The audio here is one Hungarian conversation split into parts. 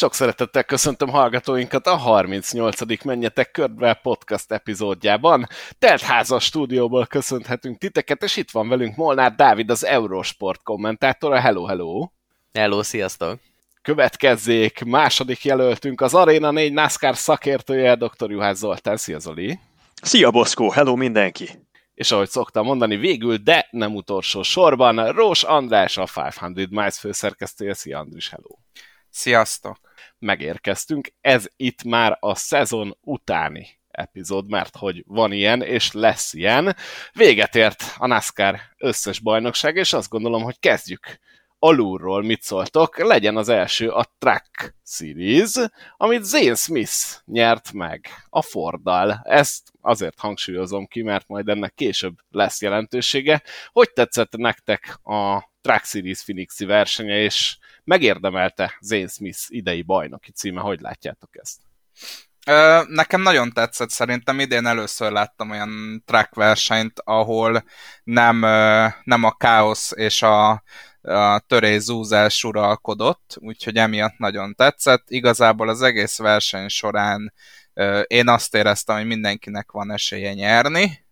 Sok szeretettel köszöntöm hallgatóinkat a 38. Menjetek körbe podcast epizódjában. Teltházas stúdióból köszönhetünk titeket, és itt van velünk Molnár Dávid, az Eurosport kommentátora. Hello, hello! Hello, sziasztok! Következzék második jelöltünk, az Arena 4 NASCAR szakértője, Dr. Juhász Zoltán. Szia, Zoli! Szia, Boszkó! Hello mindenki! És ahogy szoktam mondani, végül, de nem utolsó sorban, Rós András, a 500 Miles főszerkesztője. Szia, Andris, hello! Sziasztok! Megérkeztünk. Ez itt már a szezon utáni epizód, mert hogy van ilyen, és lesz ilyen. Véget ért a NASCAR összes bajnokság, és azt gondolom, hogy kezdjük alulról. Mit szóltok? Legyen az első a Truck Series, amit Zane Smith nyert meg a Forddal. Ezt azért hangsúlyozom ki, mert majd ennek később lesz jelentősége. Hogy tetszett nektek a Truck Series Phoenixi versenye, és megérdemelte Zane Smith idei bajnoki címe? Hogy látjátok ezt? Nekem nagyon tetszett, szerintem idén először láttam olyan track versenyt, ahol nem a káosz és a törés-zúzás uralkodott, úgyhogy emiatt nagyon tetszett. Igazából az egész verseny során én azt éreztem, hogy mindenkinek van esélye nyerni,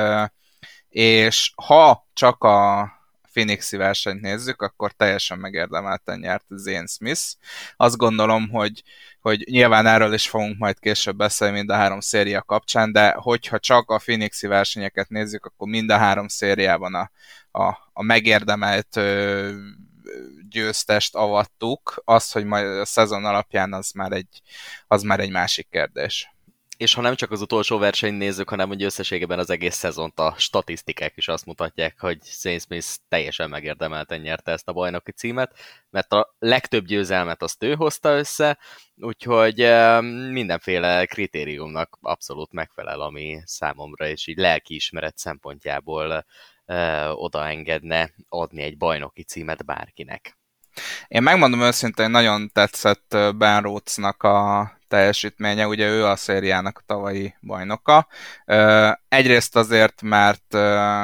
és ha csak a Phoenixi versenyt nézzük, akkor teljesen megérdemelten nyert Zane Smith. Azt gondolom, hogy nyilván erről is fogunk majd később beszélni mind a három széria kapcsán, de hogyha csak a Phoenixi versenyeket nézzük, akkor mind a három szériában a megérdemelt győztest avattuk. Az, hogy majd a szezon alapján az már egy másik kérdés. És ha nem csak az utolsó versenyt nézzük, hanem hogy összességében az egész szezont a statisztikák is azt mutatják, hogy Zane Smith teljesen megérdemelten nyerte ezt a bajnoki címet, mert a legtöbb győzelmet azt ő hozta össze, úgyhogy mindenféle kritériumnak abszolút megfelel, ami számomra és így lelkiismeret szempontjából odaengedne adni egy bajnoki címet bárkinek. Én megmondom őszintén, nagyon tetszett Ben Rhodes-nak a teljesítménye, ugye ő a szériának a tavalyi bajnoka. Egyrészt azért, mert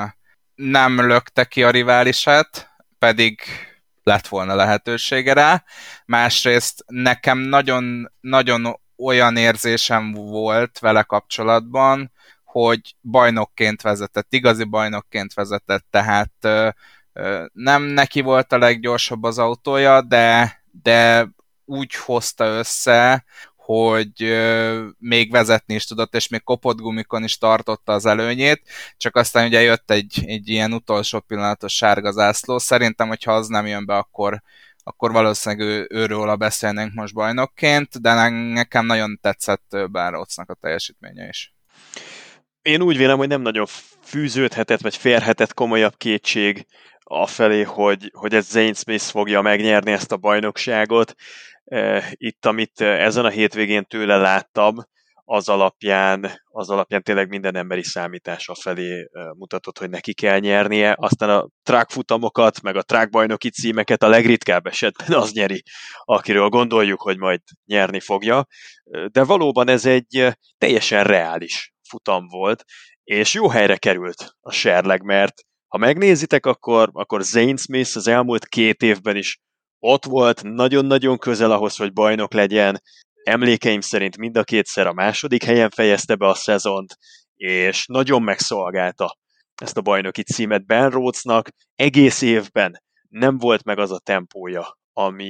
nem lökte ki a riválisát, pedig lett volna lehetősége rá. Másrészt nekem nagyon, nagyon olyan érzésem volt vele kapcsolatban, hogy bajnokként vezetett, igazi bajnokként vezetett, tehát nem neki volt a leggyorsabb az autója, de úgy hozta össze, hogy még vezetni is tudott, és még kopott gumikon is tartotta az előnyét, csak aztán ugye jött egy ilyen utolsó pillanatos sárga zászló. Szerintem, hogyha az nem jön be, akkor valószínűleg őről beszélnénk most bajnokként, de nekem nagyon tetszett Ben Rhodes-nak a teljesítménye is. Én úgy vélem, hogy nem nagyon fűződhetett, vagy férhetett komolyabb kétség afelé, hogy ez Zane Smith fogja megnyerni ezt a bajnokságot. Itt, amit ezen a hétvégén tőle láttam, az alapján tényleg minden emberi számítás afelé mutatott, hogy neki kell nyernie. Aztán a track futamokat, meg a track bajnoki címeket a legritkább esetben az nyeri, akiről gondoljuk, hogy majd nyerni fogja. De valóban ez egy teljesen reális futam volt, és jó helyre került a serleg, mert ha megnézitek, akkor Zane Smith az elmúlt 2 évben is ott volt, nagyon-nagyon közel ahhoz, hogy bajnok legyen. Emlékeim szerint mind a kétszer a második helyen fejezte be a szezont, és nagyon megszolgálta ezt a bajnoki címet Ben Rhodesnak. Egész évben nem volt meg az a tempója,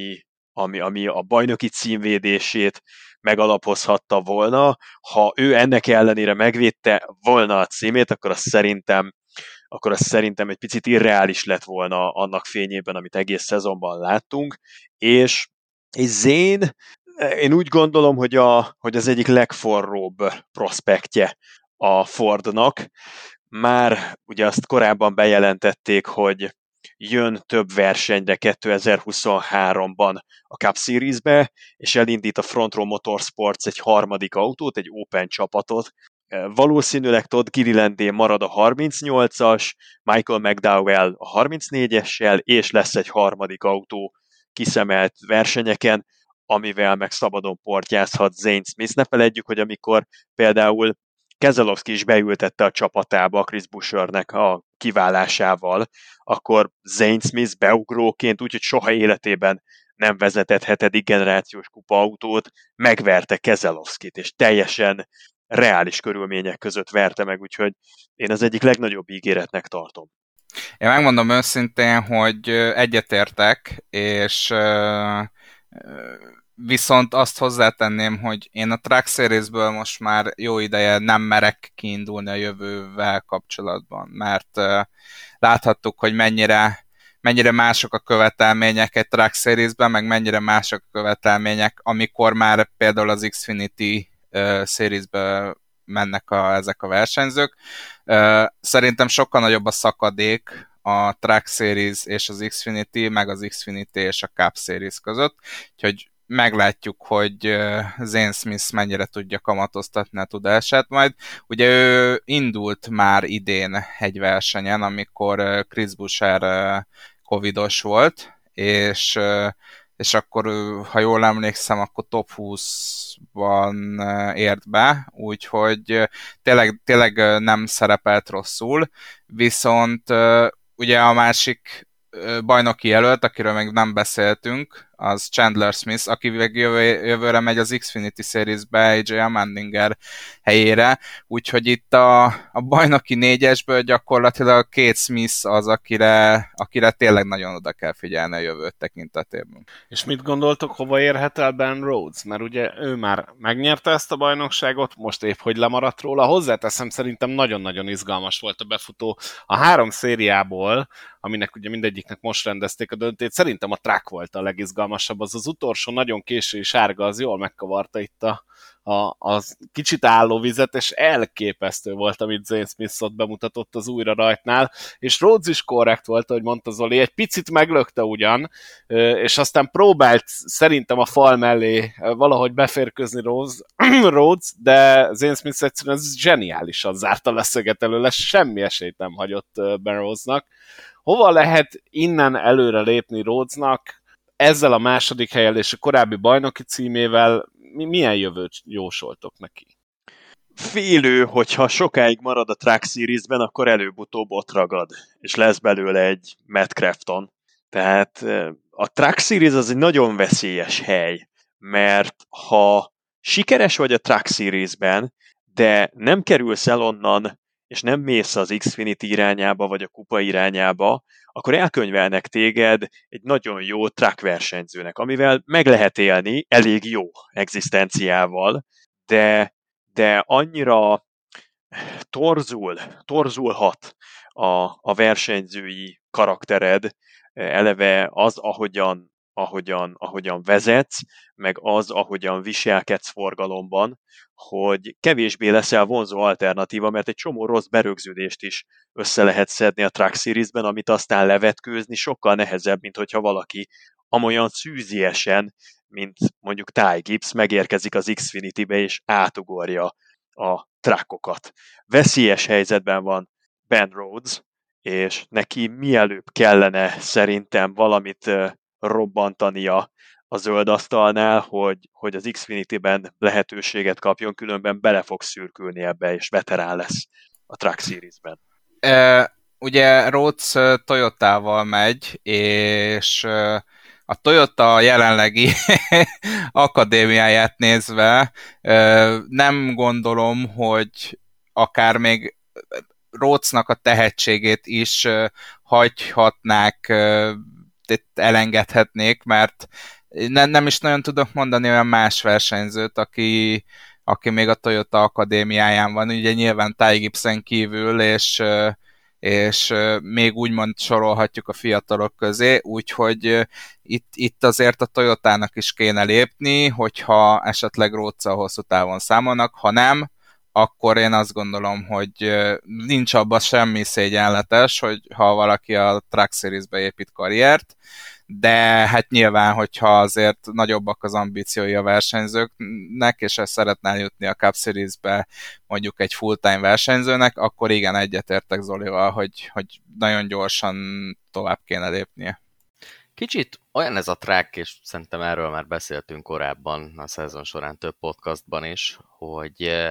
ami a bajnoki címvédését megalapozhatta volna. Ha ő ennek ellenére megvédte volna a címét, akkor azt szerintem egy picit irreális lett volna annak fényében, amit egész szezonban láttunk, és Zane, én úgy gondolom, hogy az egyik legforróbb prospektje a Fordnak. Már ugye azt korábban bejelentették, hogy jön több versenyre 2023-ban a Cup Series-be, és elindít a Front Row Motorsports egy harmadik autót, egy Open csapatot. Valószínűleg Todd Gillilandé marad a 38-as, Michael McDowell a 34-essel, és lesz egy harmadik autó kiszemelt versenyeken, amivel meg szabadon portyázhat Zane Smith. Ne feledjük, hogy amikor például Keselowski is beültette a csapatába Chris Bueschernek a kiválásával, akkor Zane Smith beugróként, úgyhogy soha életében nem vezetett 7. generációs kupaautót, megverte Keselowskit, és teljesen reális körülmények között verte meg, úgyhogy én az egyik legnagyobb ígéretnek tartom. Én megmondom őszintén, hogy egyetértek, és viszont azt hozzátenném, hogy én a Truck Series-ből most már jó ideje nem merek kiindulni a jövővel kapcsolatban, mert láthattuk, hogy mennyire mások a követelmények egy Truck Series-ben, meg mennyire mások a követelmények, amikor már például az Xfinity Series-be mennek ezek a versenyzők. Szerintem sokkal nagyobb a szakadék a Truck Series és az Xfinity, meg az Xfinity és a Cup Series között, úgyhogy meglátjuk, hogy Zane Smith mennyire tudja kamatoztatni a tudását majd. Ugye ő indult már idén egy versenyen, amikor Chris Buescher covidos volt, és akkor, ha jól emlékszem, akkor top 20-ban ért be, úgyhogy tényleg nem szerepelt rosszul, viszont ugye a másik bajnoki jelölt, akiről még nem beszéltünk, az Chandler Smith, aki jövőre megy az Xfinity Series-be AJ Allmendinger helyére, úgyhogy itt a bajnoki 4-esből gyakorlatilag Kate Smith az, akire tényleg nagyon oda kell figyelni a jövőt tekintetében. És mit gondoltok, hova érhet el Ben Rhodes? Mert ugye ő már megnyerte ezt a bajnokságot, most épp hogy lemaradt róla. Hozzáteszem, szerintem nagyon-nagyon izgalmas volt a befutó. A 3 szériából, aminek ugye mindegyiknek most rendezték a döntét, szerintem a track volt a legizgalmasabb. Az utolsó nagyon késői sárga, az jól megkavarta itt a kicsit álló vizet, és elképesztő volt, amit Zane Smith ott bemutatott az újra rajtnál, és Rhodes is korrekt volt, ahogy mondta Zoli, egy picit meglökte ugyan, és aztán próbált szerintem a fal mellé valahogy beférkőzni Rhodes, de Zane Smith egyszerűen zseniálisan zárta le szöget előle, semmi esélyt nem hagyott Ben Rhodesnak. Hova lehet innen előre lépni Rhodesnak ezzel a második helyen és a korábbi bajnoki címével? Milyen jövőt jósoltok neki? Félő, hogyha sokáig marad a Truck Series-ben, akkor előbb-utóbb ott ragad, és lesz belőle egy Matt Crafton. Tehát a Truck Series az egy nagyon veszélyes hely, mert ha sikeres vagy a Truck Series-ben, de nem kerülsz el onnan, és nem mész az Xfinity irányába, vagy a kupa irányába, akkor elkönyvelnek téged egy nagyon jó track versenyzőnek, amivel meg lehet élni elég jó egzisztenciával, de annyira torzulhat a versenyzői karaktered, eleve az, ahogyan vezetsz, meg az, ahogyan viselkedsz forgalomban, hogy kevésbé leszel vonzó alternatíva, mert egy csomó rossz berögződést is össze lehet szedni a Truck Series-ben, amit aztán levetkőzni sokkal nehezebb, mint hogyha valaki amolyan szűziesen, mint mondjuk Ty Gibbs megérkezik az Xfinity-be és átugorja a truckokat. Veszélyes helyzetben van Ben Rhodes, és neki mielőbb kellene szerintem valamit robbantania a zöld asztalnál, hogy az Xfinity-ben lehetőséget kapjon, különben bele fog szürkülni ebbe, és veterán lesz a Truck Series-ben. Ugye Rhodes Toyotával megy, és a Toyota jelenlegi akadémiáját nézve nem gondolom, hogy akár még Rhodesnak a tehetségét is hagyhatnák, elengedhetnék, mert nem is nagyon tudok mondani olyan más versenyzőt, aki még a Toyota akadémiáján van, ugye nyilván Ty Gibbsen kívül, és még úgymond sorolhatjuk a fiatalok közé, úgyhogy itt azért a Toyotának is kéne lépni, hogyha esetleg Rhodes-szal hosszú távon számolnak, ha nem, akkor én azt gondolom, hogy nincs abban semmi szégyenletes, hogy ha valaki a Truck Series-be épít karriert, de hát nyilván, hogyha azért nagyobbak az ambíciói a versenyzőknek, és ezt szeretne jutni a Cup Series-be mondjuk egy full-time versenyzőnek, akkor igen, egyetértek Zolival, hogy nagyon gyorsan tovább kéne lépnie. Kicsit olyan ez a track, és szerintem erről már beszéltünk korábban a szezon során több podcastban is, hogy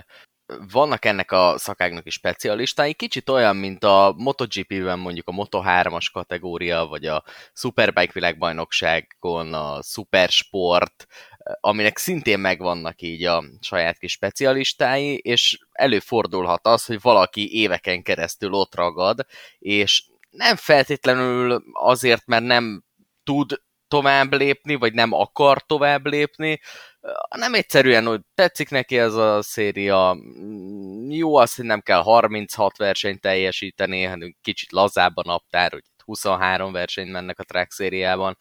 vannak ennek a szakágnak is specialistái, kicsit olyan, mint a MotoGP-ben mondjuk a Moto3-as kategória, vagy a Superbike világbajnokságon a Supersport, aminek szintén megvannak így a saját kis specialistái, és előfordulhat az, hogy valaki éveken keresztül ott ragad, és nem feltétlenül azért, mert nem tud tovább lépni, vagy nem akar tovább lépni, nem egyszerűen, hogy tetszik neki ez a széria, jó az, hogy nem kell 36 versenyt teljesíteni, hanem kicsit lazább a naptár, hogy 23 versenyt mennek a track szériában.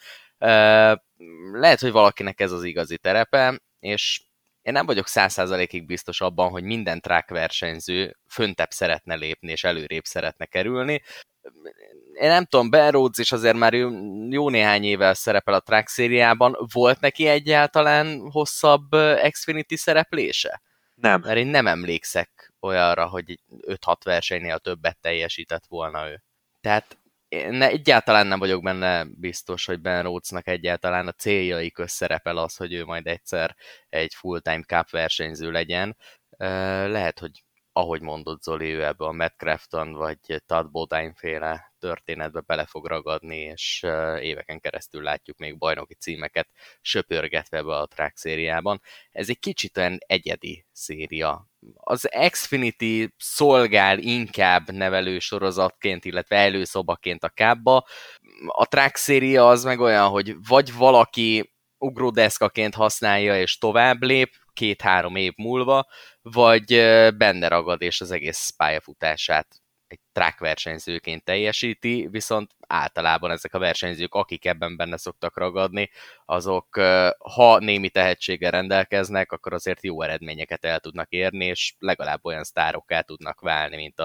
Lehet, hogy valakinek ez az igazi terepe, és én nem vagyok 100%-ig biztos abban, hogy minden track versenyző föntebb szeretne lépni, és előrébb szeretne kerülni. Én nem tudom, Ben Rhodes is azért már jó néhány évvel szerepel a track szériában. Volt neki egyáltalán hosszabb Xfinity szereplése? Nem. Mert én nem emlékszek olyanra, hogy 5-6 versenynél többet teljesített volna ő. Tehát én egyáltalán nem vagyok benne biztos, hogy Ben Rhodesnak egyáltalán a céljai közt szerepel az, hogy ő majd egyszer egy full-time cup versenyző legyen. Lehet, hogy ahogy mondott Zoli, ő ebbe a Matt Crafton vagy Todd Bodine féle történetbe bele fog ragadni, és éveken keresztül látjuk még bajnoki címeket söpörgetve be a track szériában. Ez egy kicsit olyan egyedi széria. Az Xfinity szolgál inkább nevelő sorozatként, illetve előszobaként a kábba. A track széria az meg olyan, hogy vagy valaki ugródeszkaként használja és tovább lép 2-3 év múlva, vagy benne ragad és az egész pályafutását egy track versenyzőként teljesíti, viszont általában ezek a versenyzők, akik ebben benne szoktak ragadni, azok ha némi tehetséggel rendelkeznek, akkor azért jó eredményeket el tudnak érni, és legalább olyan sztárokká tudnak válni, mint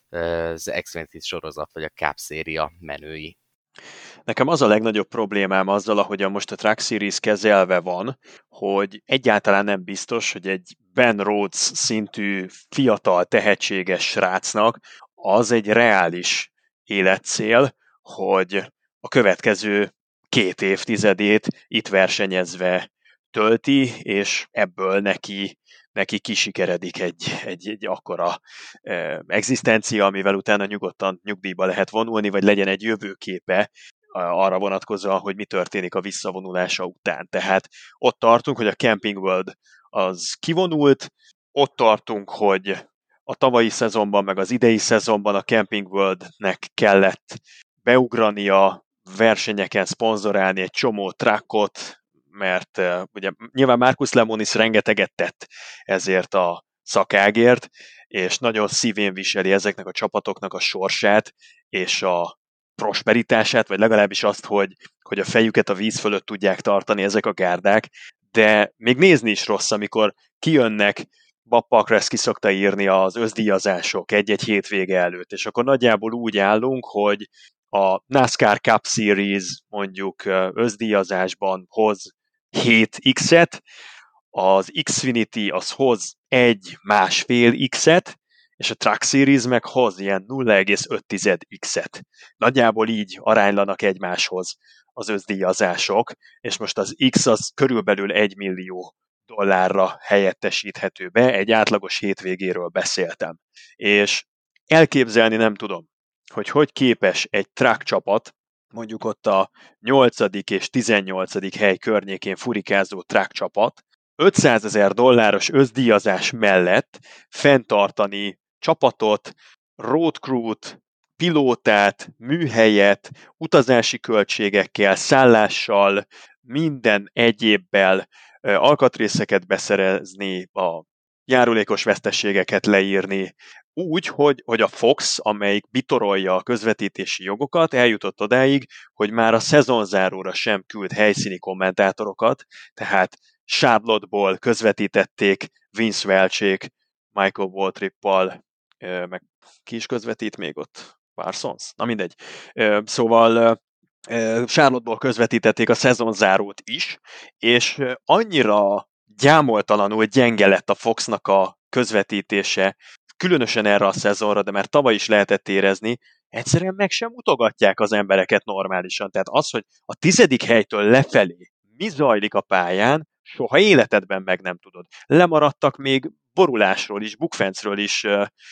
az Xfinity sorozat vagy a Cup széria menői. Nekem az a legnagyobb problémám azzal, ahogyan most a Truck Series kezelve van, hogy egyáltalán nem biztos, hogy egy Ben Rhodes szintű fiatal, tehetséges srácnak az egy reális életcél, hogy a következő 2 évtizedét itt versenyezve tölti, és ebből neki kisikeredik egy akkora egzisztencia, amivel utána nyugodtan nyugdíjba lehet vonulni, vagy legyen egy jövőképe arra vonatkozóan, hogy mi történik a visszavonulása után. Tehát ott tartunk, hogy a Camping World az kivonult, ott tartunk, hogy a tavalyi szezonban, meg az idei szezonban a Camping Worldnek kellett beugrania, versenyeken szponzorálni egy csomó truckot, mert ugye nyilván Marcus Lemonis rengeteget tett ezért a szakágért, és nagyon szívén viseli ezeknek a csapatoknak a sorsát, és a prosperitását, vagy legalábbis azt, hogy a fejüket a víz fölött tudják tartani ezek a gárdák, de még nézni is rossz, amikor kijönnek, Bob Pockrass szokta írni az összdíjazások egy-egy hétvége előtt, és akkor nagyjából úgy állunk, hogy a NASCAR Cup Series mondjuk összdíjazásban hoz 7x-et, az Xfinity az hoz 1-1,5x-et, és a Truck Series meg hoz ilyen 0,5x-et. Nagyjából így aránylanak egymáshoz az összdíjazások, és most az X az körülbelül $1 millió helyettesíthető be, egy átlagos hétvégéről beszéltem. És elképzelni nem tudom, hogy képes egy track csapat, mondjuk ott a 8. és 18. hely környékén furikázó track csapat, $500,000 összdíjazás mellett fenntartani csapatot, road crew-t, pilótát, műhelyet, utazási költségekkel, szállással, minden egyébbel, alkatrészeket beszerezni, a járulékos veszteségeket leírni, úgy, hogy a Fox, amelyik bitorolja a közvetítési jogokat, eljutott odáig, hogy már a szezonzáróra sem küld helyszíni kommentátorokat, tehát Charlotte-ból közvetítették Vince Welchék, Michael Waltrippal, meg ki is közvetít még ott? Parsons? Na mindegy. Szóval Charlotte-ból közvetítették a szezonzárót is, és annyira gyámoltalanul gyenge lett a Foxnak a közvetítése, különösen erre a szezonra, de már tavaly is lehetett érezni, egyszerűen meg sem mutogatják az embereket normálisan. Tehát az, hogy a 10. helytől lefelé mi zajlik a pályán, soha életedben meg nem tudod. Lemaradtak még borulásról is, bukfencről is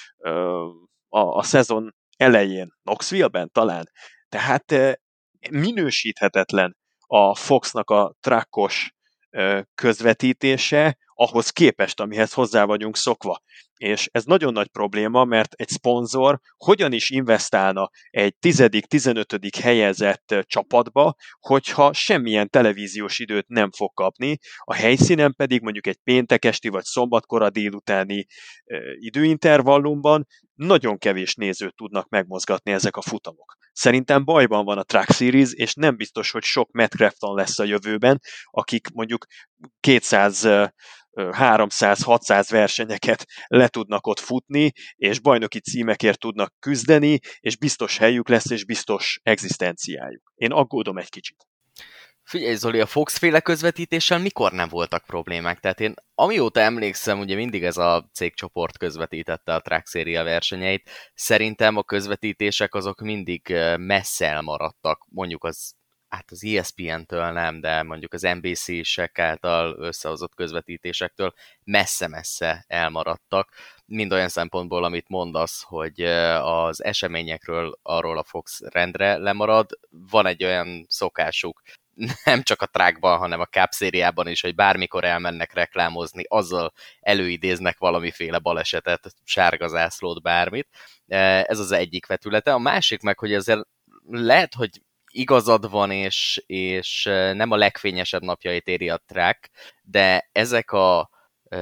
a szezon elején, Knoxville-ben talán. Tehát minősíthetetlen a Foxnak a trackos közvetítése ahhoz képest, amihez hozzá vagyunk szokva. És ez nagyon nagy probléma, mert egy szponzor hogyan is investálna egy 10.-15. helyezett csapatba, hogyha semmilyen televíziós időt nem fog kapni, a helyszínen pedig mondjuk egy péntek esti vagy szombatkora délutáni időintervallumban nagyon kevés nézőt tudnak megmozgatni ezek a futamok. Szerintem bajban van a Truck Series, és nem biztos, hogy sok Matt Crafton lesz a jövőben, akik mondjuk 200 300, 600 versenyeket le tudnak ott futni, és bajnoki címekért tudnak küzdeni, és biztos helyük lesz, és biztos egzisztenciájuk. Én aggódom egy kicsit. Figyelj Zoli, a Fox-féle közvetítéssel mikor nem voltak problémák? Tehát én amióta emlékszem, ugye mindig ez a cégcsoport közvetítette a Truck Series versenyeit, szerintem a közvetítések azok mindig messze elmaradtak, mondjuk az ESPN-től nem, de mondjuk az NBC-sek által összehozott közvetítésektől messze-messze elmaradtak. Mind olyan szempontból, amit mondasz, hogy az eseményekről arról a Fox rendre lemarad. Van egy olyan szokásuk, nem csak a trackban, hanem a Cup szériában is, hogy bármikor elmennek reklámozni, azzal előidéznek valamiféle balesetet, sárga zászlót, bármit. Ez az egyik vetülete. A másik meg, hogy azért lehet, hogy igazad van, és nem a legfényesebb napjait éri a track, de ezek a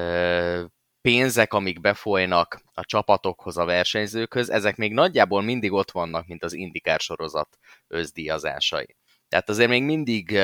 pénzek, amik befolynak a csapatokhoz, a versenyzőkhöz, ezek még nagyjából mindig ott vannak, mint az IndyCar sorozat összdíjazásai. Tehát azért még mindig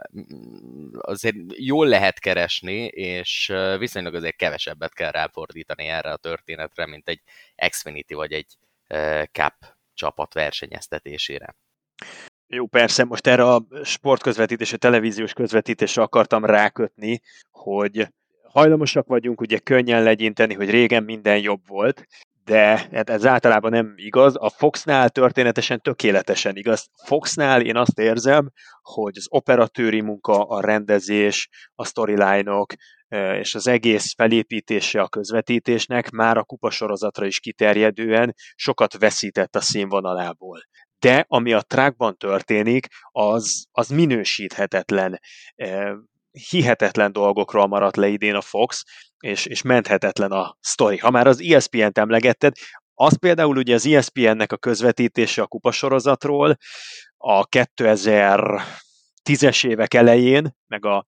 azért jól lehet keresni, és viszonylag azért kevesebbet kell ráfordítani erre a történetre, mint egy Xfinity vagy egy Cup csapat versenyeztetésére. Jó, persze, most erre a sportközvetítésre, televíziós közvetítésre akartam rákötni, hogy hajlamosak vagyunk ugye könnyen legyinteni, hogy régen minden jobb volt, de ez általában nem igaz. A Foxnál történetesen tökéletesen igaz. Foxnál én azt érzem, hogy az operatőri munka, a rendezés, a storyline-ok és az egész felépítése a közvetítésnek már a kupasorozatra is kiterjedően sokat veszített a színvonalából. De ami a trackban történik, az minősíthetetlen, hihetetlen dolgokról maradt le idén a Fox, és menthetetlen a sztori. Ha már az ESPN-t emlegetted, az például ugye az ESPN-nek a közvetítése a kupasorozatról a 2010-es évek elején, meg a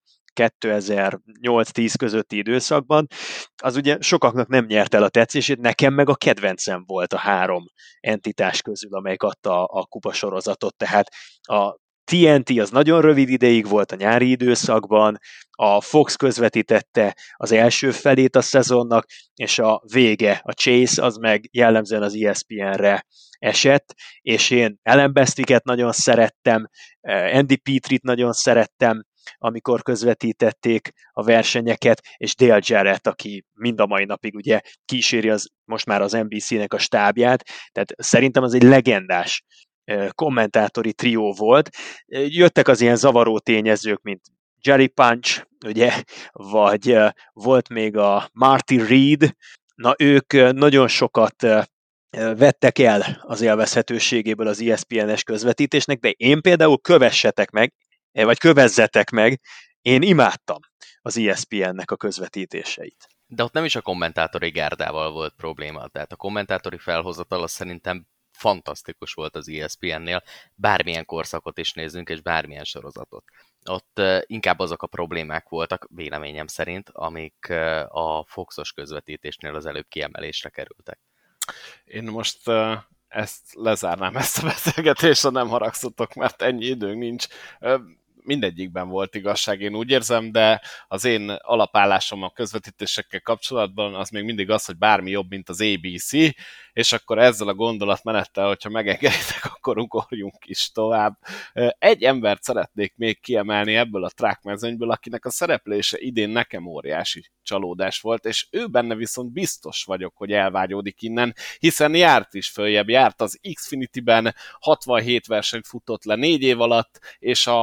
2008-10 közötti időszakban, az ugye sokaknak nem nyert el a tetszését, nekem meg a kedvencem volt a 3 entitás közül, amelyik adta a kupasorozatot, tehát a TNT az nagyon rövid ideig volt a nyári időszakban, a Fox közvetítette az első felét a szezonnak, és a vége, a Chase, az meg jellemzően az ESPN-re esett, és én Ellen Bestwicket nagyon szerettem, Andy Petrit nagyon szerettem, amikor közvetítették a versenyeket, és Dale Jarrett, aki mind a mai napig ugye kíséri most már az NBC-nek a stábját, tehát szerintem az egy legendás kommentátori trió volt. Jöttek az ilyen zavaró tényezők, mint Jerry Punch, ugye, vagy volt még a Marty Reed, na ők nagyon sokat vettek el az élvezhetőségéből az ESPN-es közvetítésnek, de én például kövessetek meg, vagy kövezzetek meg, én imádtam az ESPN-nek a közvetítéseit. De ott nem is a kommentátori gárdával volt probléma, tehát a kommentátori felhozatal az szerintem fantasztikus volt az ESPN-nél, bármilyen korszakot is nézzünk, és bármilyen sorozatot. Ott inkább azok a problémák voltak, véleményem szerint, amik a Foxos közvetítésnél az előbb kiemelésre kerültek. Én most ezt lezárnám, ezt a beszélgetést, ha nem haragszotok, mert ennyi időnk nincs. Mindegyikben volt igazság, én úgy érzem, de az én alapállásom a közvetítésekkel kapcsolatban az még mindig az, hogy bármi jobb, mint az ABC, és akkor ezzel a gondolatmenettel, hogyha megengeditek, akkor ugorjunk is tovább. Egy embert szeretnék még kiemelni ebből a track mezőnyből, akinek a szereplése idén nekem óriási csalódás volt, és ő benne viszont biztos vagyok, hogy elvágyódik innen, hiszen járt is följebb, járt az Xfinity-ben, 67 versenyt futott le 4 év alatt, és a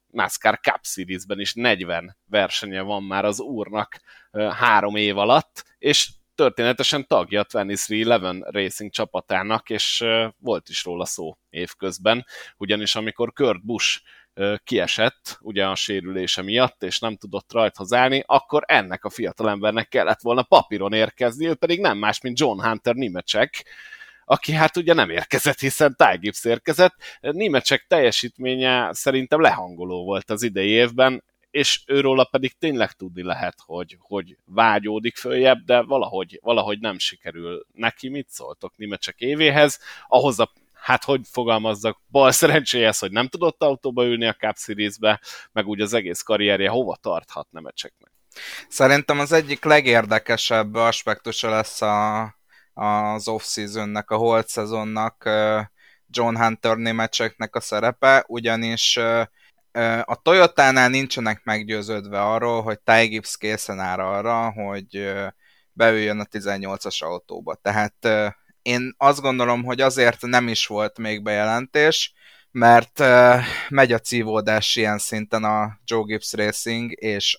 NASCAR Cup Series-ben is 40 versenye van már az úrnak 3 év alatt, és történetesen tagja a 2311 Racing csapatának, és volt is róla szó évközben, ugyanis amikor Kurt Busch kiesett, ugye a sérülése miatt, és nem tudott rajthoz állni, akkor ennek a fiatalembernek kellett volna papíron érkezni, ő pedig nem más, mint John Hunter Nemechek, aki hát ugye nem érkezett, hiszen Ty Gibbs érkezett. Nemechek teljesítménye szerintem lehangoló volt az idei évben, és őróla pedig tényleg tudni lehet, hogy vágyódik följebb, de valahogy nem sikerül neki. Mit szóltok Nemechek évéhez? Ahhoz hát hogy fogalmazzak, bal szerencséhez, hogy nem tudott autóba ülni a Cup Series-be, meg úgy az egész karrierje hova tarthat Nemecheknek? Szerintem az egyik legérdekesebb aspektusa lesz az off-seasonnek, a holt szezonnak John Hunter Nemecheknek a szerepe, ugyanis a Toyotánál nincsenek meggyőződve arról, hogy Ty Gibbs készen áll arra, hogy beüljön a 18-as autóba. Tehát én azt gondolom, hogy azért nem is volt még bejelentés, mert megy a cívódás ilyen szinten a Joe Gibbs Racing és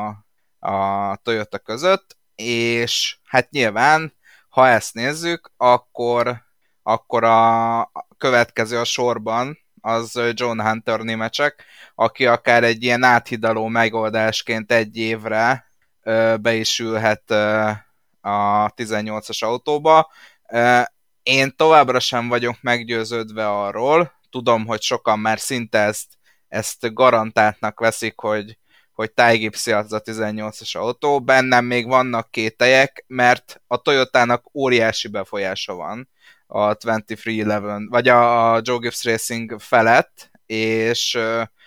a Toyota között, és hát nyilván, ha ezt nézzük, akkor a következő a sorban az John Hunter Nemechek, aki akár egy ilyen áthidaló megoldásként egy évre be is ülhet a 18-as autóba. Én továbbra sem vagyok meggyőződve arról, tudom, hogy sokan már szinte ezt garantáltnak veszik, hogy Ty Gibbs az a 18-as autó, bennem még vannak kételyek, mert a Toyotának óriási befolyása van a 2311, vagy a Joe Gibbs Racing felett, és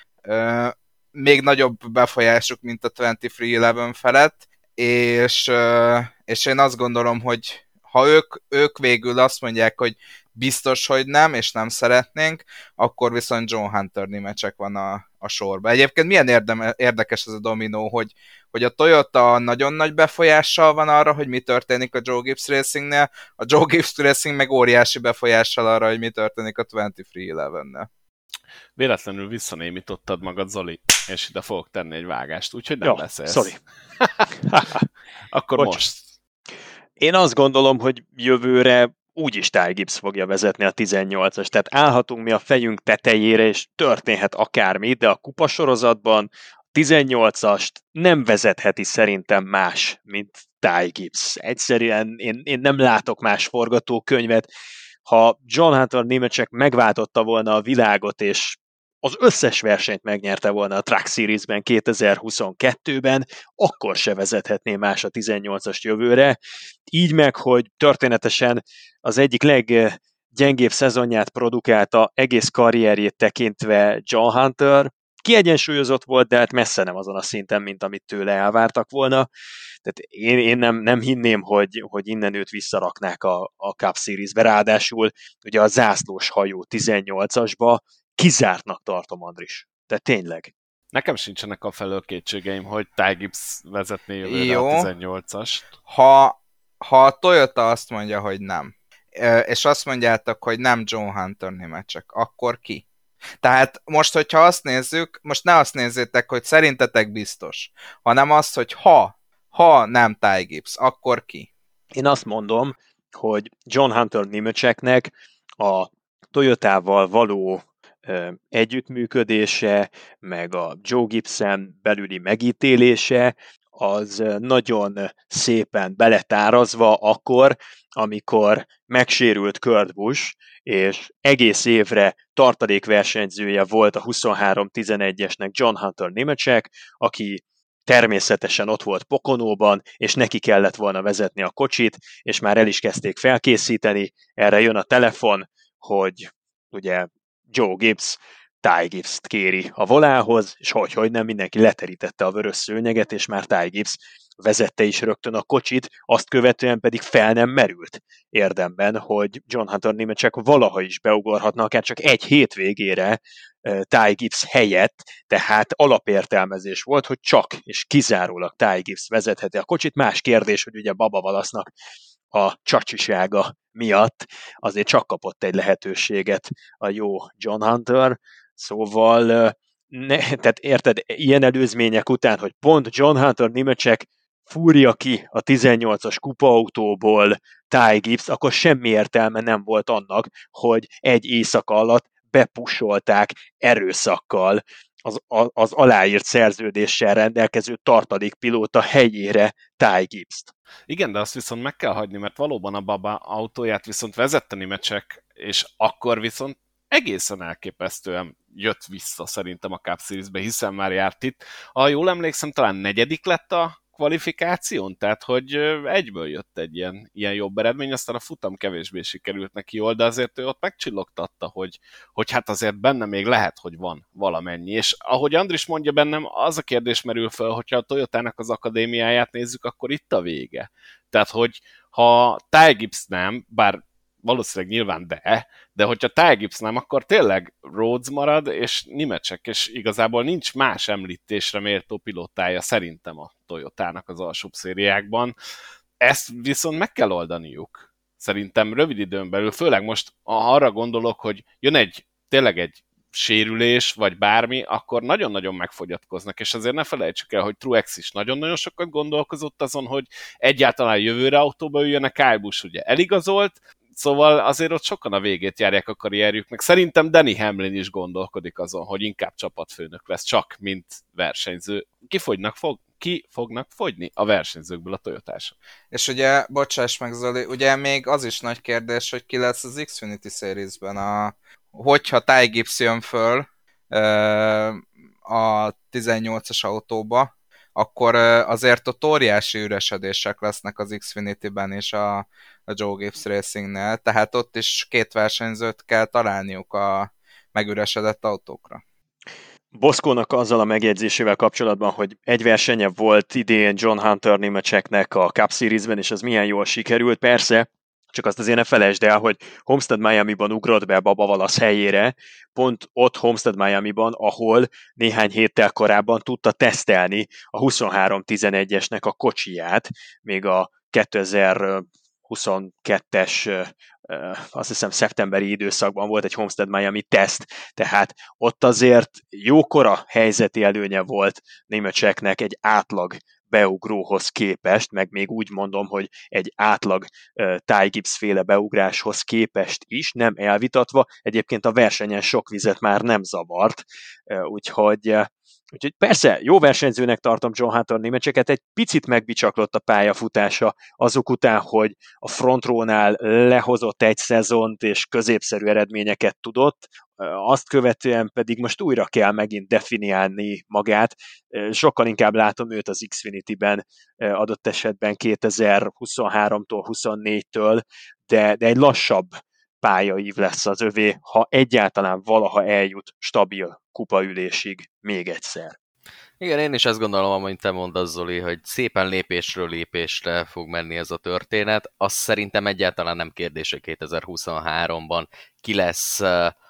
még nagyobb befolyásuk, mint a 2311 felett, és én azt gondolom, hogy ha ők végül azt mondják, hogy biztos, hogy nem, és nem szeretnénk, akkor viszont John Hunter Nemechek van a sorba. Egyébként milyen érdekes ez a dominó, hogy a Toyota nagyon nagy befolyással van arra, hogy mi történik a Joe Gibbs Racingnél, a Joe Gibbs Racing meg óriási befolyással arra, hogy mi történik a 2311-nél. Véletlenül visszanémítottad magad, Zoli, és ide fogok tenni egy vágást, úgyhogy nem lesz ez. Sorry. Akkor most. Én azt gondolom, hogy jövőre úgyis Ty Gibbs fogja vezetni a 18-as, tehát állhatunk mi a fejünk tetejére, és történhet akármi, de a kupasorozatban 18-ast nem vezetheti szerintem más, mint Ty Gibbs. Egyszerűen én nem látok más forgatókönyvet. Ha John Hunter Nemechek megváltotta volna a világot, és az összes versenyt megnyerte volna a Truck Series-ben 2022-ben, akkor se vezethetné más a 18-as jövőre. Így meg, hogy történetesen az egyik leggyengébb szezonját produkálta egész karrierjét tekintve John Hunter, kiegyensúlyozott volt, de hát messze nem azon a szinten, mint amit tőle elvártak volna. Tehát én nem hinném, hogy innen őt visszaraknák a Cup Series-be. Ráadásul ugye a zászlós hajó 18-asba kizártnak tartom, Andris. De tényleg. Nekem sincsenek a felől kétségeim, hogy Ty Gibbs vezetné jövőre a 18-ast. Ha a Toyota azt mondja, hogy nem, és azt mondjátok, hogy nem John Hunter Nemechek, akkor ki? Tehát most, hogyha azt nézzük, most ne azt nézzétek, hogy szerintetek biztos, hanem azt, hogy ha nem Ty Gibbs, akkor ki? Én azt mondom, hogy John Hunter Nemecheknek a Toyotával való együttműködése, meg a Joe Gibson belüli megítélése, az nagyon szépen beletárazva akkor, amikor megsérült Kurt Busch, és egész évre tartalékversenyzője volt a 23-11-esnek John Hunter Nemechek, aki természetesen ott volt Poconóban, és neki kellett volna vezetni a kocsit, és már el is kezdték felkészíteni, erre jön a telefon, hogy ugye Joe Gibbs Ty Gibbs-t kéri a volához, és hogy nem, mindenki leterítette a vörös szőnyeget, és már Ty Gibbs vezette is rögtön a kocsit, azt követően pedig fel nem merült érdemben, hogy John Hunter Nemechek valaha is beugorhatna, akár csak egy hétvégére Ty Gibbs helyett, tehát alapértelmezés volt, hogy csak és kizárólag Ty Gibbs vezetheti a kocsit. Más kérdés, hogy ugye Baba Wallace-nak a csacsisága miatt azért csak kapott egy lehetőséget a jó John Hunter, szóval tehát érted, ilyen előzmények után, hogy pont John Hunter Nemechek fúrja ki a 18-as kupaautóból Ty Gibbs, akkor semmi értelme nem volt annak, hogy egy éjszaka alatt bepusolták erőszakkal az aláírt szerződéssel rendelkező tartalékpilóta helyére Ty Gibbs-t. Igen, de azt viszont meg kell hagyni, mert valóban a Baba autóját viszont vezette Nemechek, és akkor viszont egészen elképesztően jött vissza szerintem a Cup Series-be, hiszen már járt itt. Ha jól emlékszem, talán 4. lett a kvalifikáción, tehát hogy egyből jött egy ilyen jobb eredmény, aztán a futam kevésbé sikerült neki jól, de azért ő ott megcsillogtatta, hogy hát azért benne még lehet, hogy van valamennyi. És ahogy Andris mondja, bennem az a kérdés merül fel, hogyha a Toyotának az akadémiáját nézzük, akkor itt a vége. Tehát, hogy ha Ty Gibbs nem, bár valószínűleg nyilván de hogyha Ty Gibbs nem, akkor tényleg Rhodes marad, és Nemechek, és igazából nincs más említésre méltó pilótája szerintem a Toyotának az alsóbb szériákban. Ezt viszont meg kell oldaniuk. Szerintem rövid időn belül, főleg most arra gondolok, hogy jön tényleg egy sérülés, vagy bármi, akkor nagyon-nagyon megfogyatkoznak, és azért ne felejtsük el, hogy Truex is nagyon-nagyon sokat gondolkozott azon, hogy egyáltalán jövőre autóba üljenek, Kyle Busch ugye eligazolt, szóval azért ott sokan a végét járják a karrierjüknek. Szerintem Denny Hamlin is gondolkodik azon, hogy inkább csapatfőnök lesz, csak mint versenyző. Ki fognak fogyni a versenyzőkből a Toyotások? És ugye, bocsáss meg Zoli, ugye még az is nagy kérdés, hogy ki lesz az Xfinity Series-ben. Hogyha Ty Gibbs jön föl a 18-as autóba, akkor azért ott óriási üresedések lesznek az Xfinity-ben és a Joe Gibbs Racingnél, tehát ott is 2 versenyzőt kell találniuk a megüresedett autókra. Boszkónak azzal a megjegyzésével kapcsolatban, hogy egy versenye volt idén John Hunter Nemecheknek a Cup Series-ben, és az milyen jól sikerült, persze, csak azt azért ne felejtsd el, hogy Homestead Miami-ban ugrott be Bubba Wallace helyére, pont ott Homestead Miami-ban, ahol néhány héttel korábban tudta tesztelni a 23-11-esnek a kocsiját, még a 2022-es azt hiszem szeptemberi időszakban volt egy Homestead Miami teszt, tehát ott azért jókora helyzeti előnye volt Nemecheknek egy átlag beugróhoz képest, meg még úgy mondom, hogy egy átlag Ty Gibbs féle beugráshoz képest is, nem elvitatva, egyébként a versenyen sok vizet már nem zavart, úgyhogy persze, jó versenyzőnek tartom John Hunter Nemecheket, egy picit megbicsaklott a pályafutása azok után, hogy a front rownál lehozott egy szezont és középszerű eredményeket tudott, azt követően pedig most újra kell megint definiálni magát. Sokkal inkább látom őt az Xfinity-ben adott esetben 2023-tól, 24-től, de egy lassabb pályaív lesz az övé, ha egyáltalán valaha eljut stabil kupaülésig még egyszer. Igen, én is azt gondolom, amit te mondasz, Zoli, hogy szépen lépésről lépésre fog menni ez a történet. Azt szerintem egyáltalán nem kérdés, hogy 2023-ban ki lesz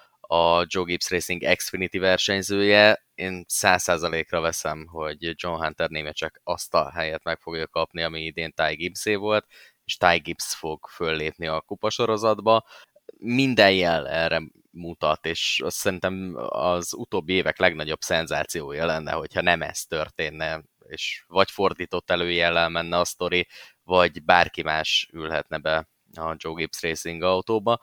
a Joe Gibbs Racing Xfinity versenyzője. Én 100%-ra veszem, hogy John Hunter Nemechek azt a helyet meg fogja kapni, ami idén Ty Gibbsé volt, és Ty Gibbs fog föllépni a kupasorozatba. Minden jel erre mutat, és azt szerintem az utóbbi évek legnagyobb szenzációja lenne, hogyha nem ez történne, és vagy fordított előjellel menne a sztori, vagy bárki más ülhetne be a Joe Gibbs Racing autóba.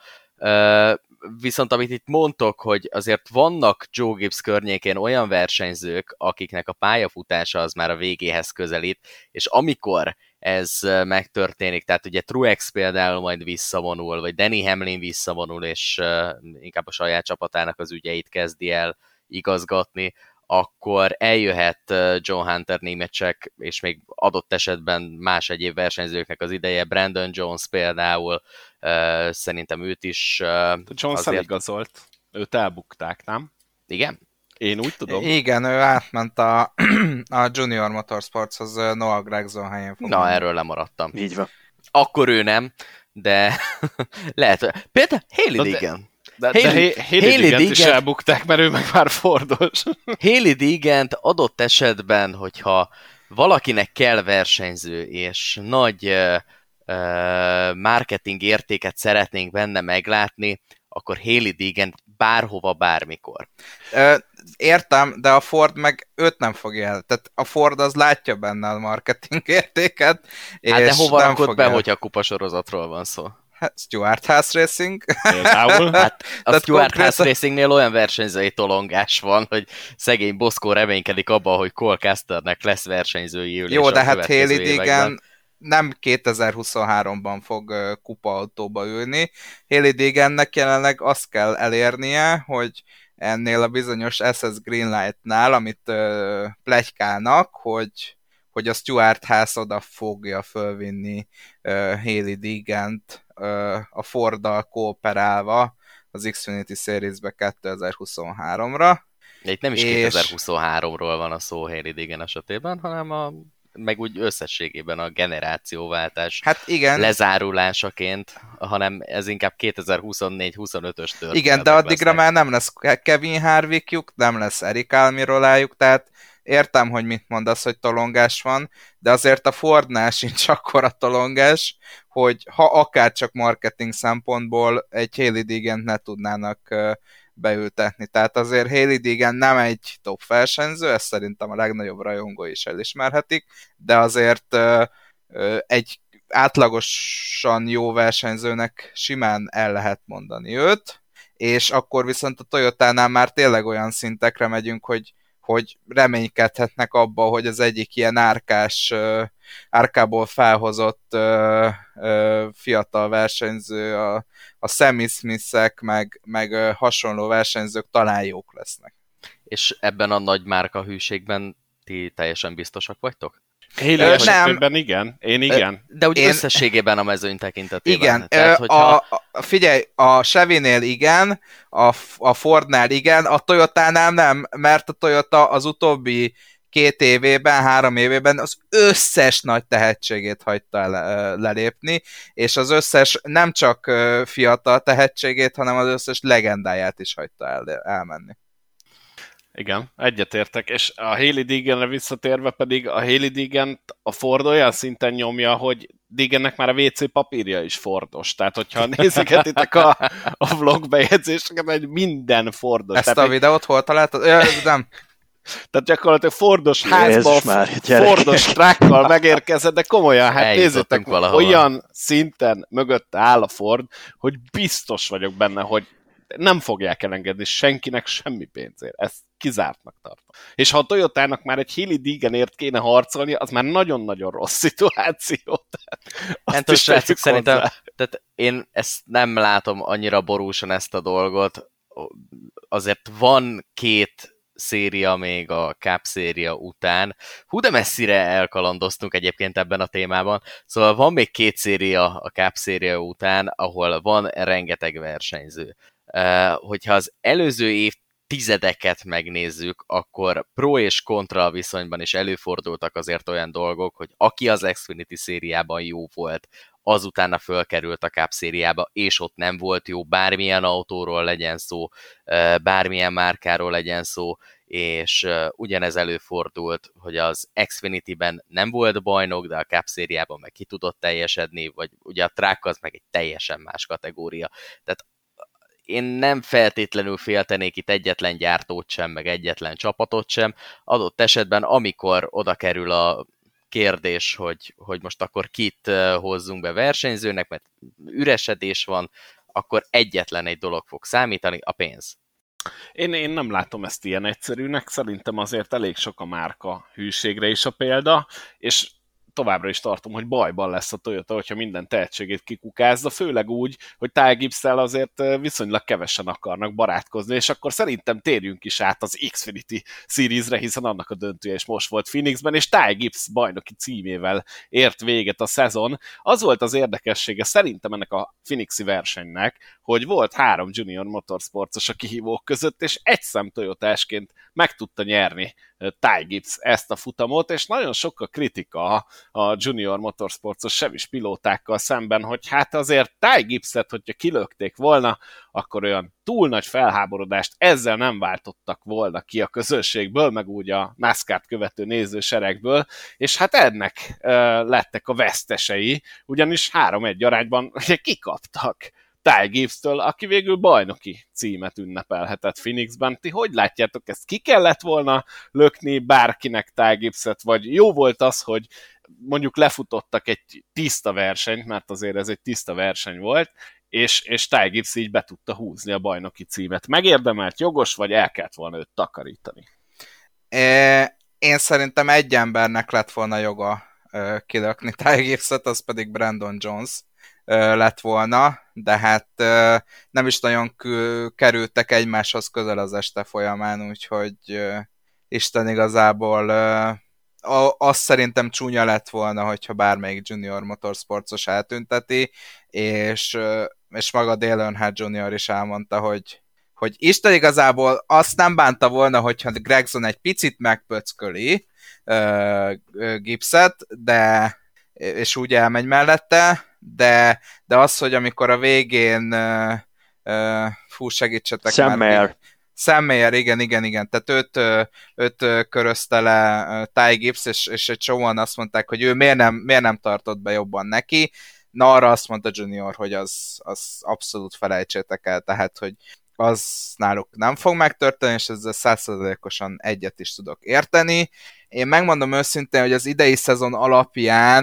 Viszont amit itt mondtok, hogy azért vannak Joe Gibbs környékén olyan versenyzők, akiknek a pályafutása az már a végéhez közelít, és amikor ez megtörténik, tehát ugye Truex például majd visszavonul, vagy Denny Hamlin visszavonul, és inkább a saját csapatának az ügyeit kezdi el igazgatni, akkor eljöhet John Hunter Nemechek, és még adott esetben más egyéb versenyzőknek az ideje, Brandon Jones például, szerintem őt is Jones eligazolt, őt elbukták, nem? Igen? Én úgy tudom. Igen, ő átment a Junior Motorsportshoz Noah Gragson helyén. Na, erről lemaradtam. Így van. Akkor ő nem, de lehet, például Hailie Deegan. De Hailie Deegant is elbukták, mert ő meg már Fordos. Hailie Deegant adott esetben, hogyha valakinek kell versenyző, és nagy marketing értéket szeretnénk benne meglátni, akkor Hailie Deegant bárhova, bármikor. Értem, de a Ford meg őt nem fogja el. Tehát a Ford az látja benne a marketing értéket, Hát de és hova nem rakod be, fogja. hogyha kupasorozatról van szó? Hát Stuart House Racing. Például. Hát a Tehát Stuart konkrétan- House Racingnél olyan versenyzői tolongás van, hogy szegény Boszkó reménykedik abban, hogy Cole Custernek lesz versenyzői ülés Jó, de a hát következő Hailie években. Deegan nem 2023-ban fog kupaautóba ülni. Hailie Deegannek jelenleg azt kell elérnie, hogy ennél a bizonyos SS Greenlight-nál, amit pletykálnak, hogy a Stuart House oda fogja fölvinni Hailie Deegant a Forddal kooperálva az Xfinity Series-be 2023-ra. De itt nem is És- 2023-ról van a szó Hailie Deegan esetében, hanem meg úgy összességében a generációváltás Hát igen, lezárulásaként, hanem ez inkább 2024-25-ös történet. igen, de addigra már nem lesz Kevin Harvickjuk, nem lesz Erik Almirolájuk, tehát értem, hogy mit mondasz, hogy tolongás van, de azért a Fordnál sincs akkora tolongás, hogy ha akár csak marketing szempontból egy Hailie Deegant ne tudnának beültetni. Tehát azért Hailie Deegan nem egy top versenyző, ezt szerintem a legnagyobb rajongói is elismerhetik, de azért egy átlagosan jó versenyzőnek simán el lehet mondani őt, és akkor viszont a Toyotánál már tényleg olyan szintekre megyünk, hogy reménykedhetnek abba, hogy az egyik ilyen árkából felhozott fiatal versenyző, a Sammy Smith-ek, meg hasonló versenyzők talán jók lesznek. És ebben a nagy márka hűségben ti teljesen biztosak vagytok? Hailie nem. esetében igen. Én igen. De úgy Én- összességében a mezőny tekintetében. Igen, Tehát, hogyha... figyelj, a Chevy-nél igen, a Fordnál igen, a Toyotánál nem, mert a Toyota az utóbbi 2 évében, 3 évében az összes nagy tehetségét hagyta lelépni, és az összes nem csak fiatal tehetségét, hanem az összes legendáját is hagyta elmenni. Igen, egyetértek, és a Hailie Deeganre visszatérve pedig a Hailie Deegan a Ford olyan szinten nyomja, hogy Deegannek már a WC papírja is Fordos. Tehát, hogyha nézegetitek a vlog bejegyzéseket, egy minden Fordos. Ezt Tehát, a videót hol találtad? Nem. tehát gyakorlatilag Fordos házba, Jézus már, gyerekek. Fordos trákkal megérkezett, de komolyan, hát Eljutottunk nézzétek, valahova. olyan szinten mögötte áll a Ford, hogy biztos vagyok benne, hogy nem fogják elengedni senkinek semmi pénzért. Ezt kizártnak tartom. És ha a Toyotának már egy Hailie Deeganért kéne harcolni, az már nagyon-nagyon rossz szituáció. Nem tudom, srácok, szerintem, tehát én ezt nem látom annyira borúsan ezt a dolgot. Azért van 2 széria még a Cup széria után. Hú, de messzire elkalandoztunk egyébként ebben a témában. Szóval van még 2 széria a Cup széria után, ahol van rengeteg versenyző. Hogyha az előző év tizedeket megnézzük, akkor pro és kontra viszonyban is előfordultak azért olyan dolgok, hogy aki az Xfinity szériában jó volt, azutána fölkerült a Cup szériába, és ott nem volt jó, bármilyen autóról legyen szó, bármilyen márkáról legyen szó, és ugyanez előfordult, hogy az Xfinity-ben nem volt bajnok, de a Cup szériában meg ki tudott teljesedni, vagy ugye a track az meg egy teljesen más kategória. Tehát én nem feltétlenül féltenék itt egyetlen gyártót sem, meg egyetlen csapatot sem. Adott esetben, amikor oda kerül a kérdés, hogy most akkor kit hozzunk be versenyzőnek, mert üresedés van, akkor egyetlen egy dolog fog számítani, a pénz. Én nem látom ezt ilyen egyszerűnek, szerintem azért elég sok a márka hűségre is a példa, és továbbra is tartom, hogy bajban lesz a Toyota, hogyha minden tehetségét kikukázza, főleg úgy, hogy Ty Gibbs-szel azért viszonylag kevesen akarnak barátkozni, és akkor szerintem térjünk is át az Xfinity Series-re, hiszen annak a döntője is most volt Phoenixben, és Ty Gibbs bajnoki címével ért véget a szezon. Az volt az érdekessége szerintem ennek a Phoenixi versenynek, hogy volt 3 Junior Motorsportos a kihívók között, és egy szem Toyotásként meg tudta nyerni Ty Gibbs ezt a futamot, és nagyon sok a kritika a Junior Motorsportos sevis pilótákkal szemben, hogy hát azért Ty Gibbset, hogyha kilökték volna, akkor olyan túl nagy felháborodást ezzel nem váltottak volna ki a közönségből, meg úgy a NASCAR-t követő nézőseregből, és hát ennek lettek a vesztesei, ugyanis 3-1 arányban ugye kikaptak Ty Gibbs-től, aki végül bajnoki címet ünnepelhetett Phoenixben. Ti hogy látjátok, ezt ki kellett volna lökni bárkinek Ty Gibbs-et, vagy jó volt az, hogy mondjuk lefutottak egy tiszta versenyt, mert azért ez egy tiszta verseny volt, és Ty Gibbs így be tudta húzni a bajnoki címet. Megérdemelt, jogos, vagy el kellett volna őt takarítani? Én szerintem egy embernek lett volna joga kilökni Ty Gibbs-et, az pedig Brandon Jones lett volna, de hát nem is nagyon kerültek egymáshoz közel az este folyamán, úgyhogy Isten igazából azt szerintem csúnya lett volna, hogyha bármelyik Junior Motorsportos eltünteti, és maga Dale Earnhardt Jr. is elmondta, hogy Isten igazából azt nem bánta volna, hogyha Gragson egy picit megpöcköli Gibbs-et, és úgy elmegy mellette, de az, hogy amikor a végén segítsetek Sam Mayer. Sam Mayer, igen, tehát őt körözte le Ty Gibbs, és egy csomóan azt mondták, hogy ő miért nem tartott be jobban neki. Na, arra azt mondta Junior, hogy az abszolút felejtsétek el, tehát, hogy az náluk nem fog megtörténni, és ezzel 100%-osan egyet is tudok érteni. Én megmondom őszintén, hogy az idei szezon alapján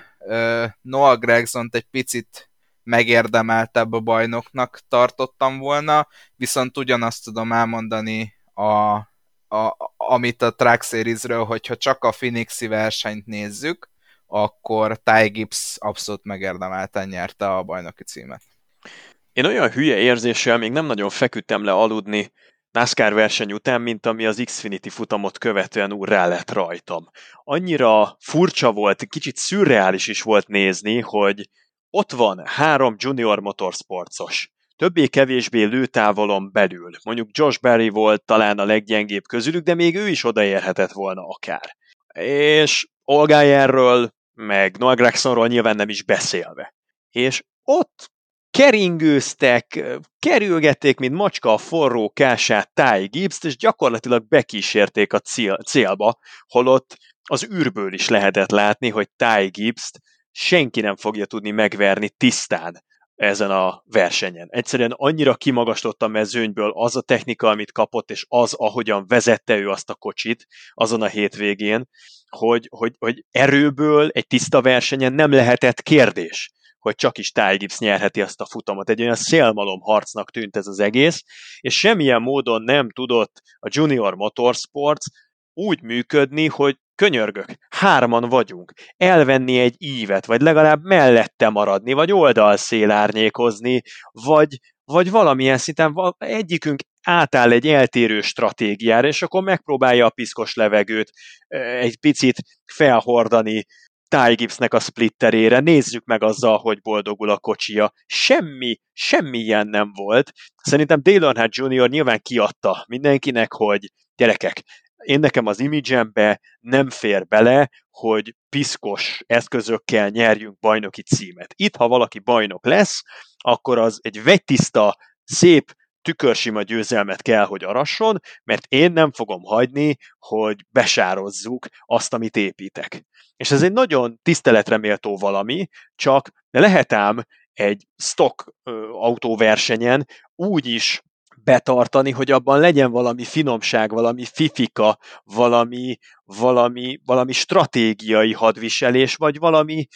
Noah Gragsont egy picit megérdemeltebb a bajnoknak tartottam volna, viszont ugyanazt tudom elmondani amit a Truck Series-ről, hogyha csak a Phoenixi versenyt nézzük, akkor Ty Gibbs abszolút megérdemelten nyerte a bajnoki címet. Én olyan hülye érzéssel még nem nagyon feküdtem le aludni NASCAR verseny után, mint ami az Xfinity futamot követően rá lett rajtam. Annyira furcsa volt, kicsit szürreális is volt nézni, hogy ott van 3 Junior Motorsportos, többé-kevésbé lőtávolon belül. Mondjuk Josh Berry volt talán a leggyengébb közülük, de még ő is odaérhetett volna akár. És Allgaierről, meg Noah Gragsonról nyilván nem is beszélve. És ott keringőztek, kerülgették, mint macska a forró kását Ty Gibbs-t, és gyakorlatilag bekísérték a célba, holott az űrből is lehetett látni, hogy Ty Gibbs-t senki nem fogja tudni megverni tisztán ezen a versenyen. Egyszerűen annyira kimagaslott a mezőnyből az a technika, amit kapott, és az, ahogyan vezette ő azt a kocsit azon a hétvégén, hogy erőből egy tiszta versenyen nem lehetett kérdés, hogy csak is Ty Gibbs nyerheti azt a futamot. Egy olyan szélmalom harcnak tűnt ez az egész, és semmilyen módon nem tudott a Junior Motorsports úgy működni, hogy könyörgök, 3 vagyunk, elvenni egy ívet, vagy legalább mellette maradni, vagy oldalszélárnyékozni, vagy valamilyen szinten egyikünk átáll egy eltérő stratégiára, és akkor megpróbálja a piszkos levegőt egy picit felhordani Ty Gibbsnek a splitterére, nézzük meg azzal, hogy boldogul a kocsia. Semmi ilyen nem volt. Szerintem Dale Earnhardt Jr. nyilván kiadta mindenkinek, hogy gyerekek, nekem az imidzsembe nem fér bele, hogy piszkos eszközökkel nyerjünk bajnoki címet. Itt, ha valaki bajnok lesz, akkor az egy vegytiszta, szép, tükörsima győzelmet kell, hogy arasson, mert én nem fogom hagyni, hogy besározzuk azt, amit építek. És ez egy nagyon tiszteletre méltó valami, csak lehet ám egy stock autóversenyen úgy is betartani, hogy abban legyen valami finomság, valami fifika, valami stratégiai hadviselés, vagy valami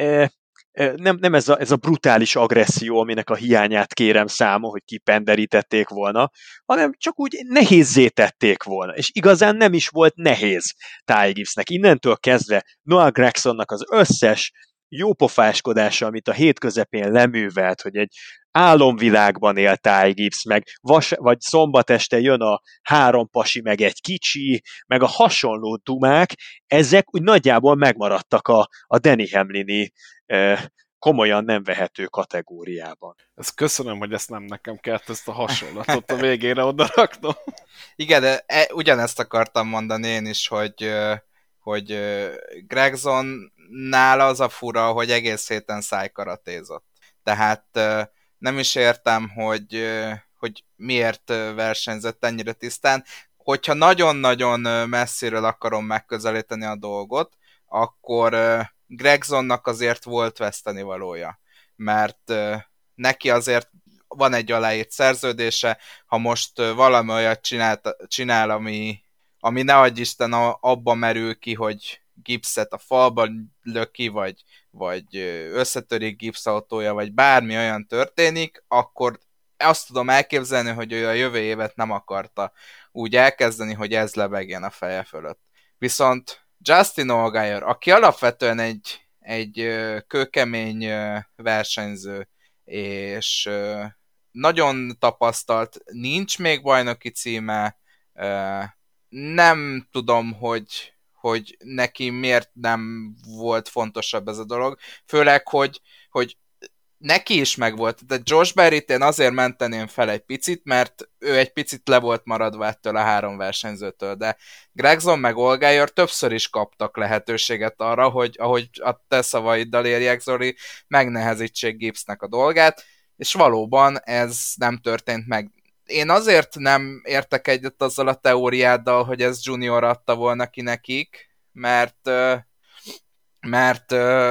nem ez a brutális agresszió, aminek a hiányát kérem számon, hogy kipenderítették volna, hanem csak úgy nehézzé tették volna. És igazán nem is volt nehéz Ty Gibbsnek. Innentől kezdve Noah Gragsonnak az összes jópofáskodása, amit a hét közepén leművelt, hogy egy álomvilágban él Ty Gibbs, meg vagy szombat este jön a 3 pasi, meg egy kicsi, meg a hasonló dumák, ezek úgy nagyjából megmaradtak a Denny Hamlin-i komolyan nem vehető kategóriában. Ezt köszönöm, hogy ezt nem nekem kellett ezt a hasonlatot a végére odaraknom. Igen, de ugyanezt akartam mondani én is, hogy Gragsonnál az a fura, hogy egész héten szájkaratézott. Tehát nem is értem, hogy miért versenyzett ennyire tisztán. Hogyha nagyon-nagyon messziről akarom megközelíteni a dolgot, akkor Gragsonnak azért volt vesztenivalója, mert neki azért van egy aláírt szerződése, ha most valami olyat csinál, ami ne adj Isten abba merül ki, hogy gipszet a falban löki, vagy összetörik gipszautója, vagy bármi olyan történik, akkor azt tudom elképzelni, hogy ő a jövő évet nem akarta úgy elkezdeni, hogy ez lebegjen a feje fölött. Viszont Justin Allgaier, aki alapvetően egy kőkemény versenyző, és nagyon tapasztalt, nincs még bajnoki címe, nem tudom, hogy neki miért nem volt fontosabb ez a dolog, főleg, hogy neki is megvolt, de Josh Berryt én azért menteném fel egy picit, mert ő egy picit le volt maradva ettől a 3 versenyzőtől, de Gragson meg Allgaier többször is kaptak lehetőséget arra, hogy ahogy a te szavaiddal érjek, Zoli, megnehezítsék Gibbsnek a dolgát, és valóban ez nem történt meg. Én azért nem értek egyet azzal a teóriáddal, hogy ez Junior adta volna ki nekik, mert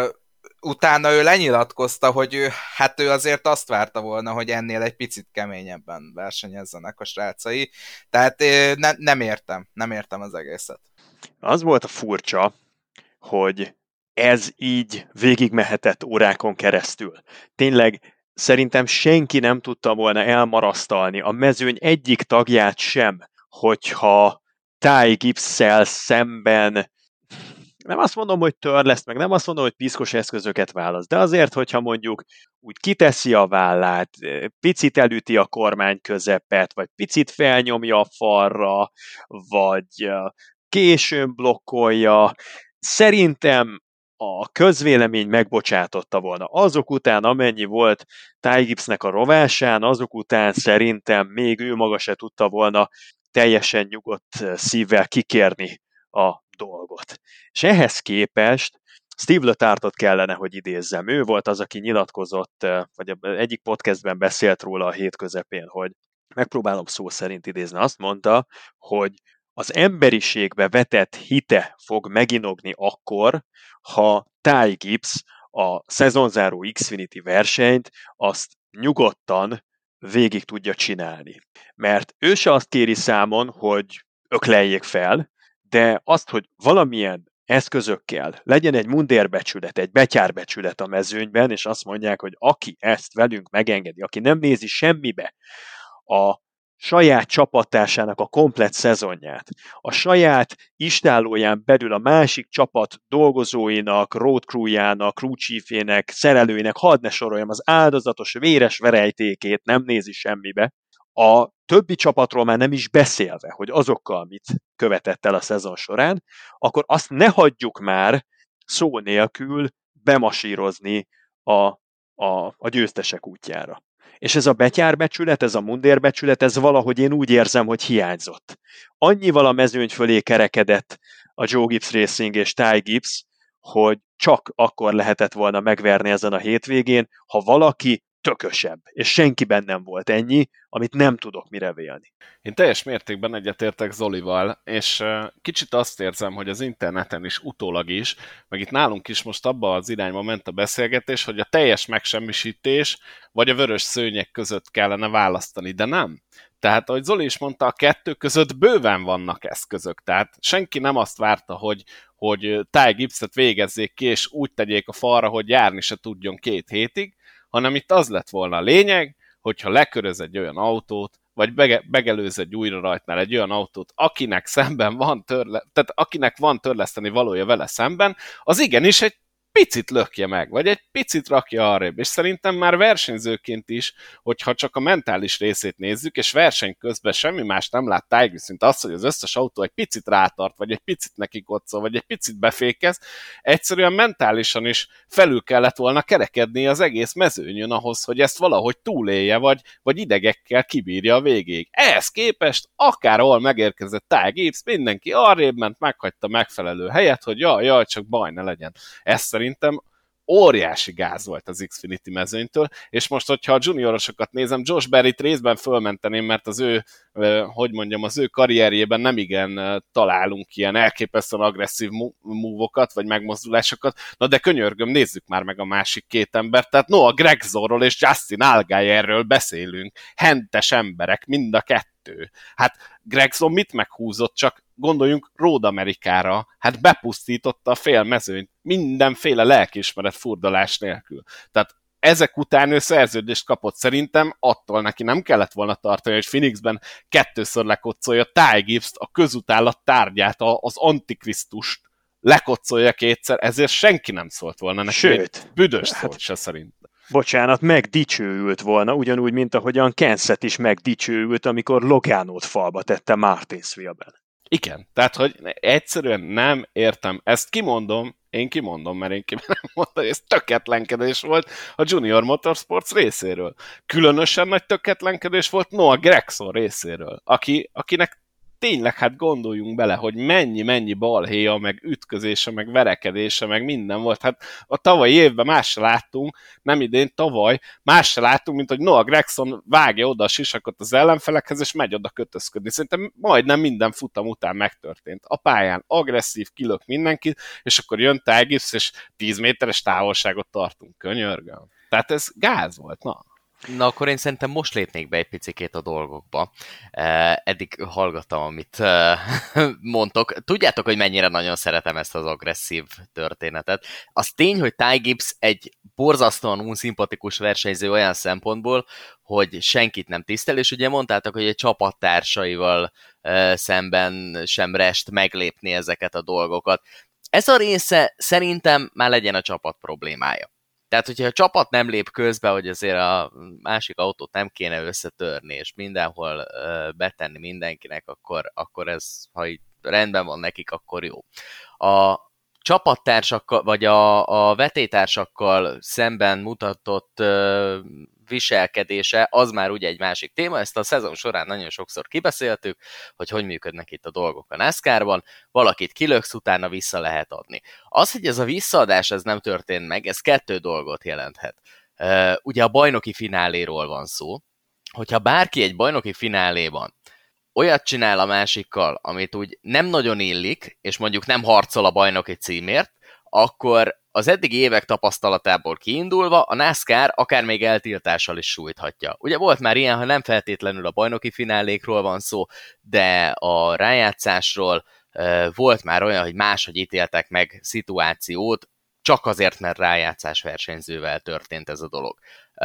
utána ő lenyilatkozta, hogy ő azért azt várta volna, hogy ennél egy picit keményebben versenyezzenek a srácai. Tehát nem értem az egészet. Az volt a furcsa, hogy ez így végigmehetett órákon keresztül. Tényleg szerintem senki nem tudta volna elmarasztalni a mezőny egyik tagját sem, hogyha Ty Gibbs-szel szemben nem azt mondom, hogy törleszt, meg nem azt mondom, hogy piszkos eszközöket választ, de azért, hogyha mondjuk úgy kiteszi a vállát, picit elüti a kormány közepet, vagy picit felnyomja a falra, vagy későn blokkolja, szerintem a közvélemény megbocsátotta volna. Azok után, amennyi volt Ty Gibbsnek a rovásán, azok után szerintem még ő maga se tudta volna teljesen nyugodt szívvel kikérni a dolgot. És ehhez képest Steve Letartot kellene, hogy idézzem. Ő volt az, aki nyilatkozott, vagy egyik podcastben beszélt róla a hét közepén, hogy megpróbálom szó szerint idézni. Azt mondta, hogy az emberiségbe vetett hite fog meginogni akkor, ha Ty Gibbs a szezonzáró Xfinity versenyt azt nyugodtan végig tudja csinálni. Mert ő se azt kéri számon, hogy ökleljék fel, de azt, hogy valamilyen eszközökkel legyen egy mundérbecsület, egy betyárbecsület a mezőnyben, és azt mondják, hogy aki ezt velünk megengedi, aki nem nézi semmibe a saját csapattársának a komplett szezonját, a saját istállóján belül a másik csapat dolgozóinak, road crewjának, crew chiefjének, szerelőinek, hadd ne soroljam, az áldozatos véres verejtékét nem nézi semmibe, a többi csapatról már nem is beszélve, hogy azokkal mit követett el a szezon során, akkor azt ne hagyjuk már szó nélkül bemasírozni a győztesek útjára. És ez a betyárbecsület, ez a mundérbecsület, ez valahogy én úgy érzem, hogy hiányzott. Annyival a mezőny fölé kerekedett a Joe Gibbs Racing és Ty Gibbs, hogy csak akkor lehetett volna megverni ezen a hétvégén, ha valaki tökösebb, és senkiben nem volt ennyi, amit nem tudok mire vélni. Én teljes mértékben egyetértek Zolival, és kicsit azt érzem, hogy az interneten is utólag is, meg itt nálunk is most abba az irányba ment a beszélgetés, hogy a teljes megsemmisítés vagy a vörös szőnyeg között kellene választani, de nem. Tehát, ahogy Zoli is mondta, a kettő között bőven vannak eszközök, tehát senki nem azt várta, hogy Ty Gibbset végezzék ki, és úgy tegyék a falra, hogy járni se tudjon 2 hétig, hanem itt az lett volna a lényeg, hogyha leköröz egy olyan autót, vagy begelőz egy újra rajtnál egy olyan autót, akinek szemben van tehát akinek van törleszteni valója vele szemben, az igenis egy picit lökje meg, vagy egy picit rakja arrébb. És szerintem már versenyzőként is, hogyha csak a mentális részét nézzük, és verseny közben semmi más nem lát Tiger, mint az, hogy az összes autó egy picit rátart, vagy egy picit neki kocol, vagy egy picit befékez, egyszerűen mentálisan is felül kellett volna kerekedni az egész mezőnyön ahhoz, hogy ezt valahogy túlélje, vagy idegekkel kibírja a végéig. Ehhez képest akárhol megérkezett Ty Gibbs, mindenki arrébb ment, meghagyta megfelelő helyet, hogy jaj, csak baj ne legyen. Ez szerintem óriási gáz volt az Xfinity mezőnytől, és most, hogyha a juniorosokat nézem, Josh Berryt részben fölmenteném, mert az ő, az ő karrierjében nem igen találunk ilyen elképesztően agresszív move-okat, vagy megmozdulásokat, na de könyörgöm, nézzük már meg a másik két embert, tehát Noah Gragsorról és Justin Allgaierről beszélünk, hentes emberek, mind a kettő. Hát Gragson mit meghúzott, csak gondoljunk Road Amerikára, hát bepusztította a fél mezőnyt, mindenféle lelkiismeret furdalás nélkül. Tehát ezek után ő szerződést kapott, szerintem attól neki nem kellett volna tartani, hogy Phoenixben kettőször lekoccolja Ty Gibbs-t, a közutálat tárgyát, az antikrisztust lekoccolja kétszer, ezért senki nem szólt volna neki. Sőt, büdös szólt se szerintem. Bocsánat, megdicsőült volna, ugyanúgy, mint ahogyan Kenset is megdicsőült, amikor Logánót falba tette Martinsville-ben. Igen, tehát, hogy egyszerűen nem értem. Ezt kimondom, én kimondom, mert én kimerem mondani, ez tökéletlenkedés volt a Junior Motorsports részéről. Különösen nagy tökéletlenkedés volt Noah Gragson részéről, akinek tényleg, hát gondoljunk bele, hogy mennyi balhéja, meg ütközése, meg verekedése, meg minden volt. Hát a tavalyi évben más se láttunk, nem idén, tavaly más se láttunk, mint hogy Noah Gragson vágja oda a sisakot az ellenfelekhez, és megy oda kötözködni. Szerintem majdnem minden futam után megtörtént. A pályán agresszív, kilök mindenkit, és akkor jön Ty Gibbs, és 10 méteres távolságot tartunk. Könyörgöm. Tehát ez gáz volt, na. Na, akkor én szerintem most lépnék be egy picikét a dolgokba. Eddig hallgattam, amit mondtok. Tudjátok, hogy mennyire nagyon szeretem ezt az agresszív történetet. Az tény, hogy Ty Gibbs egy borzasztóan unszimpatikus versenyző olyan szempontból, hogy senkit nem tisztel, és ugye mondtátok, hogy egy csapattársaival szemben sem rest meglépni ezeket a dolgokat. Ez a része szerintem már legyen a csapat problémája. Tehát, hogyha a csapat nem lép közbe, hogy azért a másik autót nem kéne összetörni, és mindenhol betenni mindenkinek, akkor ez, ha így rendben van nekik, akkor jó. A csapattársakkal, vagy a vetélytársakkal szemben mutatott viselkedése, az már ugye egy másik téma, ezt a szezon során nagyon sokszor kibeszéltük, hogy működnek itt a dolgok a NASCAR-ban, valakit kilöksz, utána vissza lehet adni. Az, hogy ez a visszaadás ez nem történt meg, ez 2 dolgot jelenthet. Ugye a bajnoki fináléról van szó, hogyha bárki egy bajnoki fináléban olyat csinál a másikkal, amit úgy nem nagyon illik, és mondjuk nem harcol a bajnoki címért, akkor az eddigi évek tapasztalatából kiindulva a NASCAR akár még eltiltással is sújthatja. Ugye volt már ilyen, ha nem feltétlenül a bajnoki finálékról van szó, de a rájátszásról volt már olyan, hogy máshogy ítéltek meg szituációt, csak azért, mert rájátszás versenyzővel történt ez a dolog.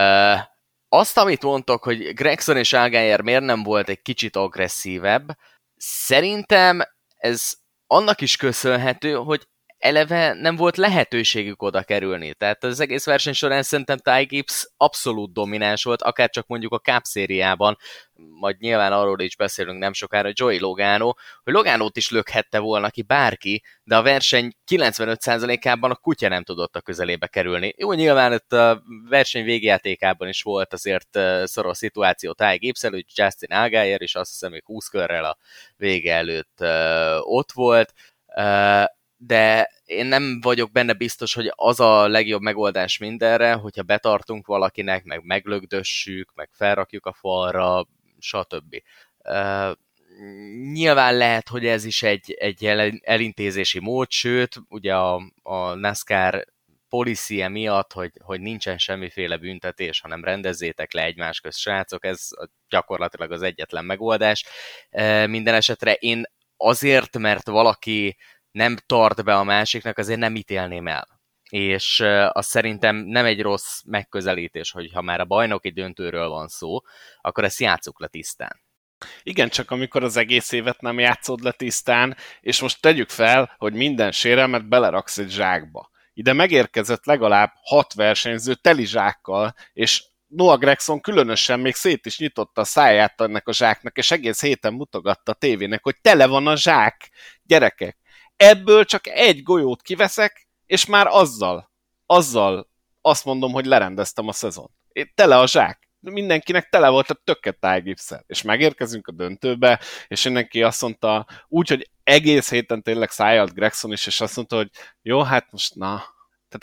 Azt, amit mondtok, hogy Gragson és Allgaier miért nem volt egy kicsit agresszívebb, szerintem ez annak is köszönhető, hogy eleve nem volt lehetőségük oda kerülni. Tehát az egész verseny során szerintem Ty Gibbs abszolút domináns volt, akár csak mondjuk a Cup szériában, majd nyilván arról is beszélünk nem sokára, Joey Logano, hogy Logánót is lökhette volna ki bárki, de a verseny 95%-ában a kutya nem tudott a közelébe kerülni. Jó, nyilván itt a verseny végjátékában is volt azért szoros szituáció Ty Gibbs előtt, Justin Allgaier, és azt hiszem, hogy 20 körrel a vége előtt ott volt, de én nem vagyok benne biztos, hogy az a legjobb megoldás mindenre, hogyha betartunk valakinek, meg meglögdössük, meg felrakjuk a falra, stb. Nyilván lehet, hogy ez is egy elintézési mód, sőt, ugye a NASCAR policy miatt, hogy nincsen semmiféle büntetés, hanem rendezzétek le egymás közt, srácok, ez gyakorlatilag az egyetlen megoldás. Minden esetre én azért, mert valaki nem tart be a másiknak, azért nem ítélném el. És az szerintem nem egy rossz megközelítés, hogy ha már a bajnoki döntőről van szó, akkor ezt játsszuk le tisztán. Igen, csak amikor az egész évet nem játszod le tisztán, és most tegyük fel, hogy minden sérelmet beleraksz egy zsákba. Ide megérkezett legalább 6 versenyző teli zsákkal, és Noah Gragson különösen még szét is nyitotta a száját ennek a zsáknak, és egész héten mutogatta a tévének, hogy tele van a zsák, gyerekek. Ebből csak egy golyót kiveszek, és már azzal azt mondom, hogy lerendeztem a szezont. Tele a zsák. Mindenkinek tele volt a tökke Ty Gibbs-szel. És megérkezünk a döntőbe, és mindenki azt mondta, úgy, hogy egész héten tényleg szájalt Gragson is, és azt mondta, hogy jó, hát most na. Tehát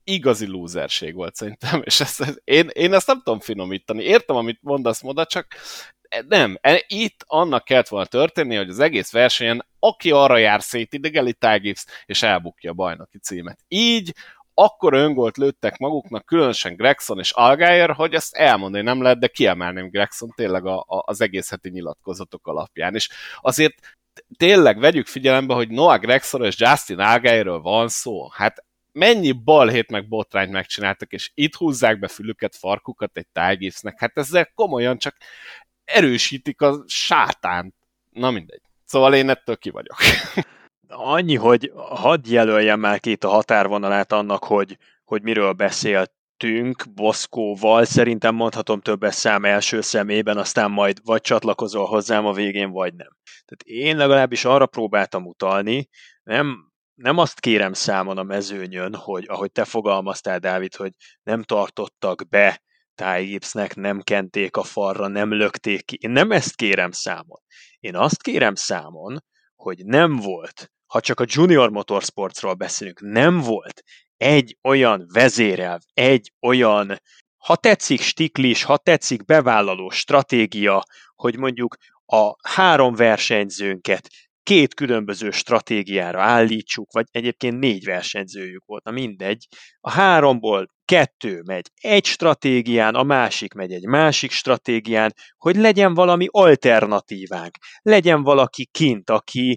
igazi lúzerség volt szerintem, és én ezt nem tudom finomítani. Értem, amit mondasz, Moda, csak nem. Itt annak kellett volna történni, hogy az egész versenyen aki arra jár, szétidegeli Ty Gibbs, és elbukja a bajnoki címet. Így akkor öngolt lőttek maguknak, különösen Gregson és Allgaier, hogy ezt elmondani nem lehet, de kiemelném Gregson tényleg az egész heti nyilatkozatok alapján. És azért tényleg vegyük figyelembe, hogy Noah Gregson és Justin Allgaierről van szó. Hát mennyi balhét meg botrányt megcsináltak, és itt húzzák be fülüket, farkukat egy Ty Gibbsnek. Hát ezzel komolyan csak erősítik a sátánt. Na mindegy. Szóval én ettől ki vagyok. Annyi, hogy hadd jelöljem már ki itt a határvonalát annak, hogy miről beszéltünk Boszkóval. Szerintem mondhatom többes szám első szemében, aztán majd vagy csatlakozol hozzám a végén, vagy nem. Tehát én legalábbis arra próbáltam utalni, nem azt kérem számon a mezőnyön, hogy ahogy te fogalmaztál, Dávid, hogy nem tartottak be Ty Gibbsnek, nem kenték a falra, nem lökték ki. Én nem ezt kérem számon. Én azt kérem számon, hogy nem volt, ha csak a Junior Motorsportsról beszélünk, nem volt egy olyan vezérelv, egy olyan, ha tetszik stiklis, ha tetszik bevállaló stratégia, hogy mondjuk a 3 versenyzőnket 2 különböző stratégiára állítsuk, vagy egyébként 4 versenyzőjük volt, na mindegy. A 3-ból 2 megy egy stratégián, a másik megy egy másik stratégián, hogy legyen valami alternatívánk, legyen valaki kint,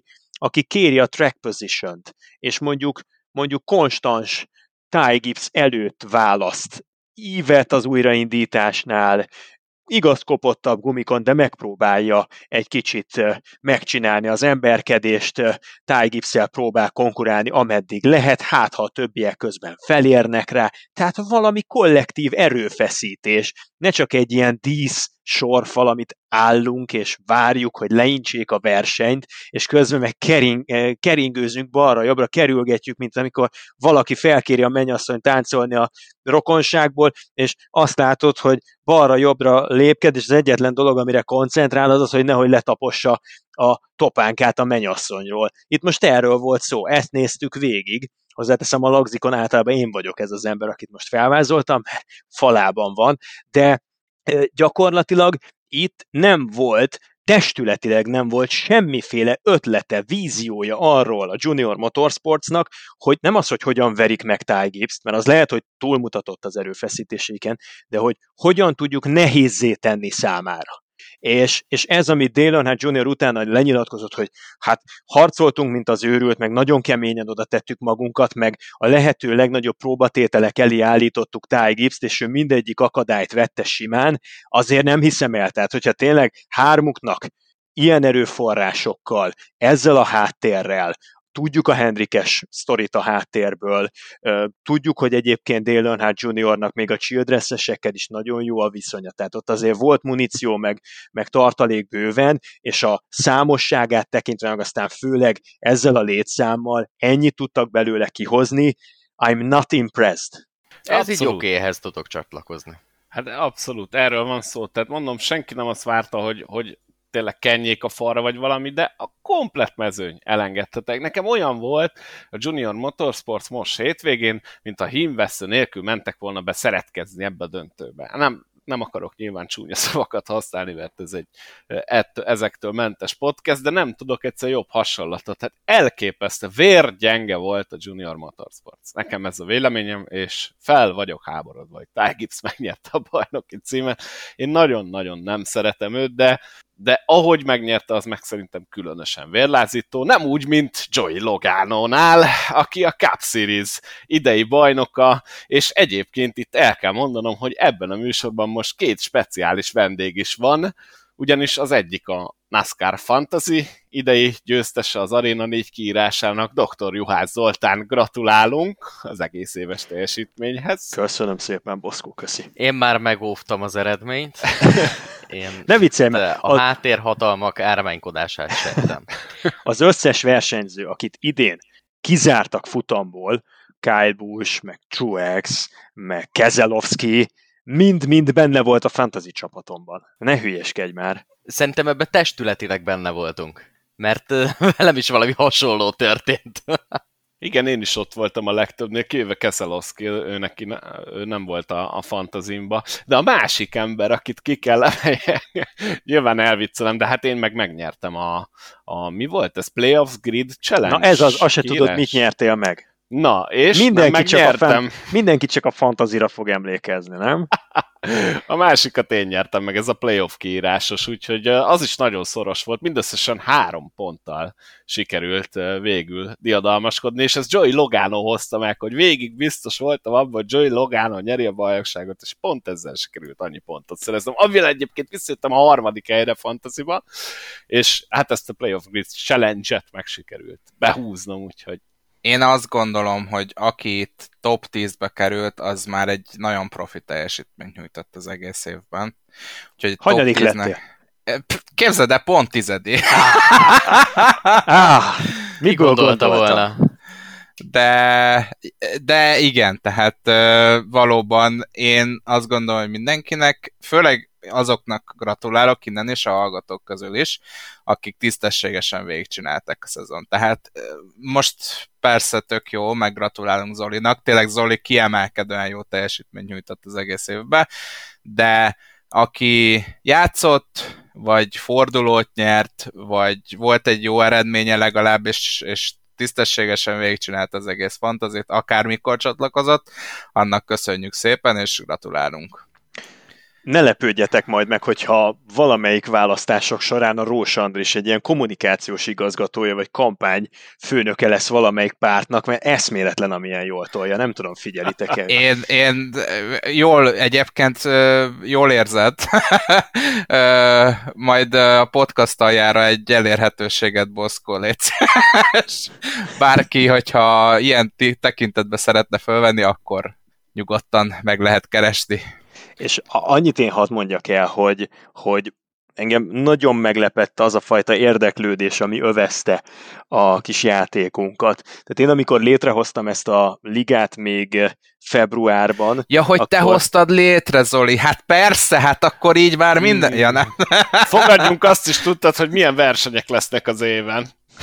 aki kéri a track position-t, és mondjuk konstans Ty Gibbs előtt választ ívet az újraindításnál, igaz kopottabb gumikon, de megpróbálja egy kicsit megcsinálni az emberkedést, Ty Gibbs-szel próbál konkurálni, ameddig lehet, hát ha a többiek közben felérnek rá, tehát valami kollektív erőfeszítés, ne csak egy ilyen dísz sorfal, amit állunk és várjuk, hogy leintsék a versenyt, és közben meg keringőzünk balra-jobbra, kerülgetjük, mint amikor valaki felkéri a mennyasszonyt táncolni a rokonságból, és azt látod, hogy balra-jobbra lépked, és az egyetlen dolog, amire koncentrál, az az, hogy nehogy letapossa a topánkát a mennyasszonyról. Itt most erről volt szó, ezt néztük végig, hozzáteszem, a lagzikon általában én vagyok ez az ember, akit most felvázoltam, mert falában van, de gyakorlatilag itt nem volt, testületileg nem volt semmiféle ötlete, víziója arról a Junior Motorsportsnak, hogy nem az, hogy hogyan verik meg Ty Gibbst, mert az lehet, hogy túlmutatott az erőfeszítéseiken, de hogy hogyan tudjuk nehézzé tenni számára. És ez, amit Dale Earnhardt Jr. utána lenyilatkozott, hogy hát harcoltunk, mint az őrült, meg nagyon keményen oda tettük magunkat, meg a lehető legnagyobb próbatételek elé állítottuk Ty Gibbst, és ő mindegyik akadályt vette simán, azért nem hiszem el. Tehát, hogyha tényleg hármuknak ilyen erőforrásokkal, ezzel a háttérrel, tudjuk a Hendrikes sztorit a háttérből, tudjuk, hogy egyébként Dale Earnhardt Jr.-nak még a Childress-esekkel is nagyon jó a viszonya, tehát ott azért volt muníció, meg tartalék bőven, és a számosságát tekintve, meg aztán főleg ezzel a létszámmal ennyit tudtak belőle kihozni. I'm not impressed. Ez így okéhez tudok csatlakozni. Hát abszolút, erről van szó. Tehát mondom, senki nem azt várta, hogy tényleg kenjék a falra, vagy valami, de a komplet mezőny elengedtetek. Nekem olyan volt a Junior Motorsports most hétvégén, mint a hímvesző nélkül mentek volna be szeretkezni ebbe a döntőbe. Nem akarok nyilván csúnya szavakat használni, mert ez ezektől mentes podcast, de nem tudok egyszer jobb hasonlatot. Tehát elképesztő, vérgyenge volt a Junior Motorsports. Nekem ez a véleményem, és fel vagyok háborodva, hogy Ty Gibbs megnyerte a bajnoki címet. Én nagyon-nagyon nem szeretem őt, de ahogy megnyerte, az meg szerintem különösen vérlázító. Nem úgy, mint Joey Logano-nál, aki a Cup Series idei bajnoka, és egyébként itt el kell mondanom, hogy ebben a műsorban most 2 speciális vendég is van, ugyanis az egyik a NASCAR Fantasy idei győztese az Arena 4 kiírásának, Dr. Juhász Zoltán, gratulálunk az egész éves teljesítményhez. Köszönöm szépen, Boszkó, köszi. Én már megóvtam az eredményt. Ne viccelj, a háttérhatalmak ármánykodását settem. Az összes versenyző, akit idén kizártak futamból, Kyle Busch, meg Truex, meg Keselowski, mind-mind benne volt a fantasy csapatomban. Ne hülyeskedj már. Szerintem ebben testületileg benne voltunk, mert velem is valami hasonló történt. Igen, én is ott voltam a legtöbbnél, kivéve Keselowski, ő nem volt a fantazimba, de a másik ember, akit ki kell emelni, nyilván elviccelem, de hát én megnyertem mi volt ez? Playoffs Grid Challenge? Na ez azt se tudod, mit nyertél meg. Na, és mindenki csak a fantazira fog emlékezni, nem? A másikat én nyertem meg, ez a playoff kiírásos, úgyhogy az is nagyon szoros volt, mindösszesen 3 ponttal sikerült végül diadalmaskodni, és ezt Joey Logano hozta meg, hogy végig biztos voltam abban, hogy Joey Logano nyeri a bajnokságot, és pont ezzel sikerült annyi pontot szereznem. Amivel egyébként visszajöttem a 3. helyre fantasyba, és hát ezt a playoff grid challenge-et meg sikerült behúznom, úgyhogy én azt gondolom, hogy aki itt top 10-be került, az már egy nagyon profi teljesítményt nyújtott az egész évben. Úgyhogy hanyadik lettél? Képzeld el, pont 10. Mi gondolta volna? De igen, tehát valóban én azt gondolom, hogy mindenkinek, főleg azoknak gratulálok innen és a hallgatók közül is, akik tisztességesen végigcsinálták a szezon. Tehát most persze tök jó, meg gratulálunk Zolinak, tényleg Zoli kiemelkedően jó teljesítményt nyújtott az egész évben, de aki játszott, vagy fordulót nyert, vagy volt egy jó eredménye legalább, és tisztességesen végigcsinált az egész fantazit, akármikor csatlakozott, annak köszönjük szépen, és gratulálunk. Ne lepődjetek majd meg, hogyha valamelyik választások során a Rós Andris egy ilyen kommunikációs igazgatója, vagy kampány főnöke lesz valamelyik pártnak, mert eszméletlen, amilyen jól tolja. Nem tudom, figyelitek-e? Én egyébként jól érzed. Majd a podcast aljára egy elérhetőséget, Boszkó, légy szíves. Bárki, hogyha ilyen tekintetbe szeretne fölvenni, akkor nyugodtan meg lehet keresni. És annyit én hadd mondjak el, hogy engem nagyon meglepett az a fajta érdeklődés, ami övezte a kis játékunkat. Tehát én amikor létrehoztam ezt a ligát még februárban... Ja, hogy akkor... te hoztad létre, Zoli. Hát persze, hát akkor így már minden... Ja, nem. Fogadjunk, azt is tudtad, hogy milyen versenyek lesznek az éven.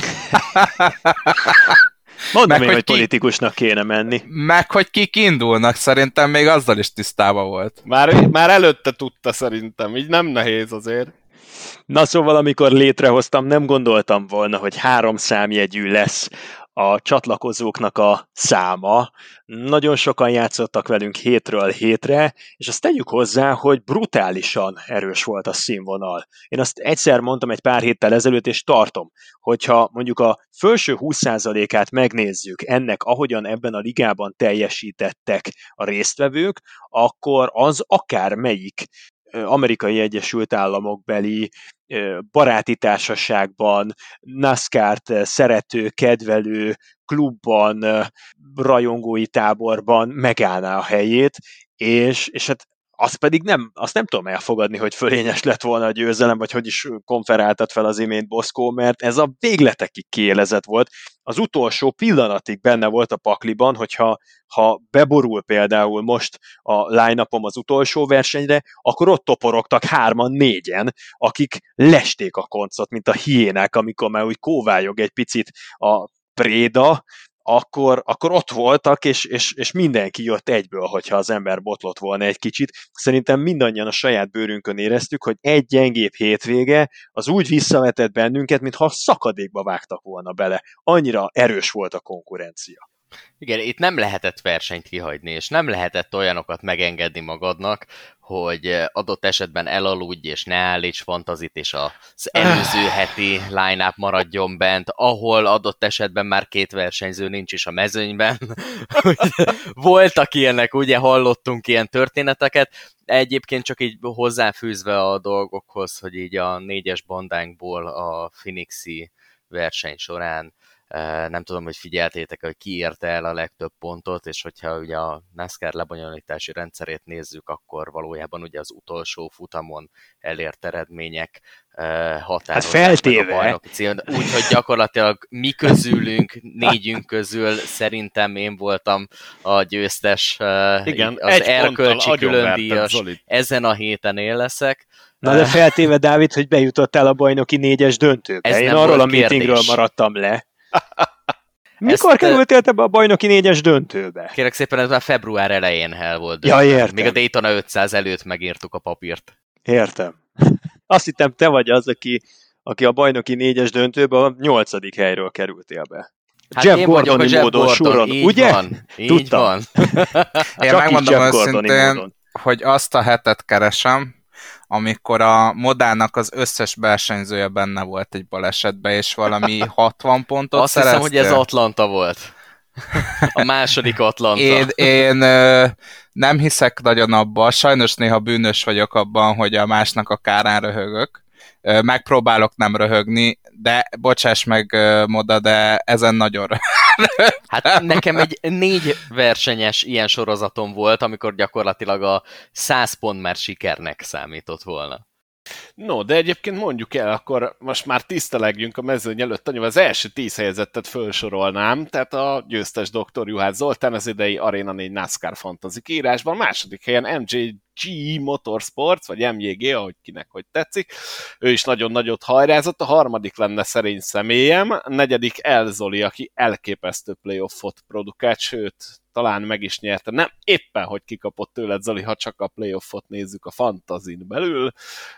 Mondom én, hogy politikusnak kéne menni. Meg, hogy kik indulnak, szerintem még azzal is tisztában volt. Már előtte tudta szerintem, így nem nehéz azért. Na szóval, amikor létrehoztam, nem gondoltam volna, hogy 3 számjegyű lesz a csatlakozóknak a száma. Nagyon sokan játszottak velünk hétről hétre, és azt tegyük hozzá, hogy brutálisan erős volt a színvonal. Én azt egyszer mondtam egy pár héttel ezelőtt, és tartom, hogyha mondjuk a felső 20%-át megnézzük ennek, ahogyan ebben a ligában teljesítettek a résztvevők, akkor az akár melyik Amerikai Egyesült Államok beli baráti társaságban, NASCAR-t szerető, kedvelő klubban, rajongói táborban megállná a helyét, és hát azt nem tudom elfogadni, hogy fölényes lett volna a győzelem, vagy hogy is konferáltad fel az imént, Boszkó, mert ez a végletekig kiélezett volt. Az utolsó pillanatig benne volt a pakliban, hogyha beborul például most a line-upom az utolsó versenyre, akkor ott toporogtak 3-4-en, akik lesték a koncot, mint a hiénák, amikor már úgy kóvályog egy picit a préda, akkor ott voltak, és mindenki jött egyből, hogyha az ember botlott volna egy kicsit. Szerintem mindannyian a saját bőrünkön éreztük, hogy egy gyengébb hétvége az úgy visszavetett bennünket, mintha szakadékba vágtak volna bele. Annyira erős volt a konkurencia. Igen, itt nem lehetett versenyt kihagyni, és nem lehetett olyanokat megengedni magadnak, hogy adott esetben elaludj, és ne állíts fantazit, és az előző heti line-up maradjon bent, ahol adott esetben már 2 versenyző nincs is a mezőnyben. Voltak ilyenek, ugye hallottunk ilyen történeteket, egyébként csak így hozzáfűzve a dolgokhoz, hogy így a 4-es bandánkból a Phoenixi verseny során nem tudom, hogy figyeltétek, hogy ki érte el a legtöbb pontot, és hogyha ugye a NASCAR lebonyolítási rendszerét nézzük, akkor valójában ugye az utolsó futamon elért eredmények határozzák meg a bajnoki címet. Úgyhogy gyakorlatilag mi közülünk, 4 közül szerintem én voltam a győztes, igen, az erkölcsi különdíjas. Ezen a héten én leszek. Na de feltéve, Dávid, hogy bejutottál a bajnoki 4-es döntőbe. Én arról a meetingről maradtam le. Mikor kerültél te be a bajnoki 4-es döntőbe? Kérlek szépen, ez már február elején el volt. Ja, értem. Még a Daytona 500 előtt megírtuk a papírt. Értem. Azt hittem, te vagy az, aki a bajnoki 4-es döntőbe a 8. helyről kerültél be. Hát Jeff én vagyok a Gordoni Jeff módon Gordon, súrron, így ugye? van. Így Tudtam. van. Én Csak megmondom így Jeff Gordoni őszintén, módon. hogy azt a hetet keresem, amikor a Modának az összes versenyzője benne volt egy balesetben, és valami 60 pontot Azt hiszem, hogy ez Atlanta volt. A második Atlanta. Én nem hiszek nagyon abban, sajnos néha bűnös vagyok abban, hogy a másnak a kárán röhögök. Megpróbálok nem röhögni, de bocsáss meg, Moda, de ezen nagyon röhög. Hát nekem egy 4 versenyes ilyen sorozatom volt, amikor gyakorlatilag a 100 pont már sikernek számított volna. No, de egyébként mondjuk el, akkor most már tisztelegjünk a mezőny előtt, annyival az első 10 helyezettet felsorolnám, tehát a győztes Dr. Juhász Zoltán az idei Arena 4 NASCAR Fantasy kiírásban, második helyen MJG Motorsports, vagy MJG, ahogy kinek hogy tetszik, ő is nagyon nagyot hajrázott, a harmadik lenne Szerény Személyem, a negyedik Elzoli, aki elképesztő playoffot produkált, sőt, talán meg is nyerte. Nem éppen, hogy kikapott tőled, Zoli, ha csak a playoffot nézzük a fantazin belül.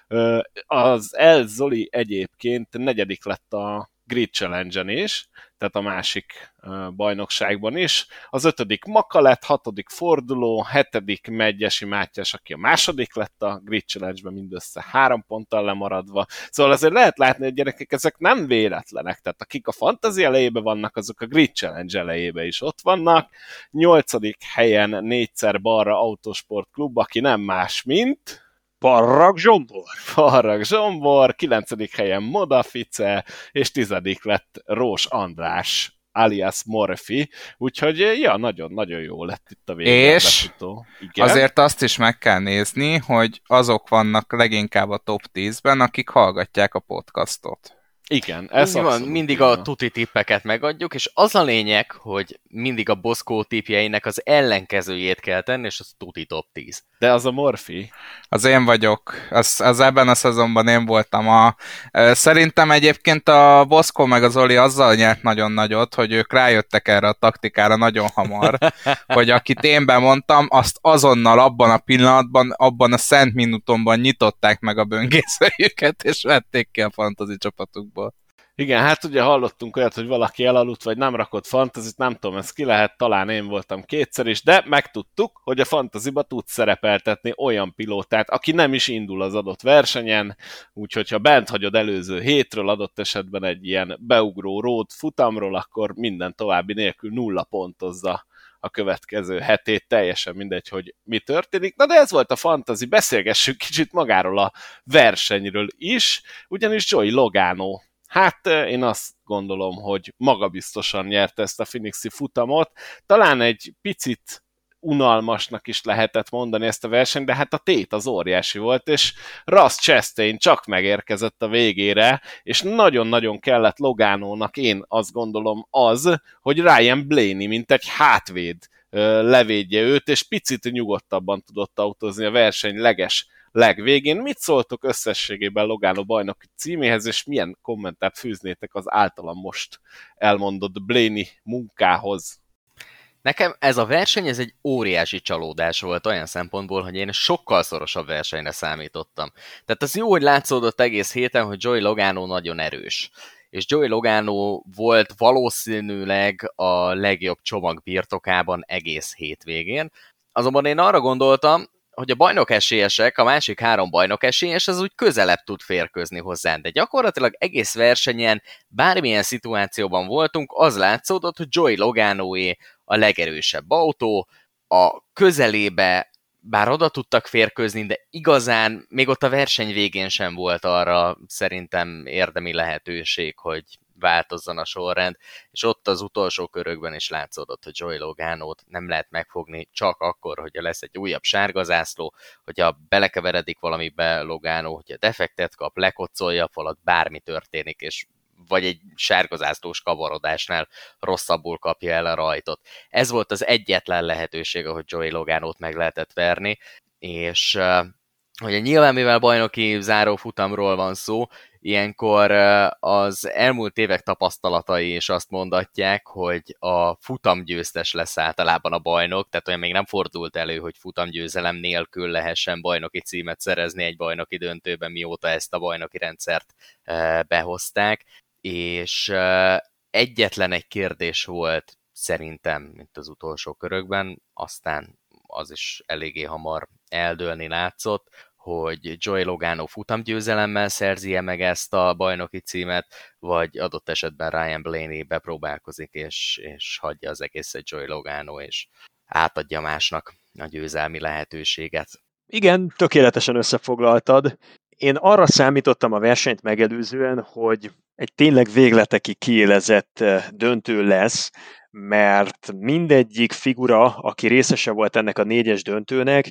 Az Zoli egyébként negyedik lett a Grid Challenge-en is, tehát a másik bajnokságban is. Az 5. Maka lett, 6. forduló, 7. Megyesi Mátyás, aki a második lett a Grid Challenge-ben, mindössze 3 ponttal lemaradva. Szóval azért lehet látni, hogy gyerekek, ezek nem véletlenek, tehát akik a fantasy elejében vannak, azok a Grid Challenge elejében is ott vannak. 8. helyen 4-szer balra Autosport Klub, aki nem más, mint... Parrag Zsombor, 9. helyen Moda Fice, és 10. lett Rós András, alias Morphy, úgyhogy ja, nagyon-nagyon jó lett itt a végén. És azért azt is meg kell nézni, hogy azok vannak leginkább a top 10-ben, akik hallgatják a podcastot. Igen, ez van, mindig a tuti tippeket megadjuk, és az a lényeg, hogy mindig a Boszkó tippjeinek az ellenkezőjét kell tenni, és az tuti top 10. De az a Morphy. Az én vagyok. Az ebben a szezonban én voltam. Szerintem egyébként a Boszkó meg az Oli azzal nyert nagyon nagyot, hogy ők rájöttek erre a taktikára nagyon hamar, hogy akit én bemondtam, azt azonnal abban a pillanatban, abban a szent minutomban nyitották meg a böngészőjüket, és vették ki a fantasy csapatukból. Igen, hát ugye hallottunk olyat, hogy valaki elaludt, vagy nem rakott fantazit, nem tudom, ez ki lehet, talán én voltam 2-szer is, de megtudtuk, hogy a fantaziba tudsz szerepeltetni olyan pilótát, aki nem is indul az adott versenyen, úgyhogy ha bent hagyod előző hétről, adott esetben egy ilyen beugró road futamról, akkor minden további nélkül 0 pontozza a következő hetét, teljesen mindegy, hogy mi történik. Na de ez volt a fantasy, beszélgessünk kicsit magáról a versenyről is, ugyanis Joey Logano, hát én azt gondolom, hogy magabiztosan nyerte ezt a Phoenixi futamot. Talán egy picit unalmasnak is lehetett mondani ezt a versenyt, de hát a tét az óriási volt, és Ross Chastain csak megérkezett a végére, és nagyon-nagyon kellett Logánónak, én azt gondolom az, hogy Ryan Blaney, mint egy hátvéd levédje őt, és picit nyugodtabban tudott autózni a verseny legvégén. Mit szóltok összességében Logano bajnoki címéhez, és milyen kommentát fűznétek az általam most elmondott Blaney munkához? Nekem ez a verseny, ez egy óriási csalódás volt olyan szempontból, hogy én sokkal szorosabb versenyre számítottam. Tehát az jó, hogy látszódott egész héten, hogy Joey Logano nagyon erős. És Joey Logano volt valószínűleg a legjobb csomag birtokában egész hétvégén. Azonban én arra gondoltam, hogy a bajnok esélyesek, a másik 3 bajnok esélyes, az úgy közelebb tud férkőzni hozzá, de gyakorlatilag egész versenyen, bármilyen szituációban voltunk, az látszódott, hogy Joey Loganoé a legerősebb autó, a közelébe bár oda tudtak férkőzni, de igazán még ott a verseny végén sem volt arra szerintem érdemi lehetőség, hogy változzon a sorrend, és ott az utolsó körökben is látszódott, hogy Joey Logánót nem lehet megfogni csak akkor, hogyha lesz egy újabb sárga zászló, hogyha belekeveredik valamibe Logano, hogyha defektet kap, lekoccolja a falat, bármi történik, és vagy egy sárgazászlós kavarodásnál rosszabbul kapja el a rajtot. Ez volt az egyetlen lehetőség, ahogy Joey Logánót meg lehetett verni, és ugye nyilván mivel bajnoki zárófutamról van szó, Ilyenkor az elmúlt évek tapasztalatai is azt mondatják, hogy a futamgyőztes lesz általában a bajnok, tehát olyan még nem fordult elő, hogy futamgyőzelem nélkül lehessen bajnoki címet szerezni egy bajnoki döntőben, mióta ezt a bajnoki rendszert behozták, és egyetlen egy kérdés volt szerintem, mint az utolsó körökben, aztán az is eléggé hamar eldőlni látszott, hogy Joey Logano futamgyőzelemmel szerzi-e meg ezt a bajnoki címet, vagy adott esetben Ryan Blaney bepróbálkozik, és hagyja az egészet Joey Logano, és átadja másnak a győzelmi lehetőséget. Igen, tökéletesen összefoglaltad. Én arra számítottam a versenyt megelőzően, hogy egy tényleg végletekig kiélezett döntő lesz, mert mindegyik figura, aki részese volt ennek a 4-es döntőnek,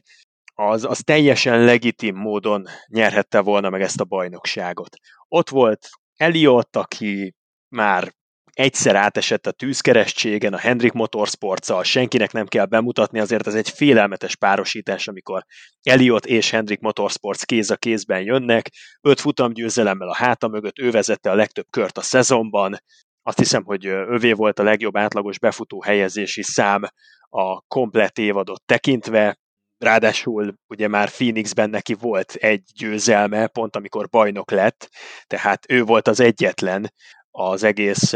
az teljesen legitim módon nyerhette volna meg ezt a bajnokságot. Ott volt Elliott, aki már egyszer átesett a tűzkeresztségen, a Hendrick Motorsportszal, senkinek nem kell bemutatni, azért ez egy félelmetes párosítás, amikor Elliott és Hendrick Motorsports kéz a kézben jönnek, 5 futamgyőzelemmel a háta mögött, ő vezette a legtöbb kört a szezonban, azt hiszem, hogy övé volt a legjobb átlagos befutó helyezési szám a komplett évadot tekintve, ráadásul ugye már Phoenixben neki volt egy győzelme, pont amikor bajnok lett, tehát ő volt az egyetlen az egész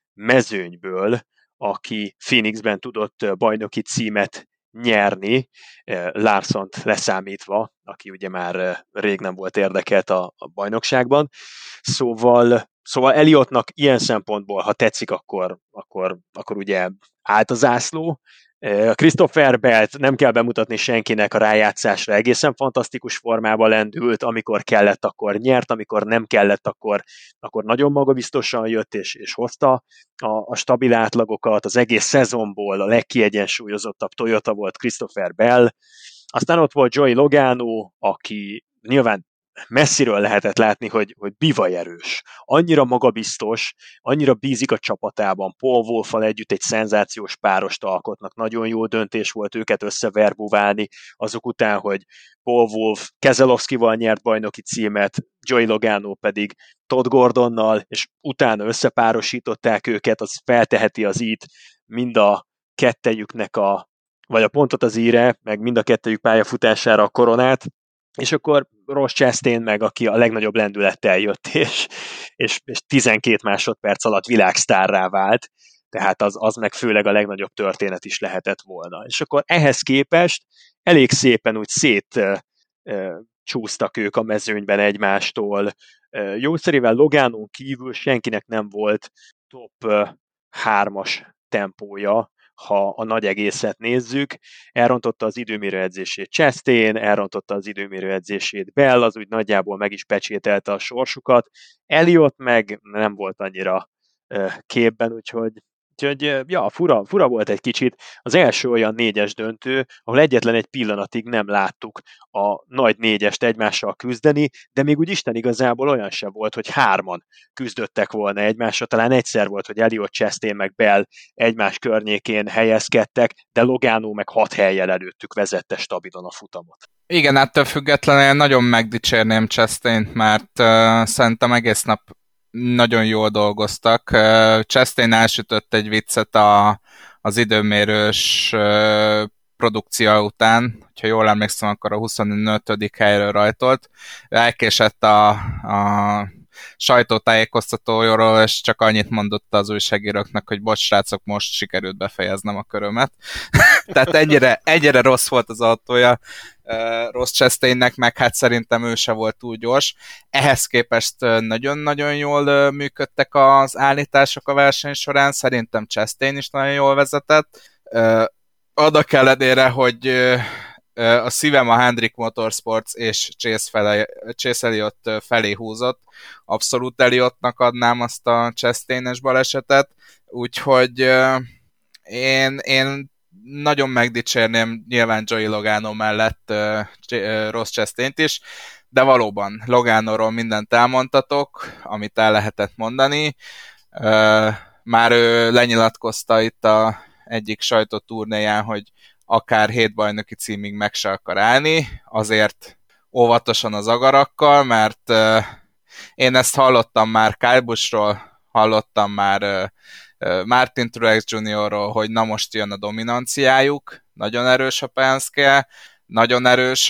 mezőnyből, aki Phoenixben tudott bajnoki címet nyerni, Larsont leszámítva, aki ugye már rég nem volt érdekelt a bajnokságban. Szóval Elliottnak ilyen szempontból, ha tetszik, akkor ugye állt a zászló. A Christopher Belt nem kell bemutatni senkinek a rájátszásra, egészen fantasztikus formában lendült, amikor kellett, akkor nyert, amikor nem kellett, akkor nagyon magabiztosan jött és hozta a stabil átlagokat, az egész szezonból a legkiegyensúlyozottabb Toyota volt Christopher Bell, aztán ott volt Joey Logano, aki nyilván messziről lehetett látni, hogy bivaj erős. Annyira magabiztos, annyira bízik a csapatában, Paul Wolffal együtt egy szenzációs párost alkotnak, nagyon jó döntés volt őket összeverbuválni, azok után, hogy Paul Wolff Keselowskival nyert bajnoki címet, Joey Logano pedig Todd Gordonnal, és utána összepárosították őket, az felteheti az írt mind a kettejüknek vagy a pontot az íre, meg mind a kettejük pályafutására a koronát, és akkor Ross Chastain meg, aki a legnagyobb lendülettel jött, és 12 másodperc alatt világsztárrá vált, tehát az meg főleg a legnagyobb történet is lehetett volna. És akkor ehhez képest elég szépen úgy csúsztak ők a mezőnyben egymástól. Jószerével Loganon kívül senkinek nem volt top 3-as tempója, ha a nagy egészet nézzük. Elrontotta az időmérő edzését Chastain, elrontotta az időmérő edzését Bell, az úgy nagyjából meg is pecsételte a sorsukat. Elliott meg nem volt annyira képben, úgyhogy ja, fura volt egy kicsit. Az első olyan 4-es döntő, ahol egyetlen egy pillanatig nem láttuk a nagy 4-est egymással küzdeni, de még úgy Isten igazából olyan sem volt, hogy 3-an küzdöttek volna egymással. Talán egyszer volt, hogy Elliott, Chastain meg Bell egymás környékén helyezkedtek, de Logano meg 6 hellyel előttük vezette stabilan a futamot. Igen, ettől függetlenül nagyon megdicsérném Chastaint, mert szerintem egész nap nagyon jól dolgoztak. Chastain elsütött egy viccet az időmérős produkció után, hogyha jól emlékszem, akkor a 25. helyről rajtolt. Elkésett a sajtótájékoztatójóról, és csak annyit mondott az újságíróknak, hogy bocs, srácok, most sikerült befejeznem a körömet. Tehát ennyire rossz volt az autója Ross Chastainnek, meg hát szerintem ő se volt túl gyors. Ehhez képest nagyon-nagyon jól működtek az állítások a verseny során, szerintem Chastain is nagyon jól vezetett. Annak ellenére, hogy a szívem a Hendrick Motorsports és Chase Elliott felé húzott. Abszolút Elliottnak adnám azt a Chastain-es balesetet, úgyhogy én nagyon megdicsérném nyilván Joey Logano mellett Ross Chastaint is, de valóban Loganoról mindent elmondtatok, amit el lehetett mondani. Már ő lenyilatkozta itt egyik sajtóturnéján, hogy akár 7 bajnoki címig meg se akar állni, azért óvatosan az agarakkal, mert Én ezt hallottam már Kyle Buschról, hallottam már Martin Truex Jr.-ról, hogy na most jön a dominanciájuk, nagyon erős a Penske, nagyon erős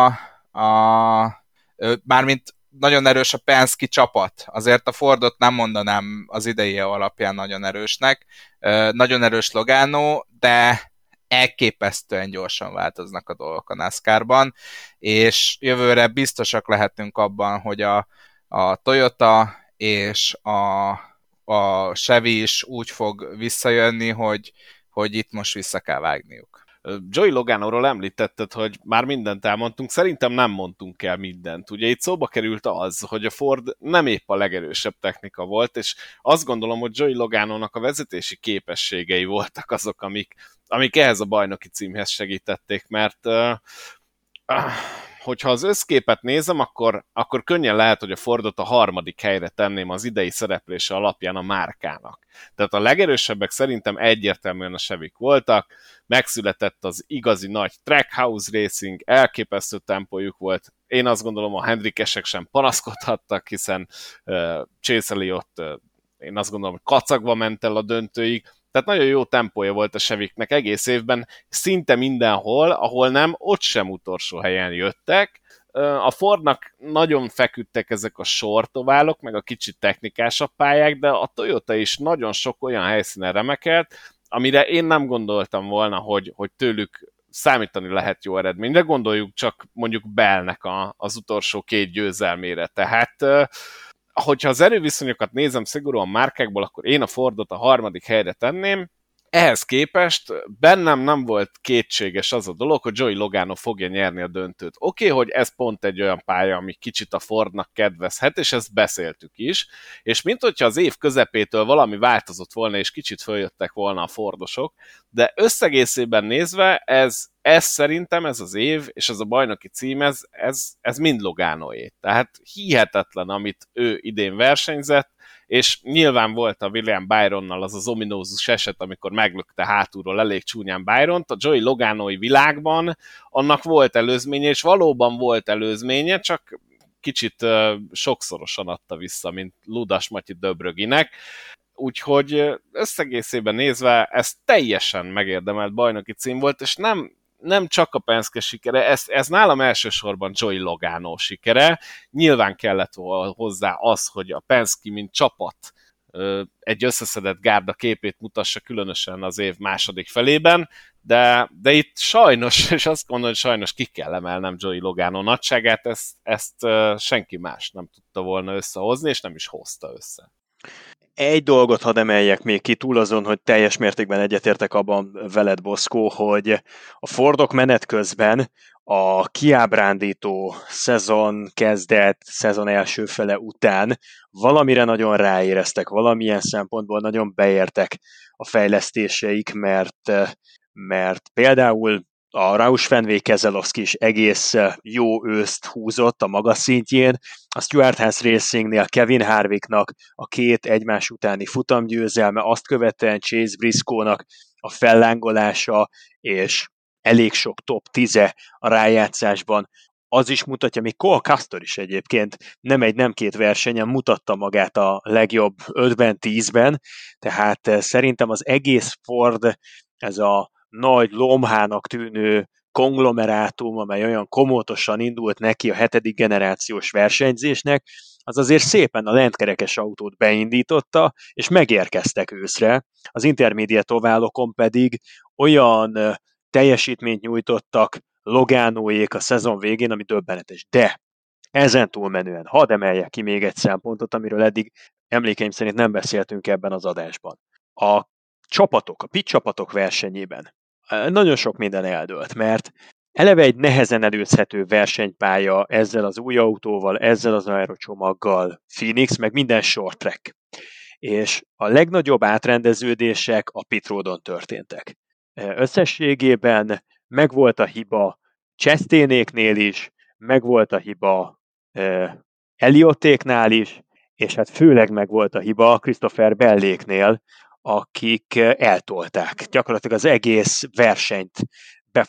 mármint nagyon erős a Penske csapat. Azért a Fordot nem mondanám az idei alapján nagyon erősnek. Nagyon erős Logano, de elképesztően gyorsan változnak a dolgok a NASCAR-ban, és jövőre biztosak lehetünk abban, hogy a Toyota és a Chevy is úgy fog visszajönni, hogy itt most vissza kell vágniuk. Joey Loganoról említetted, hogy már mindent elmondtunk, szerintem nem mondtunk el mindent. Ugye itt szóba került az, hogy a Ford nem épp a legerősebb technika volt, és azt gondolom, hogy Joey Loganónak a vezetési képességei voltak azok, amik ehhez a bajnoki címhez segítették, mert hogyha az összképet nézem, akkor könnyen lehet, hogy a Fordot a 3. helyre tenném az idei szereplése alapján a márkának. Tehát a legerősebbek szerintem egyértelműen a Chevyk voltak, megszületett az igazi nagy Trackhouse Racing, elképesztő tempójuk volt. Én azt gondolom, a Hendrickesek sem panaszkodhattak, hiszen Chase Elliott, én azt gondolom, hogy kacagva ment el a döntőig. Tehát nagyon jó tempója volt a Chevyknek egész évben, szinte mindenhol, ahol nem, ott sem utolsó helyen jöttek. A Fordnak nagyon feküdtek ezek a sortoválok, meg a kicsit technikásabb pályák, de a Toyota is nagyon sok olyan helyszínen remekelt, amire én nem gondoltam volna, hogy tőlük számítani lehet jó eredményre. Gondoljuk csak mondjuk Bellnek az utolsó 2 győzelmére. Tehát hogyha az erőviszonyokat nézem szigorúan márkákból, akkor én a Fordot a 3. helyre tenném. Ehhez képest bennem nem volt kétséges az a dolog, hogy Joey Logano fogja nyerni a döntőt. Oké, hogy ez pont egy olyan pálya, ami kicsit a Fordnak kedvezhet, és ezt beszéltük is, és mint hogyha az év közepétől valami változott volna, és kicsit följöttek volna a Fordosok, de összegészében nézve ez szerintem ez az év, és ez a bajnoki cím, ez mind Loganoé. Tehát hihetetlen, amit ő idén versenyzett, és nyilván volt a William Byronnal az ominózus eset, amikor meglökte hátulról elég csúnyán Byront, a Joey Loganói világban annak volt előzménye, és valóban volt előzménye, csak kicsit sokszorosan adta vissza, mint Ludas Matyi Döbröginek. Úgyhogy összegészében nézve ez teljesen megérdemelt bajnoki cím volt, és nem csak a Penske sikere, ez nálam elsősorban Joey Logano sikere. Nyilván kellett hozzá az, hogy a Penske, mint csapat egy összeszedett gárda képét mutassa, különösen az év második felében, de itt sajnos, és azt mondom, hogy sajnos ki kell emelnem Joey Logano nagyságát, ezt senki más nem tudta volna összehozni, és nem is hozta össze. Egy dolgot hadd emeljek még ki, túl azon, hogy teljes mértékben egyetértek abban veled, Boszkó, hogy a Fordok menet közben a kiábrándító szezon kezdet, szezon első fele után valamire nagyon ráéreztek, valamilyen szempontból nagyon beértek a fejlesztéseik, mert például a Roush Fenway Keselowski is egész jó őszt húzott a magas szintjén, a Stewart Haas Racingnél Kevin Harvicknak a 2 egymás utáni futamgyőzelme, azt követően Chase Briscoe-nak a fellángolása, és elég sok top 10 a rájátszásban. Az is mutatja, még Cole Custer is egyébként nem 2 versenyen mutatta magát a legjobb 5-ben, 10-ben, tehát szerintem az egész Ford, ez a nagy lomhának tűnő konglomerátum, amely olyan komótosan indult neki a 7. generációs versenyzésnek, az azért szépen a lentkerekes autót beindította, és megérkeztek őszre. Az intermediate oválokon pedig olyan teljesítményt nyújtottak Loganoék a szezon végén, ami döbbenetes. De ezen túlmenően hadd emeljek ki még egy szempontot, amiről eddig emlékeim szerint nem beszéltünk ebben az adásban. A pit csapatok versenyében nagyon sok minden eldőlt, mert eleve egy nehezen előzhető versenypálya ezzel az új autóval, ezzel az aerocsomaggal, Phoenix, meg minden short track. És a legnagyobb átrendeződések a pit roadon történtek. Összességében megvolt a hiba Chastainnéknél is, megvolt a hiba Elliotéknál is, és hát főleg megvolt a hiba Christopher Belléknél, akik eltolták. Gyakorlatilag az egész versenyt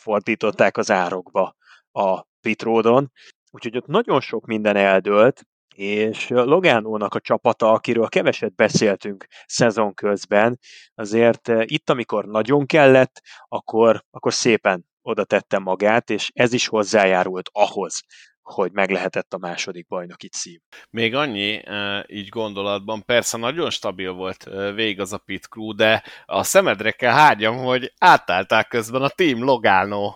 befordították az árokba a pit roadon, úgyhogy ott nagyon sok minden eldőlt, és Logánónak a csapata, akiről keveset beszéltünk szezon közben, azért itt, amikor nagyon kellett, akkor szépen oda tette magát, és ez is hozzájárult ahhoz, hogy meg lehetett a második bajnoki cím. Még annyi így gondolatban, persze nagyon stabil volt végig az a pit crew, de a szemedre kell hágyam, hogy átállták közben a Team Logano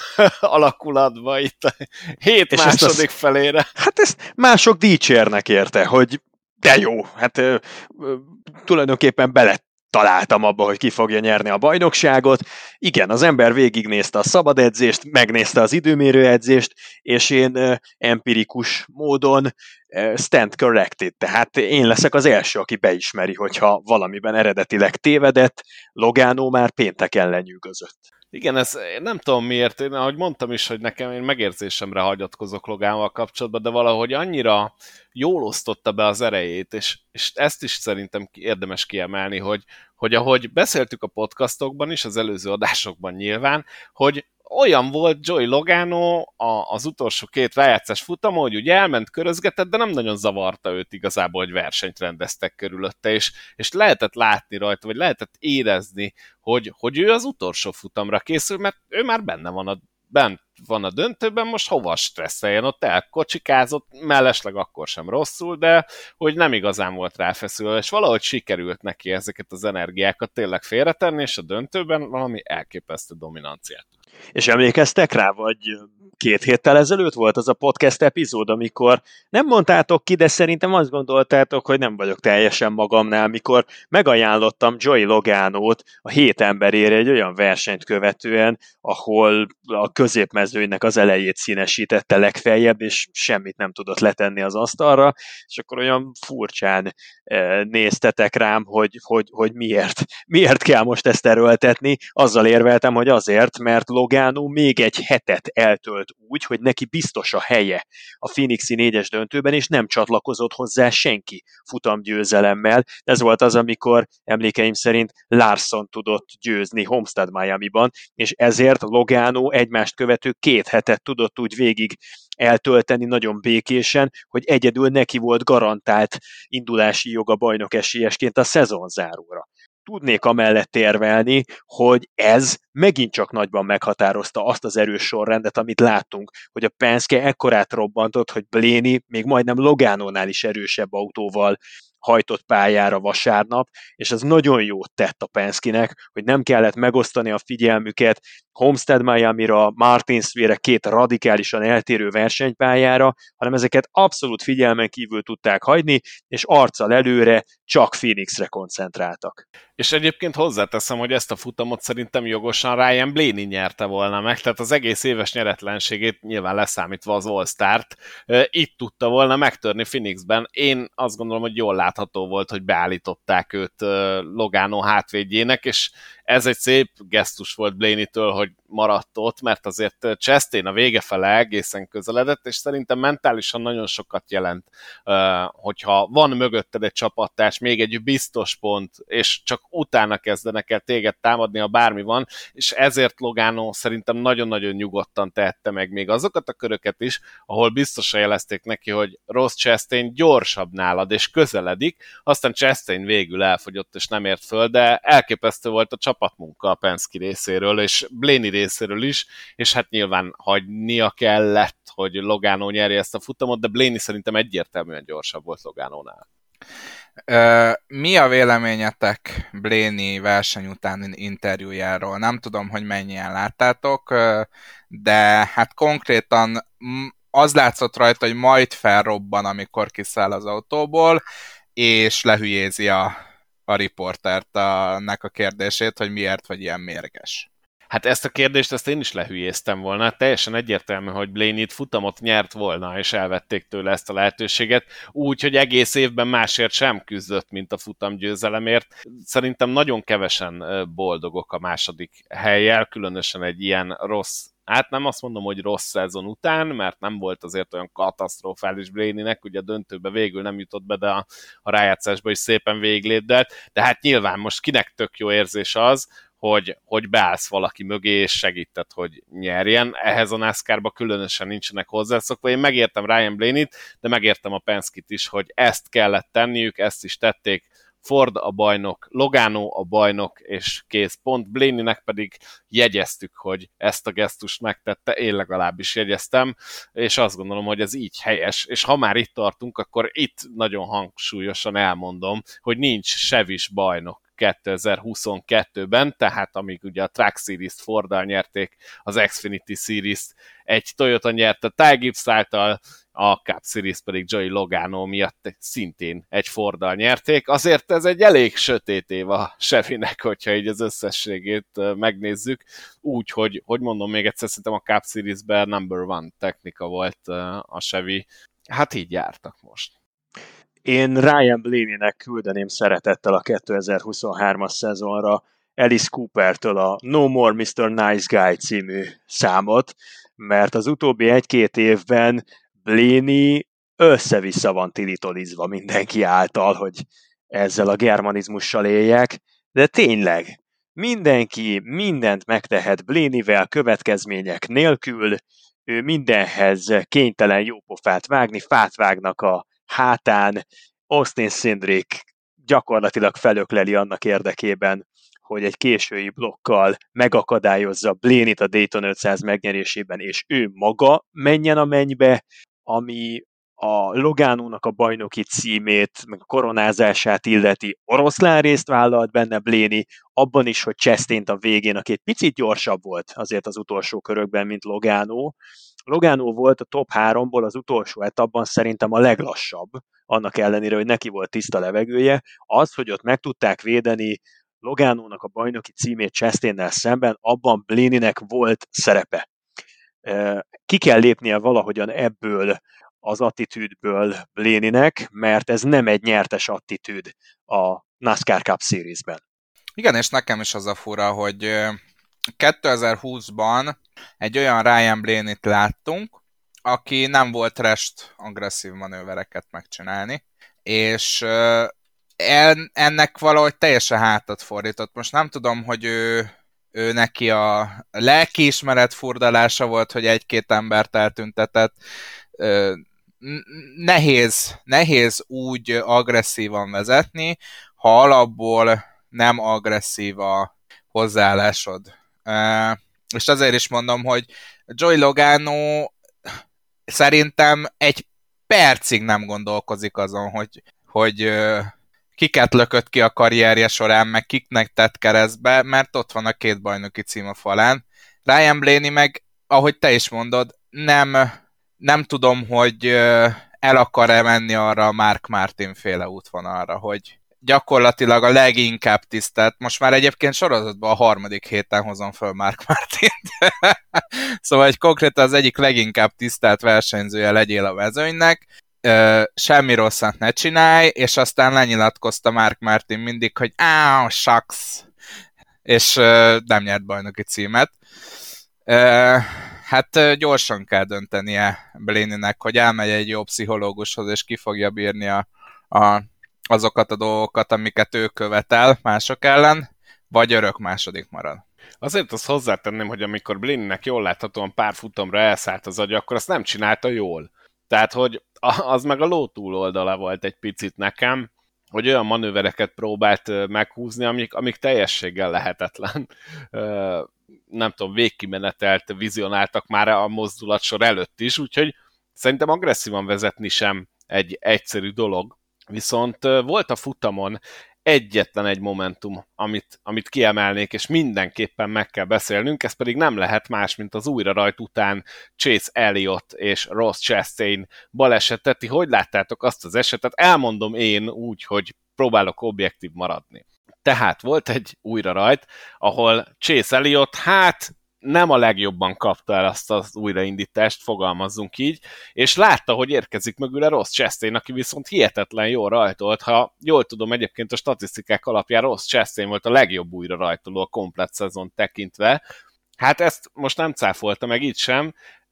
alakulatba itt a 7 és második felére. Hát ezt mások dicsérnek érte, hogy de jó, hát tulajdonképpen találtam abba, hogy ki fogja nyerni a bajnokságot. Igen, az ember végignézte a szabad edzést, megnézte az időmérő edzést, és én empirikus módon stand corrected, tehát én leszek az első, aki beismeri, hogyha valamiben eredetileg tévedett, Logano már pénteken lenyűgözött. Igen, ez nem tudom miért, én ahogy mondtam is, hogy nekem én megérzésemre hagyatkozok Logánval kapcsolatban, de valahogy annyira jól osztotta be az erejét, és ezt is szerintem érdemes kiemelni, hogy ahogy beszéltük a podcastokban is, az előző adásokban nyilván, hogy olyan volt Joey Logano az utolsó 2 rájátszás futamon, hogy úgy elment, körözgetett, de nem nagyon zavarta őt igazából, hogy versenyt rendeztek körülötte, és lehetett látni rajta, vagy lehetett érezni, hogy ő az utolsó futamra készül, mert ő már bent van a döntőben, most hova stresszeljen, ott elkocsikázott, mellesleg akkor sem rosszul, de hogy nem igazán volt ráfeszülve, és valahogy sikerült neki ezeket az energiákat tényleg félretenni, és a döntőben valami elképesztő dominanciát. És emlékeztek rá, vagy 2 héttel ezelőtt volt az a podcast epizód, amikor nem mondtátok ki, de szerintem azt gondoltátok, hogy nem vagyok teljesen magamnál, mikor megajánlottam Joey Logánót a 7 emberére egy olyan versenyt követően, ahol a középmezőnynek az elejét színesítette legfeljebb, és semmit nem tudott letenni az asztalra, és akkor olyan furcsán néztetek rám, hogy miért kell most ezt erőltetni. Azzal érveltem, hogy azért, mert Logano még egy hetet eltölt úgy, hogy neki biztos a helye a Phoenixi 4-es döntőben, és nem csatlakozott hozzá senki futamgyőzelemmel. Ez volt az, amikor emlékeim szerint Larson tudott győzni Homestead Miamiban, és ezért Logano egymást követő 2 hetet tudott úgy végig eltölteni nagyon békésen, hogy egyedül neki volt garantált indulási joga bajnok esélyesként a szezonzáróra. Tudnék amellett érvelni, hogy ez megint csak nagyban meghatározta azt az erős sorrendet, amit láttunk, hogy a Penske ekkorát robbantott, hogy Blaney még majdnem Logánónál is erősebb autóval hajtott pályára vasárnap, és ez nagyon jót tett a Penske-nek, hogy nem kellett megosztani a figyelmüket Homestead Miamira, Martinsville-re, 2 radikálisan eltérő versenypályára, hanem ezeket abszolút figyelmen kívül tudták hagyni, és arccal előre csak Phoenixre koncentráltak. És egyébként hozzáteszem, hogy ezt a futamot szerintem jogosan Ryan Blaney nyerte volna meg, tehát az egész éves nyeretlenségét nyilván leszámítva az All-Start, itt tudta volna megtörni Phoenixben. Én azt gondolom, hogy jól látható volt, hogy beállították őt Logano hátvédjének, és ez egy szép gesztus volt Blaney-től, hogy maradt ott, mert azért Chastain a vége fele egészen közeledett, és szerintem mentálisan nagyon sokat jelent, hogyha van mögötted egy csapattárs, még egy biztos pont, és csak utána kezdenek el téged támadni, ha bármi van, és ezért Logano szerintem nagyon-nagyon nyugodtan tehette meg még azokat a köröket is, ahol biztosan jelezték neki, hogy Ross Chastain gyorsabb nálad, és közeledik, aztán Chastain végül elfogyott, és nem ért föl, de elképesztő volt a csapatmunka a Penske részéről, és Blaney részéről is, és hát nyilván hagynia kellett, hogy Logano nyerje ezt a futamot, de Blaney szerintem egyértelműen gyorsabb volt Logánónál. Mi a véleményetek Blaney verseny utáni interjújáról? Nem tudom, hogy mennyien láttátok, de hát konkrétan az látszott rajta, hogy majd felrobban, amikor kiszáll az autóból, és lehülyézi a riportert nek a kérdését, hogy miért vagy ilyen mérges. Hát ezt a kérdést ezt én is lehülyéztem volna. Teljesen egyértelmű, hogy Blaney-t futamot nyert volna, és elvették tőle ezt a lehetőséget, úgy, hogy egész évben másért sem küzdött, mint a futamgyőzelemért. Szerintem nagyon kevesen boldogok a második hellyel, különösen egy ilyen rossz, hát nem azt mondom, hogy rossz szezon után, mert nem volt azért olyan katasztrofális Blaney-nek, ugye a döntőbe végül nem jutott be, de a rájátszásba is szépen végiglépdelt, de hát nyilván most kinek tök jó érzés az, hogy beállsz valaki mögé, és segíted, hogy nyerjen. Ehhez a NASCAR-ba különösen nincsenek hozzászokva. Én megértem Ryan Blaney-t, de megértem a Penske-t is, hogy ezt kellett tenniük, ezt is tették. Ford a bajnok, Logano a bajnok, és kész pont. Blaney-nek pedig jegyeztük, hogy ezt a gesztust megtette, én legalábbis jegyeztem, és azt gondolom, hogy ez így helyes, és ha már itt tartunk, akkor itt nagyon hangsúlyosan elmondom, hogy nincs Chevy-s bajnok 2022-ben, tehát amíg ugye a Truck Series-t Forddal nyerték, az Xfinity Series-t egy Toyota nyerte Ty Gibbs által, a Cup Series pedig Joey Logano miatt szintén egy Forddal nyerték. Azért ez egy elég sötét év a Chevynek, hogyha így az összességét megnézzük. Úgy, hogy mondom még egyszer, szerintem a Cup Series-ben number one technika volt a Chevy. Hát így jártak most. Én Ryan Blaney-nek küldeném szeretettel a 2023-as szezonra Alice Coopertől a No More Mr. Nice Guy című számot, mert az utóbbi egy-két évben Blaney össze-vissza van tilitolizva mindenki által, hogy ezzel a germanizmussal éljek, de tényleg, mindenki mindent megtehet Blaney-vel következmények nélkül, ő mindenhez kénytelen jópofát vágni, fát vágnak a hátán, Austin Cindric gyakorlatilag felökleli annak érdekében, hogy egy késői blokkal megakadályozza Blaney-t a Dayton 500 megnyerésében, és ő maga menjen a mennybe, ami a Logano-nak a bajnoki címét, meg a koronázását illeti. Oroszlán részt vállalt benne Blaney, abban is, hogy Chastain-t a végén, aki egy picit gyorsabb volt azért az utolsó körökben, mint Logano. Logano volt a top 3-ból az utolsó etapban szerintem a leglassabb, annak ellenére, hogy neki volt tiszta levegője. Az, hogy ott meg tudták védeni Logano-nak a bajnoki címét Chastainnel szemben, abban Blaney-nek volt szerepe. Ki kell lépnie valahogyan ebből az attitűdből Blaney-nek, mert ez nem egy nyertes attitűd a NASCAR Cup Series-ben. Igen, és nekem is az a fura, hogy 2020-ban egy olyan Ryan Blaney-t láttunk, aki nem volt rest agresszív manővereket megcsinálni, és ennek valahogy teljesen hátat fordított. Most nem tudom, hogy ő neki a lelkiismeret furdalása volt, hogy egy-két embert eltüntetett. Nehéz úgy agresszívan vezetni, ha alapból nem agresszív a hozzáállásod. És azért is mondom, hogy Joey Logano szerintem egy percig nem gondolkozik azon, hogy kiket lökött ki a karrierje során, meg kiknek tett keresztbe, mert ott van a 2 bajnoki cím a falán. Ryan Blaney meg, ahogy te is mondod, nem tudom, hogy el akar-e menni arra a Mark Martin féle útvonalra, hogy gyakorlatilag a leginkább tisztelt, most már egyébként sorozatban a 3. héten hozom föl Mark Martint. Szóval egy konkrétan az egyik leginkább tisztelt versenyzője legyél a mezőnynek, semmi rosszat ne csinálj, és aztán lenyilatkozta Mark Martin mindig, hogy shucks, és nem nyert bajnoki címet. Hát gyorsan kell döntenie Blaney-nek, hogy elmegy egy jó pszichológushoz, és ki fogja bírni azokat a dolgokat, amiket ő követel mások ellen, vagy örök második marad. Azért azt hozzátenném, hogy amikor Blaney-nek jól láthatóan pár futamra elszállt az agya, akkor azt nem csinálta jól. Tehát, hogy az meg a ló túloldala volt egy picit nekem, hogy olyan manővereket próbált meghúzni, amik teljességgel lehetetlen. Nem tudom, végkimenetelt vizionáltak már a mozdulatsor előtt is, úgyhogy szerintem agresszívan vezetni sem egy egyszerű dolog. Viszont volt a futamon egyetlen egy momentum, amit kiemelnék, és mindenképpen meg kell beszélnünk, ez pedig nem lehet más, mint az újrarajt után Chase Elliott és Ross Chastain balesetet. Ti hogy láttátok azt az esetet? Elmondom én úgy, hogy próbálok objektív maradni. Tehát volt egy újrarajt, ahol Chase Elliott, nem a legjobban kapta el azt az újraindítást, fogalmazzunk így, és látta, hogy érkezik mögüle Ross Chastain, aki viszont hihetetlen jól rajtolt. Ha jól tudom, egyébként a statisztikák alapján Ross Chastain volt a legjobb újrarajtoló a komplett szezon tekintve. Hát ezt most nem cáfolta meg itt sem,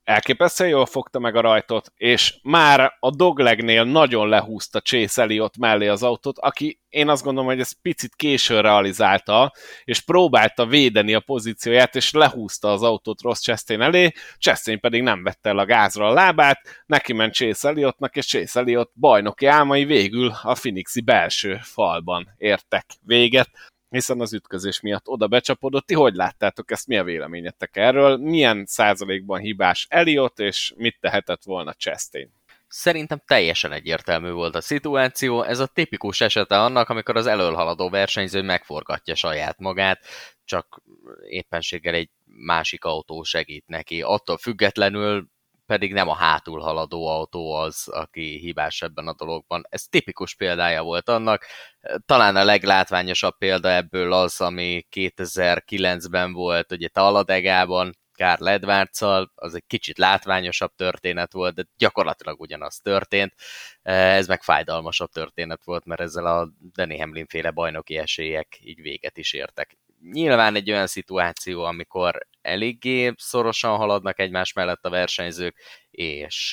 elképesztően jól fogta meg a rajtot, és már a doglegnél nagyon lehúzta Chase Elliott mellé az autót, aki én azt gondolom, hogy ezt picit későn realizálta, és próbálta védeni a pozícióját, és lehúzta az autót Ross Chastain elé, Chastain pedig nem vette el a gázra a lábát, neki ment Chase Elliottnak, és Chase Elliott bajnoki álmai végül a Phoenixi belső falban értek véget, hiszen az ütközés miatt oda becsapódott. Ti hogy láttátok ezt? Mi a véleményetek erről? Milyen százalékban hibás Elliott, és mit tehetett volna Chastain? Szerintem teljesen egyértelmű volt a szituáció. Ez a tipikus esete annak, amikor az elölhaladó versenyző megforgatja saját magát, csak éppenséggel egy másik autó segít neki. Attól függetlenül pedig nem a hátul haladó autó az, aki hibás ebben a dologban. Ez tipikus példája volt annak. Talán a leglátványosabb példa ebből az, ami 2009-ben volt, ugye Talladegában, Carl Edwards-szal, az egy kicsit látványosabb történet volt, de gyakorlatilag ugyanaz történt. Ez meg fájdalmasabb történet volt, mert ezzel a Denny Hamlin-féle bajnoki esélyek így véget is értek. Nyilván egy olyan szituáció, amikor eléggé szorosan haladnak egymás mellett a versenyzők, és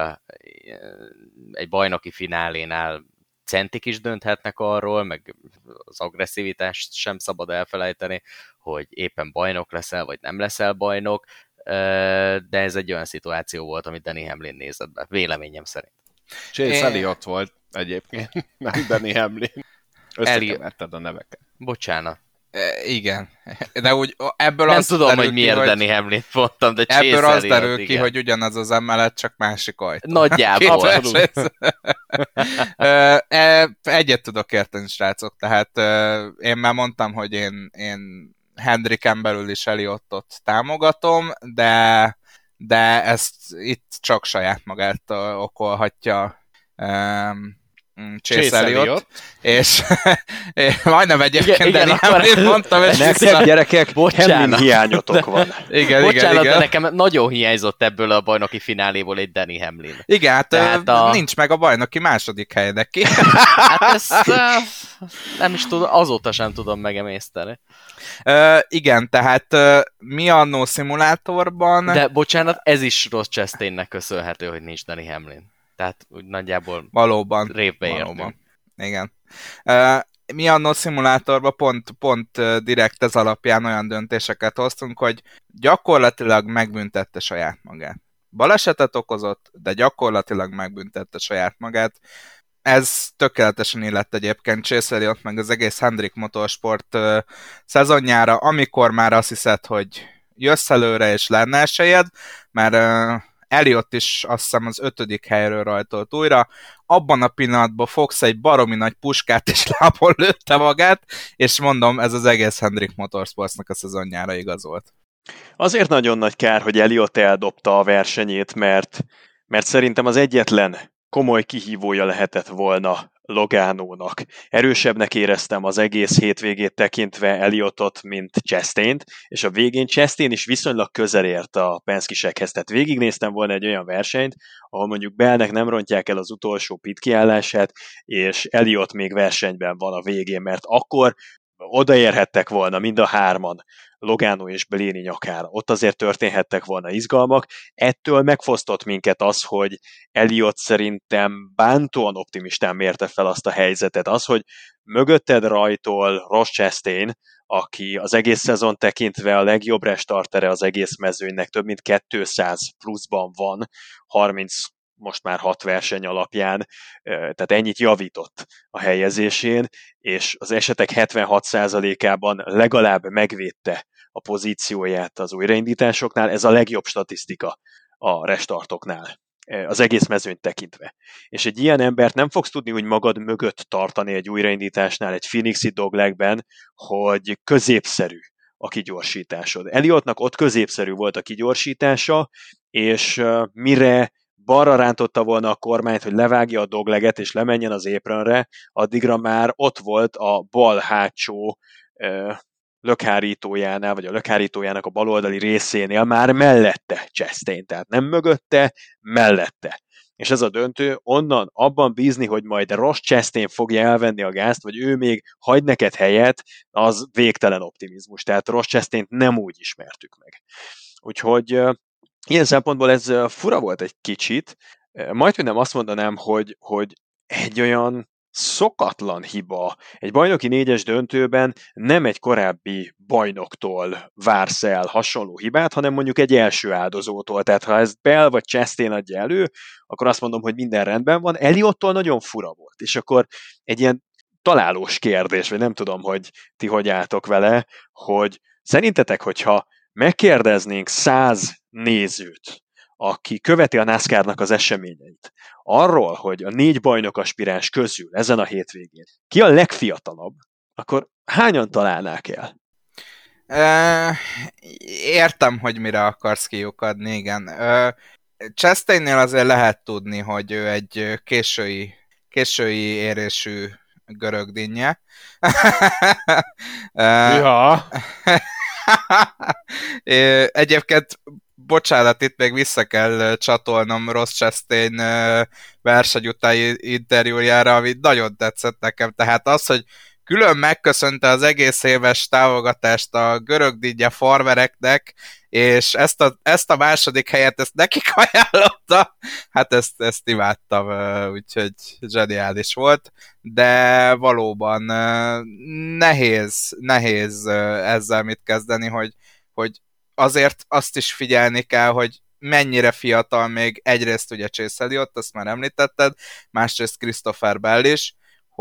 egy bajnoki finálénál centik is dönthetnek arról, meg az agresszivitást sem szabad elfelejteni, hogy éppen bajnok leszel, vagy nem leszel bajnok, de ez egy olyan szituáció volt, amit Denny Hamlin nézett be, véleményem szerint. Chase Elliott volt egyébként, nem Denny Hamlin. Összekeverted a neveket. Bocsánat. Igen, de úgy ebből nem az tudom, hogy miért Denny Hamlin mondtam, de Chase ebből az derül Elliott, ki, hogy ugyanaz az emelet, csak másik ajtó. Nagyjából. Egyet tudok érteni, srácok, tehát én már mondtam, hogy én Hendriken belül is Elliottot támogatom, de ezt itt csak saját magát okolhatja Chase Elliott, és majdnem egyébként Denny Hamlin mondtam, és nektek gyerekek, Hamlin hiányotok van. Bocsánat, de nekem nagyon hiányzott ebből a bajnoki fináléból egy Denny Hamlin. Igen, hát nincs meg a bajnoki második hely neki. Hát ezt nem is tudom, azóta sem tudom megemészteni. Igen, tehát mi annó szimulátorban... De bocsánat, ez is Ross Chastainnek köszönhető, hogy nincs Denny Hamlin. Tehát úgy nagyjából valóban révbe értünk. Igen. Mi annó szimulátorban pont direkt ez alapján olyan döntéseket hoztunk, hogy gyakorlatilag megbüntette saját magát. Balesetet okozott, de gyakorlatilag megbüntette saját magát. Ez tökéletesen illett egyébként Chase Elliott meg az egész Hendrick Motorsport szezonjára, amikor már azt hiszed, hogy jössz előre és lenne esélyed, mert Elliott is azt hiszem az 5. helyről rajtolt újra, abban a pillanatban Fox egy baromi nagy puskát és lábon lőtte magát, és mondom, ez az egész Hendrick Motorsportsnak a szezonjára igaz volt. Azért nagyon nagy kár, hogy Elliott eldobta a versenyét, mert szerintem az egyetlen komoly kihívója lehetett volna Logánónak. Erősebbnek éreztem az egész hétvégét tekintve Elliottot, mint Chastaint, és a végén Chastain is viszonylag közel ért a Penske-sekhez. Tehát végignéztem volna egy olyan versenyt, ahol mondjuk Bellnek nem rontják el az utolsó pit kiállását, és Elliott még versenyben van a végén, mert akkor odaérhettek volna mind a hárman Logano és Blaney nyakára. Ott azért történhettek volna izgalmak. Ettől megfosztott minket az, hogy Elliott szerintem bántóan optimistán mérte fel azt a helyzetet. Az, hogy mögötted rajtol Ross Chastain, aki az egész szezon tekintve a legjobb restartere az egész mezőnynek, több mint 200 pluszban van, 30 most már 6 verseny alapján, tehát ennyit javított a helyezésén, és az esetek 76%-ában legalább megvédte a pozícióját az újraindításoknál, ez a legjobb statisztika a restartoknál, az egész mezőnyt tekintve. És egy ilyen embert nem fogsz tudni úgy magad mögött tartani egy újraindításnál, egy Phoenixi doglegben, hogy középszerű a kigyorsításod. Elliottnak ott középszerű volt a kigyorsítása, és mire balra rántotta volna a kormányt, hogy levágja a dogleget és lemenjen az apronre, addigra már ott volt a bal hátsó lökhárítójánál, vagy a lökhárítójának a baloldali részénél már mellette Chastain, tehát nem mögötte, mellette. És ez a döntő, onnan abban bízni, hogy majd Ross Chastain fogja elvenni a gázt, vagy ő még hagy neked helyet, az végtelen optimizmus. Tehát Ross Chastaint nem úgy ismertük meg. Úgyhogy Ilyen szempontból ez fura volt egy kicsit, majdhogy nem azt mondanám, hogy egy olyan szokatlan hiba. Egy bajnoki 4-es döntőben nem egy korábbi bajnoktól vársz el hasonló hibát, hanem mondjuk egy első áldozótól. Tehát ha ez Bell vagy Chastain adja elő, akkor azt mondom, hogy minden rendben van. Elliottól nagyon fura volt. És akkor egy ilyen találós kérdés, vagy nem tudom, hogy ti hogy álltok vele, hogy szerintetek, hogyha megkérdeznénk 100 nézőt, aki követi a NASCAR-nak az eseményeit, arról, hogy a 4 bajnok aspiráns közül ezen a hétvégén ki a legfiatalabb, akkor hányan találnák el? Értem, hogy mire akarsz kiukadni, igen. Chastainnél azért lehet tudni, hogy ő egy késői érésű görög dinnye. Ja. Egyébként, bocsánat, itt még vissza kell csatolnom Ross Chastain verseny utáni interjújára, ami nagyon tetszett nekem. Tehát az, hogy külön megköszönte az egész éves támogatást a görög dinnye farmereknek, és ezt a második helyet ezt nekik ajánlotta, hát ezt imádtam, úgyhogy zseniális volt, de valóban nehéz ezzel mit kezdeni, hogy azért azt is figyelni kell, hogy mennyire fiatal még egyrészt ugye Chase Elliott, azt már említetted, másrészt Christopher Bell is,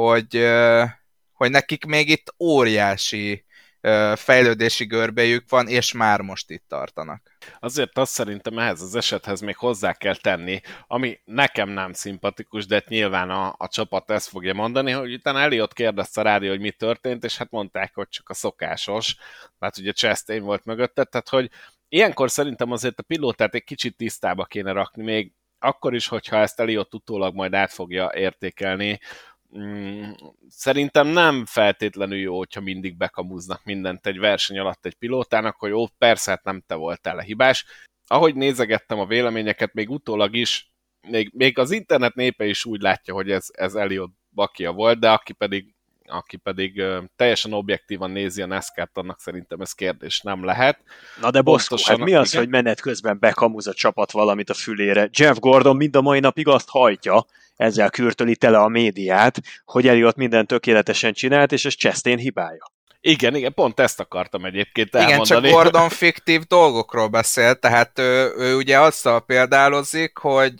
hogy nekik még itt óriási fejlődési görbejük van, és már most itt tartanak. Azért azt szerintem ehhez az esethez még hozzá kell tenni, ami nekem nem szimpatikus, de nyilván a csapat ezt fogja mondani, hogy utána Elliott kérdezte a rádió, hogy mi történt, és hát mondták, hogy csak a szokásos, mert ugye Chastain volt mögötte, tehát hogy ilyenkor szerintem azért a pilótát egy kicsit tisztába kéne rakni, még akkor is, hogyha ezt Elliott utólag majd át fogja értékelni. Szerintem nem feltétlenül jó, hogyha mindig bekamúznak mindent egy verseny alatt egy pilótának, hogy jó, persze, hát nem te voltál a hibás. Ahogy nézegettem a véleményeket, még utólag is, még az internet népe is úgy látja, hogy ez Elliott Bakia volt, de aki pedig teljesen objektívan nézi a NASCAR-t, annak szerintem ez kérdés nem lehet. Na de Boszkó, hát mi az, igen? Hogy menet közben bekamuz a csapat valamit a fülére? Jeff Gordon mind a mai napig azt hajtja, ezzel kürtöli tele a médiát, hogy Elliott mindent tökéletesen csinált, és ez Chastain hibája. Igen, pont ezt akartam egyébként elmondani. Igen, csak Gordon fiktív dolgokról beszél, tehát ő ugye azzal példálozik,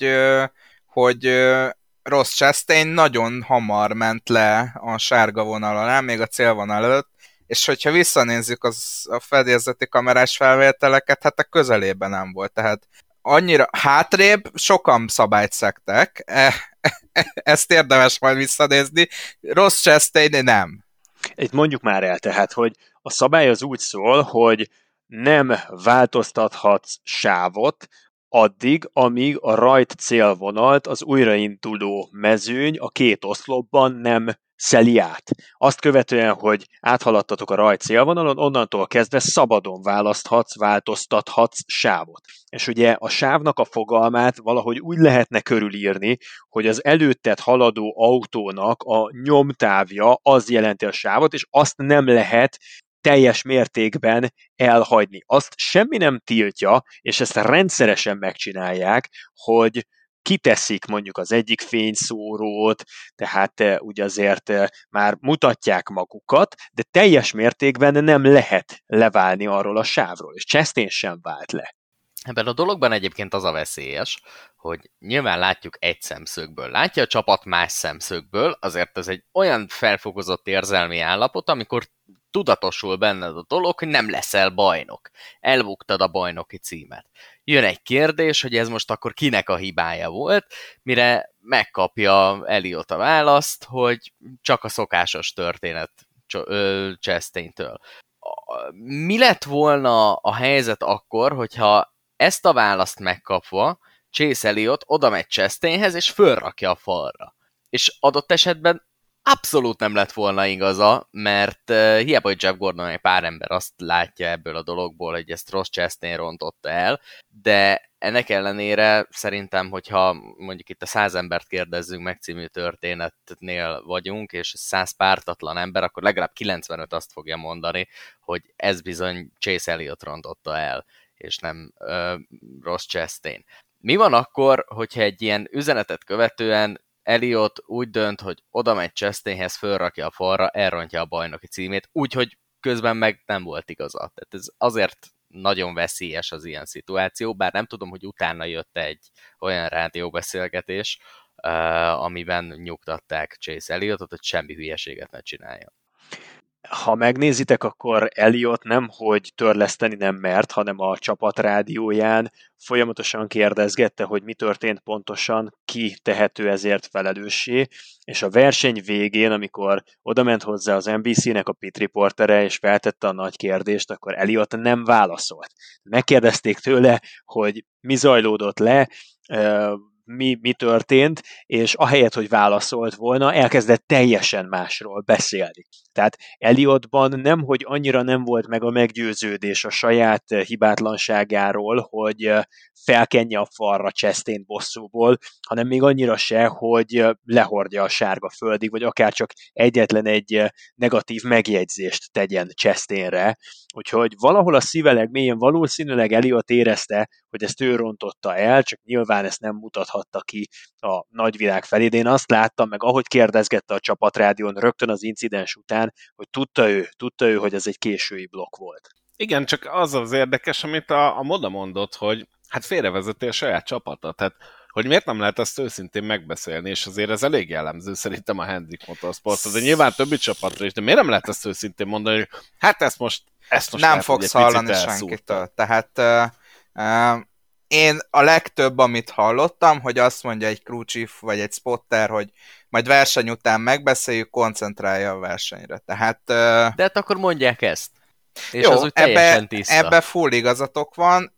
hogy Ross Chastain nagyon hamar ment le a sárga vonal alá, még a célvonal előtt, és hogyha visszanézzük a fedélzeti kamerás felvételeket, hát a közelében nem volt, tehát annyira hátrébb sokan szabályt szegtek, ezt érdemes majd visszanézni, Ross Chastain nem. Itt mondjuk már el tehát, hogy a szabály az úgy szól, hogy nem változtathatsz sávot, addig, amíg a rajt célvonalt az újrainduló mezőny a két oszlopban nem szeli át. Azt követően, hogy áthaladtatok a rajt célvonalon, onnantól kezdve szabadon választhatsz, változtathatsz sávot. És ugye a sávnak a fogalmát valahogy úgy lehetne körülírni, hogy az előtted haladó autónak a nyomtávja az jelenti a sávot, és azt nem lehet teljes mértékben elhagyni. Azt semmi nem tiltja, és ezt rendszeresen megcsinálják, hogy kiteszik mondjuk az egyik fényszórót, tehát ugye azért már mutatják magukat, de teljes mértékben nem lehet leválni arról a sávról, és Chastain sem vált le. Ebben a dologban egyébként az a veszélyes, hogy nyilván látjuk egy szemszögből, látja a csapat más szemszögből, azért ez egy olyan felfokozott érzelmi állapot, amikor tudatosul benned a dolog, hogy nem leszel bajnok. Elbuktad a bajnoki címet. Jön egy kérdés, hogy ez most akkor kinek a hibája volt, mire megkapja Elliott a választ, hogy csak a szokásos történet Chastaintől. Mi lett volna a helyzet akkor, hogyha ezt a választ megkapva Chase Elliott oda megy Chastainhez, és fölrakja a falra. És adott esetben abszolút nem lett volna igaza, mert hiába, hogy Jeff Gordon egy pár ember azt látja ebből a dologból, hogy ezt Ross Chastain rontotta el, de ennek ellenére szerintem, hogyha mondjuk itt a 100 embert kérdezzünk meg című történetnél vagyunk, és 100 pártatlan ember, akkor legalább 95 azt fogja mondani, hogy ez bizony Chase Elliott rontotta el. és nem Ross Chastain. Mi van akkor, hogyha egy ilyen üzenetet követően Elliot úgy dönt, hogy oda megy Chastainhez, fölrakja a falra, elrontja a bajnoki címét, úgyhogy közben meg nem volt igaza. Tehát ez azért nagyon veszélyes az ilyen szituáció, bár nem tudom, hogy utána jött egy olyan rádióbeszélgetés, amiben nyugtatták Chase Elliotot, hogy semmi hülyeséget ne csináljon. Ha megnézitek, akkor Elliot nem, hogy törleszteni nem mert, hanem a csapat rádióján folyamatosan kérdezgette, hogy mi történt pontosan, ki tehető ezért felelőssé, és a verseny végén, amikor odament hozzá az NBC-nek a pit reportere, és feltette a nagy kérdést, akkor Elliot nem válaszolt. Megkérdezték tőle, hogy mi zajlódott le, mi történt, és ahelyett, hogy válaszolt volna, elkezdett teljesen másról beszélni. Tehát Elliotban nemhogy annyira nem volt meg a meggyőződés a saját hibátlanságáról, hogy felkenje a falra Chastain bosszúból, hanem még annyira se, hogy lehordja a sárga földig, vagy akár csak egyetlen egy negatív megjegyzést tegyen Chastainre. Úgyhogy valahol a szíve legmélyén valószínűleg Elliot érezte, hogy ezt ő rontotta el, csak nyilván ezt nem mutathatta ki a nagyvilág felé. De én azt láttam, meg ahogy kérdezgette a csapatrádión rögtön az incidens után, hogy tudta ő, hogy ez egy késői blokk volt. Igen, csak az az érdekes, amit a Moda mondott, hogy hát félrevezeti a saját csapata, tehát hogy miért nem lehet ezt őszintén megbeszélni, és azért ez elég jellemző szerintem a Hendrick Motorsport, de nyilván többi csapatra is, de miért nem lehet ezt őszintén mondani, hogy hát ezt most nem lehet, fogsz hallani senkitől. Tehát én a legtöbb, amit hallottam, hogy azt mondja egy crew chief vagy egy spotter, hogy majd verseny után megbeszéljük, koncentrálja a versenyre. Tehát, de hát akkor mondják ezt. És jó, az úgy teljesen tiszta. Ebbe full igazatok van.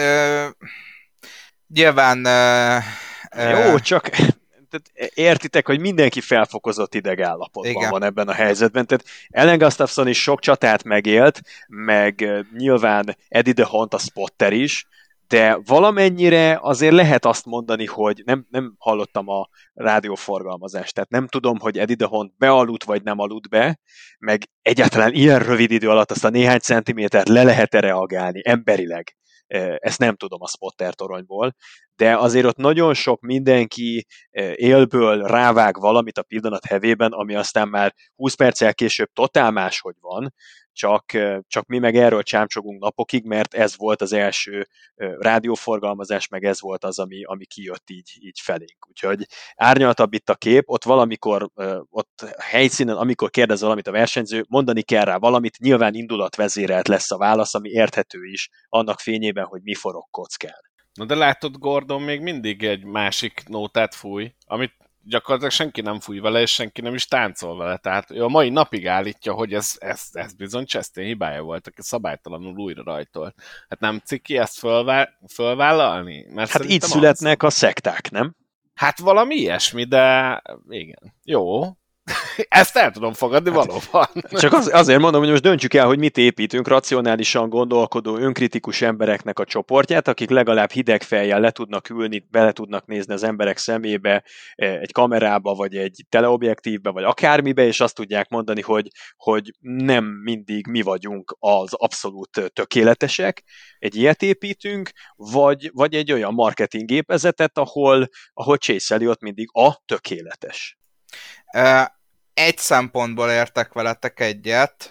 Nyilván... Jó, csak értitek, hogy mindenki felfokozott idegállapotban van ebben a helyzetben. Tehát Ellen Gustafson is sok csatát megélt, meg nyilván Eddie DeHont a spotter is, de valamennyire azért lehet azt mondani, hogy nem hallottam a rádióforgalmazást, tehát nem tudom, hogy Eddie DeHont bealudt vagy nem aludt be, meg egyáltalán ilyen rövid idő alatt azt a néhány centimétert le lehet-e reagálni emberileg. Ezt nem tudom a spotter toronyból, de azért ott nagyon sok mindenki élből rávág valamit a pillanat hevében, ami aztán már 20 perccel később totál máshogy van, csak mi meg erről csámcsogunk napokig, mert ez volt az első rádióforgalmazás, meg ez volt az, ami kijött így felénk. Úgyhogy árnyaltabb itt a kép, ott valamikor, ott helyszínen, amikor kérdez valamit a versenyző, mondani kell rá valamit, nyilván indulatvezérelt lesz a válasz, ami érthető is annak fényében, hogy mi forog kockán. Na de látod, Gordon még mindig egy másik nótát fúj, amit gyakorlatilag senki nem fúj vele, és senki nem is táncol vele. Tehát ő a mai napig állítja, hogy ez bizony Chastain hibája volt, aki szabálytalanul újra rajtolt. Hát nem ciki ezt fölvállalni? Mert hát így születnek a szekták, nem? Hát valami ilyesmi, de igen. Jó. Ezt el tudom fogadni, valóban. Csak azért mondom, hogy most döntsük el, hogy mit építünk racionálisan gondolkodó, önkritikus embereknek a csoportját, akik legalább hideg fejjel le tudnak ülni, bele tudnak nézni az emberek szemébe, egy kamerába, vagy egy teleobjektívbe, vagy akármibe, és azt tudják mondani, hogy nem mindig mi vagyunk az abszolút tökéletesek, egy ilyet építünk, vagy egy olyan marketing gépezetet, ahol Chase Elliot mindig a tökéletes. Egy szempontból értek veletek egyet,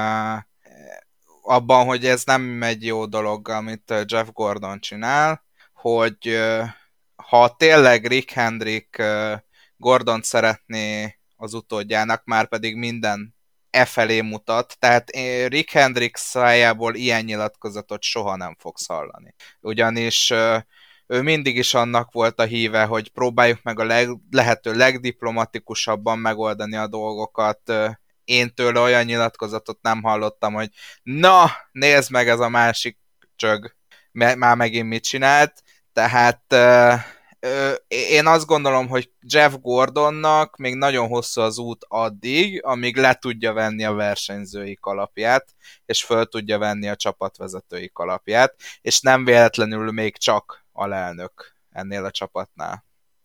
abban, hogy ez nem egy jó dolog, amit Jeff Gordon csinál, hogy ha tényleg Rick Hendrick Gordont szeretné az utódjának, már pedig minden felé mutat, tehát Rick Hendrick szájából ilyen nyilatkozatot soha nem fogsz hallani. Ugyanis ő mindig is annak volt a híve, hogy próbáljuk meg a lehető legdiplomatikusabban megoldani a dolgokat. Én tőle olyan nyilatkozatot nem hallottam, hogy na, nézd meg, ez a másik csög, már megint mit csinált. Tehát én azt gondolom, hogy Jeff Gordonnak még nagyon hosszú az út addig, amíg le tudja venni a versenyzői kalapját, és föl tudja venni a csapatvezetői kalapját, és nem véletlenül még csak alelnök ennél a csapatnál.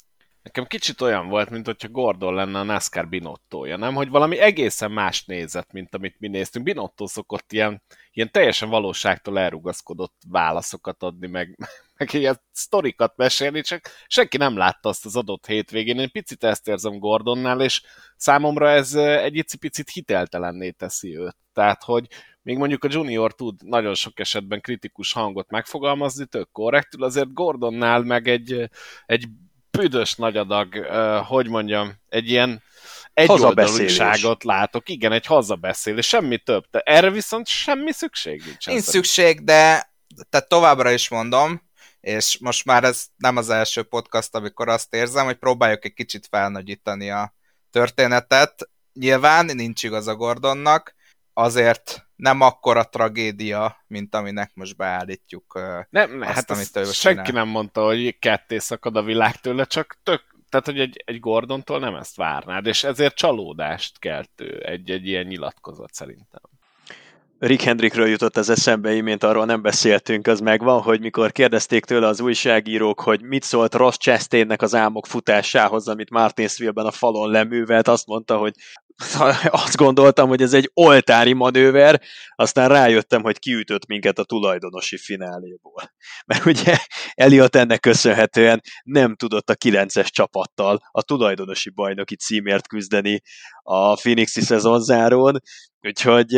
Nekem kicsit olyan volt, mint hogyha Gordon lenne a NASCAR Binottója, nem? Hogy valami egészen más nézett, mint amit mi néztünk. Binotto szokott ilyen teljesen valóságtól elrugaszkodott válaszokat adni, meg ilyen sztorikat mesélni, csak senki nem látta azt az adott hétvégén. Én picit ezt érzem Gordonnál, és számomra ez egy icipicit hiteltelenné teszi őt. Tehát, hogy még mondjuk a Junior tud nagyon sok esetben kritikus hangot megfogalmazni, tök korrektül, azért Gordonnál meg egy büdös nagy adag, hogy mondjam, egy ilyen egyoldalúságot látok. Igen, egy hazabeszélés, semmi több. De erre viszont semmi szükség nincs. Nincs szükség, de tehát továbbra is mondom, és most már ez nem az első podcast, amikor azt érzem, hogy próbáljuk egy kicsit felnagyítani a történetet. Nyilván nincs igaz a Gordonnak, azért nem akkora tragédia, mint aminek most beállítjuk nem, azt, hát amit ő senki nem mondta, hogy ketté szakad a világ tőle, csak tehát, hogy egy Gordontól nem ezt várnád, és ezért csalódást keltő egy ilyen nyilatkozat szerintem. Rick Hendrickről jutott az eszembe, imént arról nem beszéltünk, az megvan, hogy mikor kérdezték tőle az újságírók, hogy mit szólt Ross Chastainnek az álmok futásához, amit Martinsville-ben a falon leművelt, azt mondta, hogy azt gondoltam, hogy ez egy oltári manőver, aztán rájöttem, hogy kiütött minket a tulajdonosi fináléból. Mert ugye Elliott ennek köszönhetően nem tudott a 9-es csapattal a tulajdonosi bajnoki címért küzdeni a Phoenixi szezonzárón, úgyhogy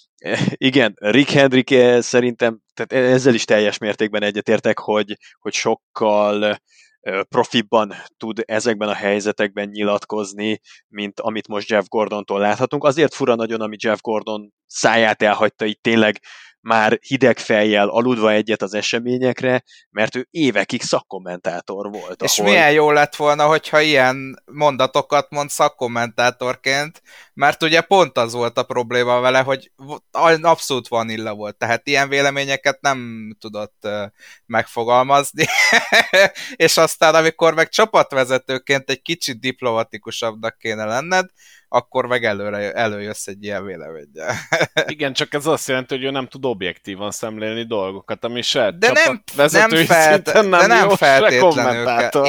igen, Rick Hendrick szerintem, tehát ezzel is teljes mértékben egyetértek, hogy sokkal profibban tud ezekben a helyzetekben nyilatkozni, mint amit most Jeff Gordontól láthatunk. Azért fura nagyon, ami Jeff Gordon száját elhagyta így tényleg már hideg fejjel aludva egyet az eseményekre, mert ő évekig szakkommentátor volt. És milyen jó lett volna, hogyha ilyen mondatokat mond szakkommentátorként, mert ugye pont az volt a probléma vele, hogy abszolút vanilla volt, tehát ilyen véleményeket nem tudott megfogalmazni, és aztán amikor meg csapatvezetőként egy kicsit diplomatikusabbnak kéne lenned, akkor meg előjössz egy ilyen véleménnyel. Igen, csak ez azt jelenti, hogy ő nem tud objektívan szemlélni dolgokat, ami se de nem feltétlenül kell.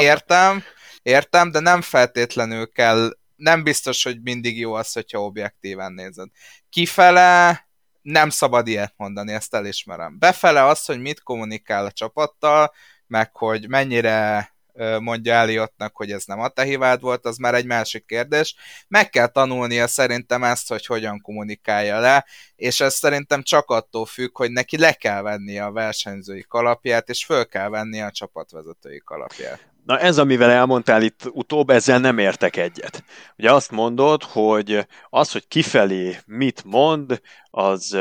Értem, de nem feltétlenül kell, nem biztos, hogy mindig jó az, hogyha objektíven nézed. Kifele nem szabad ilyet mondani, ezt elismerem. Befele az, hogy mit kommunikál a csapattal, meg hogy mennyire mondja Elliottnak, hogy ez nem a te hibád volt, az már egy másik kérdés. Meg kell tanulnia szerintem ezt, hogy hogyan kommunikálja le, és ez szerintem csak attól függ, hogy neki le kell vennie a versenyzői kalapját, és föl kell vennie a csapatvezetői kalapját. Na ez, amivel elmondtál itt utóbb, ezzel nem értek egyet. Ugye azt mondod, hogy az, hogy kifelé mit mond, az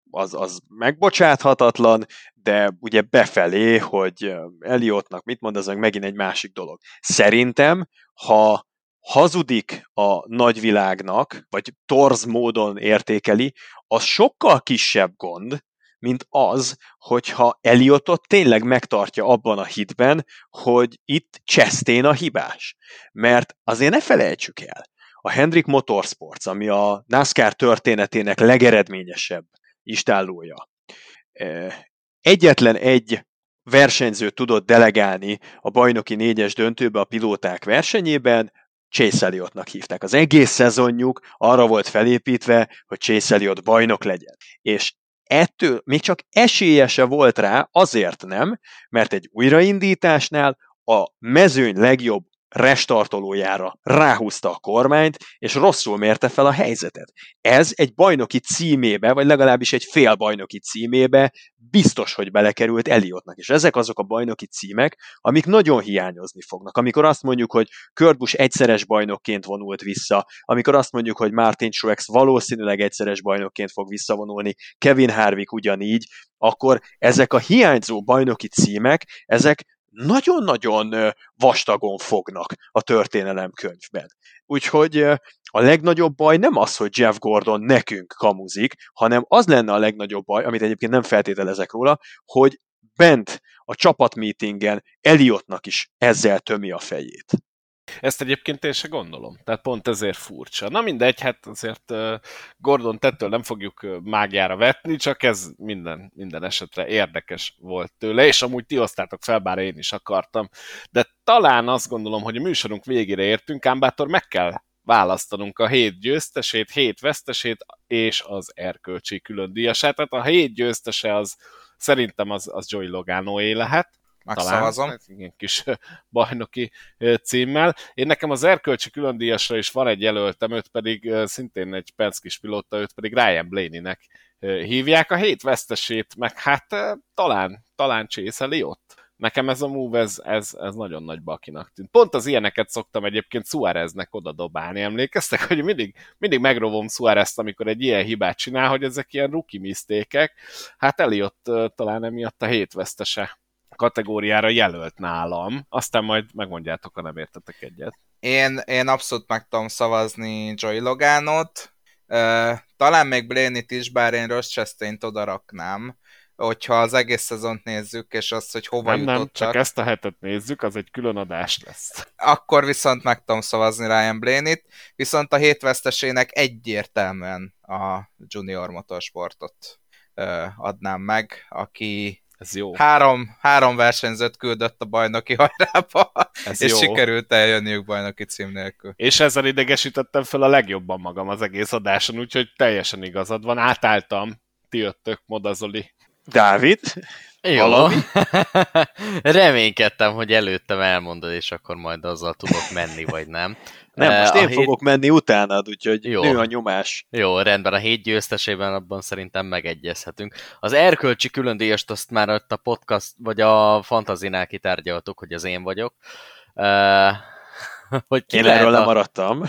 megbocsáthatatlan, de ugye befelé, hogy Elliottnak mit mond, az meg megint egy másik dolog. Szerintem, ha hazudik a nagyvilágnak, vagy torz módon értékeli, az sokkal kisebb gond, mint az, hogyha Elliottot tényleg megtartja abban a hitben, hogy itt Chastain a hibás. Mert azért ne felejtsük el, a Hendrick Motorsports, ami a NASCAR történetének legeredményesebb istállója, egyetlen egy versenyző tudott delegálni a bajnoki 4-es döntőbe a pilóták versenyében, Chase Elliottnak hívták. Az egész szezonjuk arra volt felépítve, hogy Chase Elliott bajnok legyen. És ettől még csak esélye se volt rá, azért nem, mert egy újraindításnál a mezőny legjobb restartolójára ráhúzta a kormányt, és rosszul mérte fel a helyzetet. Ez egy bajnoki címébe, vagy legalábbis egy fél bajnoki címébe biztos, hogy belekerült Elliottnak. És ezek azok a bajnoki címek, amik nagyon hiányozni fognak. Amikor azt mondjuk, hogy Kurt Busch egyszeres bajnokként vonult vissza, amikor azt mondjuk, hogy Martin Truex valószínűleg egyszeres bajnokként fog visszavonulni, Kevin Harvick ugyanígy, akkor ezek a hiányzó bajnoki címek, ezek nagyon-nagyon vastagon fognak a történelemkönyvben. Úgyhogy a legnagyobb baj nem az, hogy Jeff Gordon nekünk kamuzik, hanem az lenne a legnagyobb baj, amit egyébként nem feltételezek róla, hogy bent a csapatmeetingen Elliottnak is ezzel tömi a fejét. Ezt egyébként én se gondolom. Tehát pont ezért furcsa. Na mindegy, hát azért Gordon tettől nem fogjuk mágiára vetni, csak ez minden esetre érdekes volt tőle, és amúgy ti osztátok fel, bár én is akartam. De talán azt gondolom, hogy a műsorunk végére értünk, ám bátor meg kell választanunk a 7 győztesét, 7 vesztesét és az erkölcsi külön díjasát. Tehát a 7 győztese az szerintem az Joey Loganoé lehet. Megszavazom. Talán, ilyen kis bajnoki címmel. Én nekem az erkölcsi különdíjasra is van egy jelöltem, őt pedig szintén egy Penske-s pilóta, őt pedig Ryan Blaney-nek hívják. A 7 vesztesét meg hát talán Chase Elliott. Nekem ez a move, ez nagyon nagy bakinak tűnt. Pont az ilyeneket szoktam egyébként Suáreznek oda dobálni. Emlékeztek, hogy mindig megrovom Suárezt, amikor egy ilyen hibát csinál, hogy ezek ilyen rookie misztékek. Hát Elliott talán emiatt a 7 vesztese kategóriára jelölt nálam. Aztán majd megmondjátok, ha nem értetek egyet. Én abszolút meg tudom szavazni Joey Loganot. Talán még Blaney-t is, bár én Ross Chastaint oda raknám, hogyha az egész szezont nézzük, és azt, hogy hova jutottak. Nem, csak ezt a hetet nézzük, az egy külön adás lesz. Akkor viszont meg tudom szavazni Ryan Blaney-t, viszont a 7 vesztesének egyértelműen a Junior Motorsportot adnám meg, aki ez jó. Három versenyzőt küldött a bajnoki hajrába, és jó. Sikerült eljönniük bajnoki cím nélkül. És ezzel idegesítettem fel a legjobban magam az egész adáson, úgyhogy teljesen igazad van. Átálltam. Ti jöttök, Moda Zoli. Dávid? Jó. Reménykedtem, hogy előttem elmondod, és akkor majd azzal tudok menni, vagy nem. Nem, most én fogok menni utánad, úgyhogy jó. Nő a nyomás. Jó, rendben, a 7 győztesében abban szerintem megegyezhetünk. Az erkölcsi különdíjast azt már ott a podcast, vagy a Fantazinál kitárgyaltuk, hogy az én vagyok. Hogy én erről lemaradtam.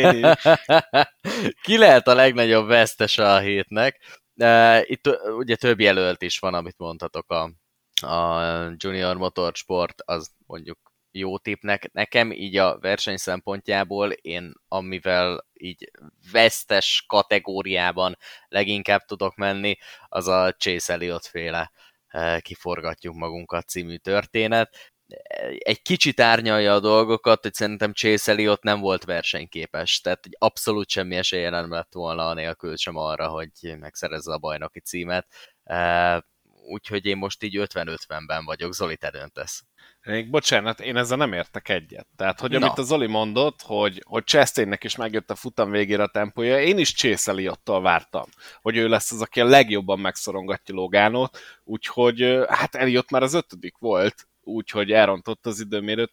Ki lehet a legnagyobb vesztese a hétnek? Itt ugye több jelölt is van, amit mondhatok, a Junior Motorsport, az mondjuk jó tippnek. Nekem így a verseny szempontjából én, amivel így vesztes kategóriában leginkább tudok menni, az a Chase Elliott féle kiforgatjuk magunkat című történet. Egy kicsit árnyalja a dolgokat, hogy szerintem Chase Elliott nem volt versenyképes, tehát abszolút semmi esélye nem lett volna anélkül sem arra, hogy megszerezze a bajnoki címet. Úgyhogy én most így 50-50-ben vagyok. Zoli, te döntesz. Bocsánat, én ezzel nem értek egyet. Tehát, hogy amit a Zoli mondott, hogy Chastainnek is megjött a futam végére a tempója, én is Chase Elliotttól vártam, hogy ő lesz az, aki a legjobban megszorongatja Loganot, úgyhogy hát Elliott már az 5. volt, úgyhogy elrontott az időmérőt.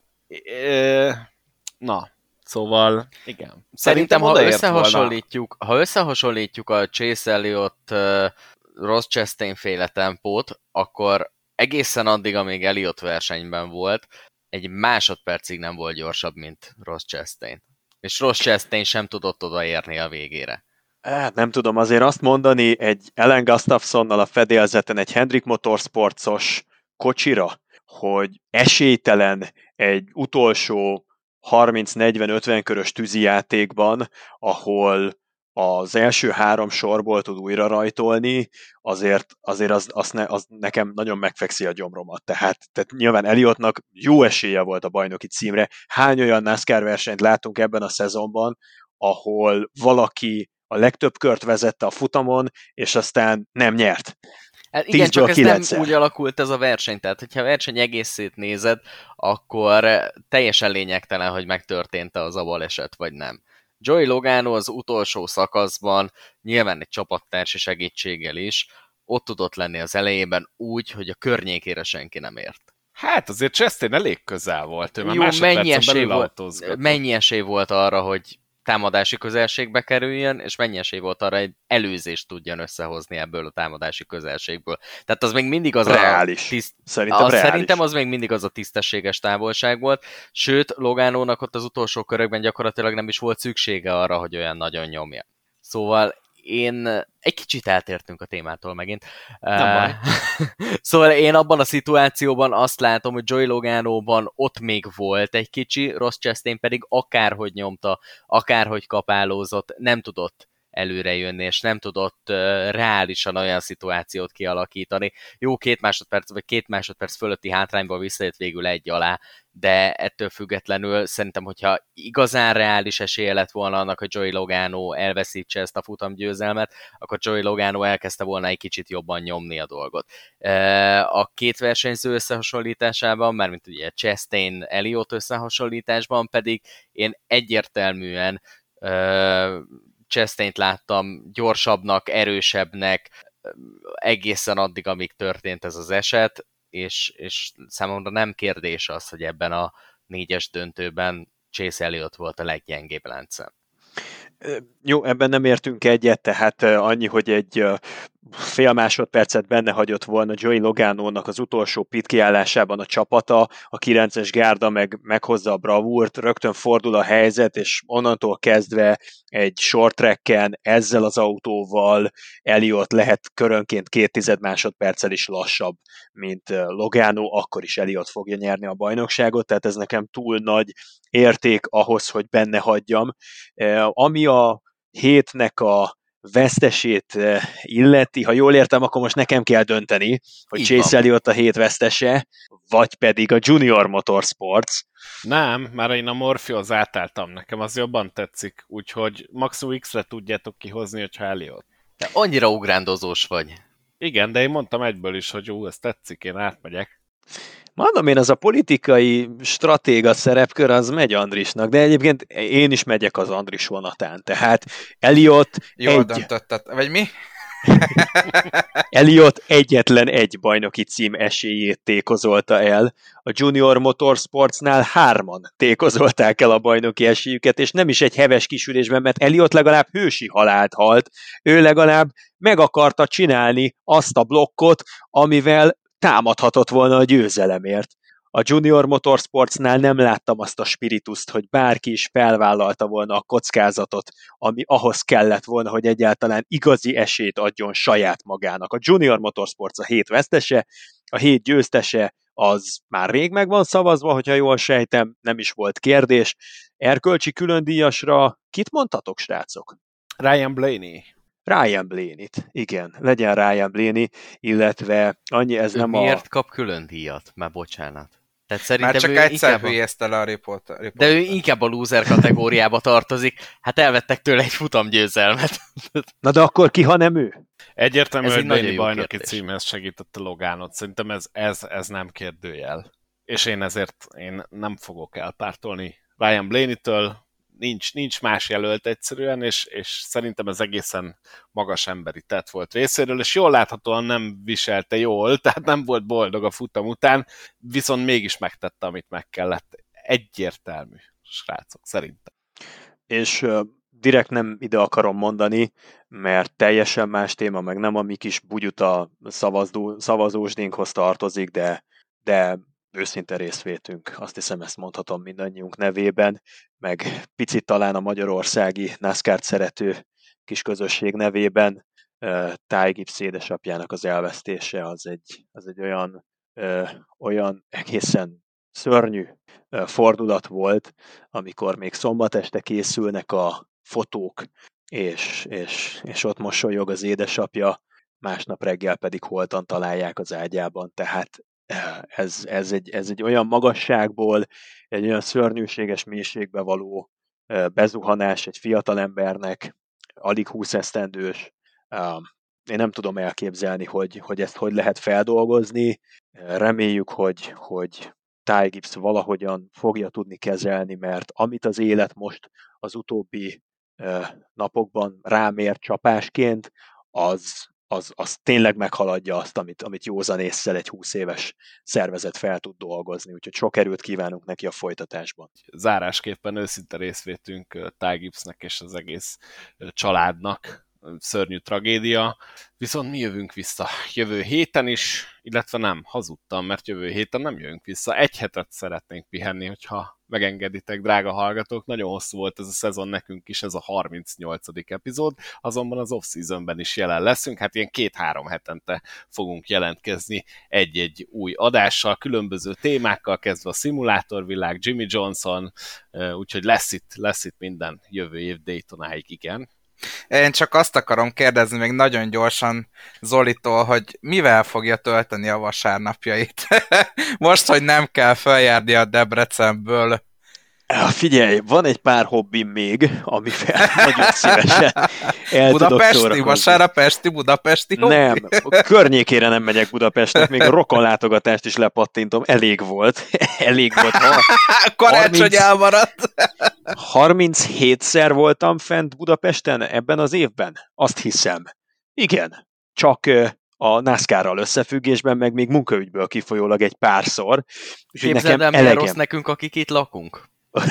Na, szóval igen. Szerintem ha összehasonlítjuk a Chase Elliott Ross Chastain féle tempót, akkor egészen addig, amíg Elliott versenyben volt, egy másodpercig nem volt gyorsabb, mint Ross Chastain. És Ross Chastain sem tudott odaérni a végére. Nem tudom, azért azt mondani egy Ellen Gustafsonnal a fedélzeten egy Hendrick Motorsportos kocsira, hogy esélytelen egy utolsó 30-40-50 körös tűzijátékban, ahol az első 3 sorból tud újra rajtolni, azért az nekem nagyon megfekszi a gyomromat. Tehát nyilván Elliottnak jó esélye volt a bajnoki címre. Hány olyan NASCAR versenyt látunk ebben a szezonban, ahol valaki a legtöbb kört vezette a futamon, és aztán nem nyert. Hát igen, csak ez nem úgy alakult ez a verseny, tehát hogyha a verseny egészét nézed, akkor teljesen lényegtelen, hogy megtörtént-e az a baleset, vagy nem. Joey Logano az utolsó szakaszban, nyilván egy csapattársi segítséggel is, ott tudott lenni az elejében úgy, hogy a környékére senki nem ért. Hát azért Chastain elég közel volt, ő már jó, mennyi esély volt arra, hogy támadási közelségbe kerüljön, és mennyi esély volt arra, hogy előzést tudjon összehozni ebből a támadási közelségből. Tehát az még mindig az reális. Szerintem az még mindig az a tisztességes távolság volt, sőt, Loganónak ott az utolsó körökben gyakorlatilag nem is volt szüksége arra, hogy olyan nagyon nyomja. Szóval egy kicsit eltértünk a témától megint. Nem baj. Szóval én abban a szituációban azt látom, hogy Joey Loganoban ott még volt egy kicsi, Ross Chastain pedig akárhogy nyomta, akárhogy kapálózott, nem tudott előrejönni, és nem tudott reálisan olyan szituációt kialakítani. Jó, 2 másodperc, vagy 2 másodperc fölötti hátrányból visszajött végül 1 alá, de ettől függetlenül szerintem, hogyha igazán reális esélye lett volna annak, hogy Joey Logano elveszítse ezt a futamgyőzelmet, akkor Joey Logano elkezdte volna egy kicsit jobban nyomni a dolgot. A 2 versenyző összehasonlításában, mármint ugye Chastain-Elliott összehasonlításban pedig én egyértelműen Chastaint láttam gyorsabbnak, erősebbnek egészen addig, amíg történt ez az eset, és számomra nem kérdés az, hogy ebben a 4-es döntőben Chase Elliott volt a leggyengébb láncszem. Jó, ebben nem értünk egyet, tehát annyi, hogy egy fél másodpercet benne hagyott volna Joey Logano-nak az utolsó pit kiállásában a csapata, a 9-es gárda meghozza a bravúrt, rögtön fordul a helyzet, és onnantól kezdve egy short tracken ezzel az autóval Elliott lehet körönként 0,2 másodperccel is lassabb, mint Logano, akkor is Elliott fogja nyerni a bajnokságot, tehát ez nekem túl nagy érték ahhoz, hogy benne hagyjam. Ami a hétnek a vesztesét illeti, ha jól értem, akkor most nekem kell dönteni, hogy Így Chase van. Elliott a hét vesztese, vagy pedig a Junior Motorsports. Nem, már én a Morphehoz átálltam, nekem az jobban tetszik, úgyhogy maximum X-re tudjátok kihozni, hogyha Elliott. De annyira ugrándozós vagy. Igen, de én mondtam egyből is, hogy jó, ez tetszik, én átmegyek. Mondom én, az a politikai stratéga szerepkör, az megy Andrisnak, de egyébként én is megyek az Andris vonatán, tehát Elliott Jól döntötted, vagy mi? Elliott egyetlen egy bajnoki cím esélyét tékozolta el. A Junior Motorsportsnál 3-an tékozolták el a bajnoki esélyüket, és nem is egy heves kisülésben, mert Elliott legalább hősi halált halt. Ő legalább meg akarta csinálni azt a blokkot, amivel támadhatott volna a győzelemért. A Junior Motorsportsnál nem láttam azt a spirituszt, hogy bárki is felvállalta volna a kockázatot, ami ahhoz kellett volna, hogy egyáltalán igazi esélyt adjon saját magának. A Junior Motorsports a 7 vesztese, a 7 győztese az már rég meg van szavazva, hogyha jól sejtem, nem is volt kérdés. Erkölcsi különdíjasra kit mondtatok, srácok? Ryan Blaney. Ryan Blaney-t, igen, legyen Ryan Blaney, illetve annyi ez Ő nem miért kap külön díjat? Már bocsánat. Tehát szerintem Már csak ő egyszer inkább hülyezte le a riport. de ő inkább a loser kategóriába tartozik. Hát elvettek tőle egy futamgyőzelmet. Na de akkor ki, ha nem ő? Egyértelmű, Ez egy hogy nagyon Blaney jó bajnoki kérdés. címhez segítette Logánot. Szerintem ez nem kérdőjel. És én ezért nem fogok elpártolni Ryan Blaney-től. Nincs más jelölt egyszerűen, és szerintem ez egészen magas emberi tett volt részéről, és jól láthatóan nem viselte jól, tehát nem volt boldog a futam után, viszont mégis megtette, amit meg kellett. Egyértelmű, srácok, szerintem. És direkt nem ide akarom mondani, mert teljesen más téma, meg nem a mi kis bugyuta szavazósdinkhoz tartozik, de őszinte részvétünk, azt hiszem ezt mondhatom mindannyiunk nevében, meg picit talán a magyarországi NASCAR-t szerető kis közösség nevében. Ty Gibbs édesapjának az elvesztése az egy olyan egészen szörnyű fordulat volt, amikor még szombat este készülnek a fotók, és ott mosolyog az édesapja, másnap reggel pedig holtan találják az ágyában, tehát ez egy olyan magasságból, egy olyan szörnyűséges mélységbe való bezuhanás egy fiatalembernek, alig 20 esztendős. Én nem tudom elképzelni, hogy ezt hogy lehet feldolgozni. Reméljük, hogy Ty Gibbs valahogyan fogja tudni kezelni, mert amit az élet most az utóbbi napokban rámért csapásként, az tényleg meghaladja azt, amit józan ésszel egy 20 éves szervezet fel tud dolgozni. Úgyhogy sok erőt kívánunk neki a folytatásban. Zárásképpen őszinte részvétünk Ty Gibbsnek és az egész családnak. Szörnyű tragédia, viszont mi jövünk vissza jövő héten is, illetve nem, hazudtam, mert jövő héten nem jövünk vissza. Egy hetet szeretnénk pihenni, hogyha megengeditek, drága hallgatók. Nagyon hosszú volt ez a szezon nekünk is, ez a 38. epizód, azonban az off-seasonben is jelen leszünk, hát ilyen 2-3 hetente fogunk jelentkezni egy-egy új adással, különböző témákkal, kezdve a szimulátorvilág, Jimmy Johnson, úgyhogy lesz itt minden jövő év Daytonáig, igen. Én csak azt akarom kérdezni még nagyon gyorsan Zolitól, hogy mivel fogja tölteni a vasárnapjait. Most, hogy nem kell feljárni a Debrecenből. Figyelj, van egy pár hobbim még, amivel nagyon szívesen el tudok Budapesti? szórakozni. Vasárnap esti budapesti hobbi? Nem, a környékére nem megyek Budapestnek, még a rokonlátogatást is lepattintom, elég volt. Karácsony elmaradt. 37-szer voltam fent Budapesten ebben az évben, azt hiszem. Igen, csak a NASCAR-ral összefüggésben, meg még munkaügyből kifolyólag egy párszor. Képzeld el, milyen rossz nekünk, akik itt lakunk.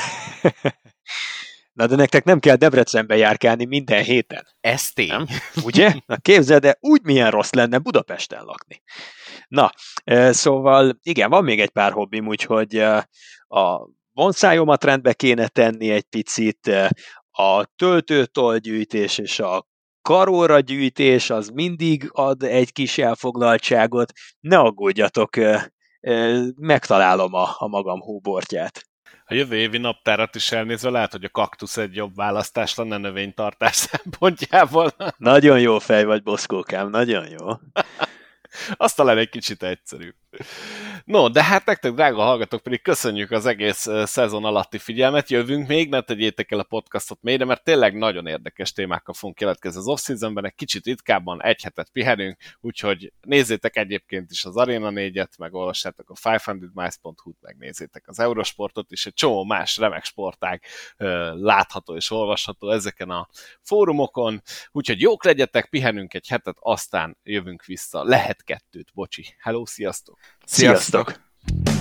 Na, de nektek nem kell Debrecenbe járkálni minden héten. Ez tény. Nem? Ugye? Na képzeld, de úgy milyen rossz lenne Budapesten lakni. Na, szóval igen, van még egy pár hobbim, úgyhogy a bonszájomat rendbe kéne tenni egy picit, a töltőtollgyűjtés és a karóra gyűjtés az mindig ad egy kis elfoglaltságot. Ne aggódjatok, megtalálom a magam hóbortját. A jövő évi naptárat is elnézve lehet, hogy a kaktusz egy jobb választás lenne növénytartás szempontjából. Nagyon jó fej vagy, Boszkókám, nagyon jó. Azt talán egy kicsit egyszerűbb. No, de hát nektek, drága hallgatók, pedig köszönjük az egész szezon alatti figyelmet. Jövünk még, ne tegyétek el a podcastot mélyre, mert tényleg nagyon érdekes témákkal fogunk keletkezni az off-seasonben, egy kicsit ritkábban, egy hetet pihenünk, úgyhogy nézzétek egyébként is az Arena 4-et, meg olvassátok a 500miles.hu-t, megnézzétek az Eurosportot, és egy csomó más remek sportág látható és olvasható ezeken a fórumokon, úgyhogy jók legyetek, pihenünk egy hetet, aztán jövünk vissza. Lehet kettőt, bocsi. Hello, sziasztok! Sziasztok!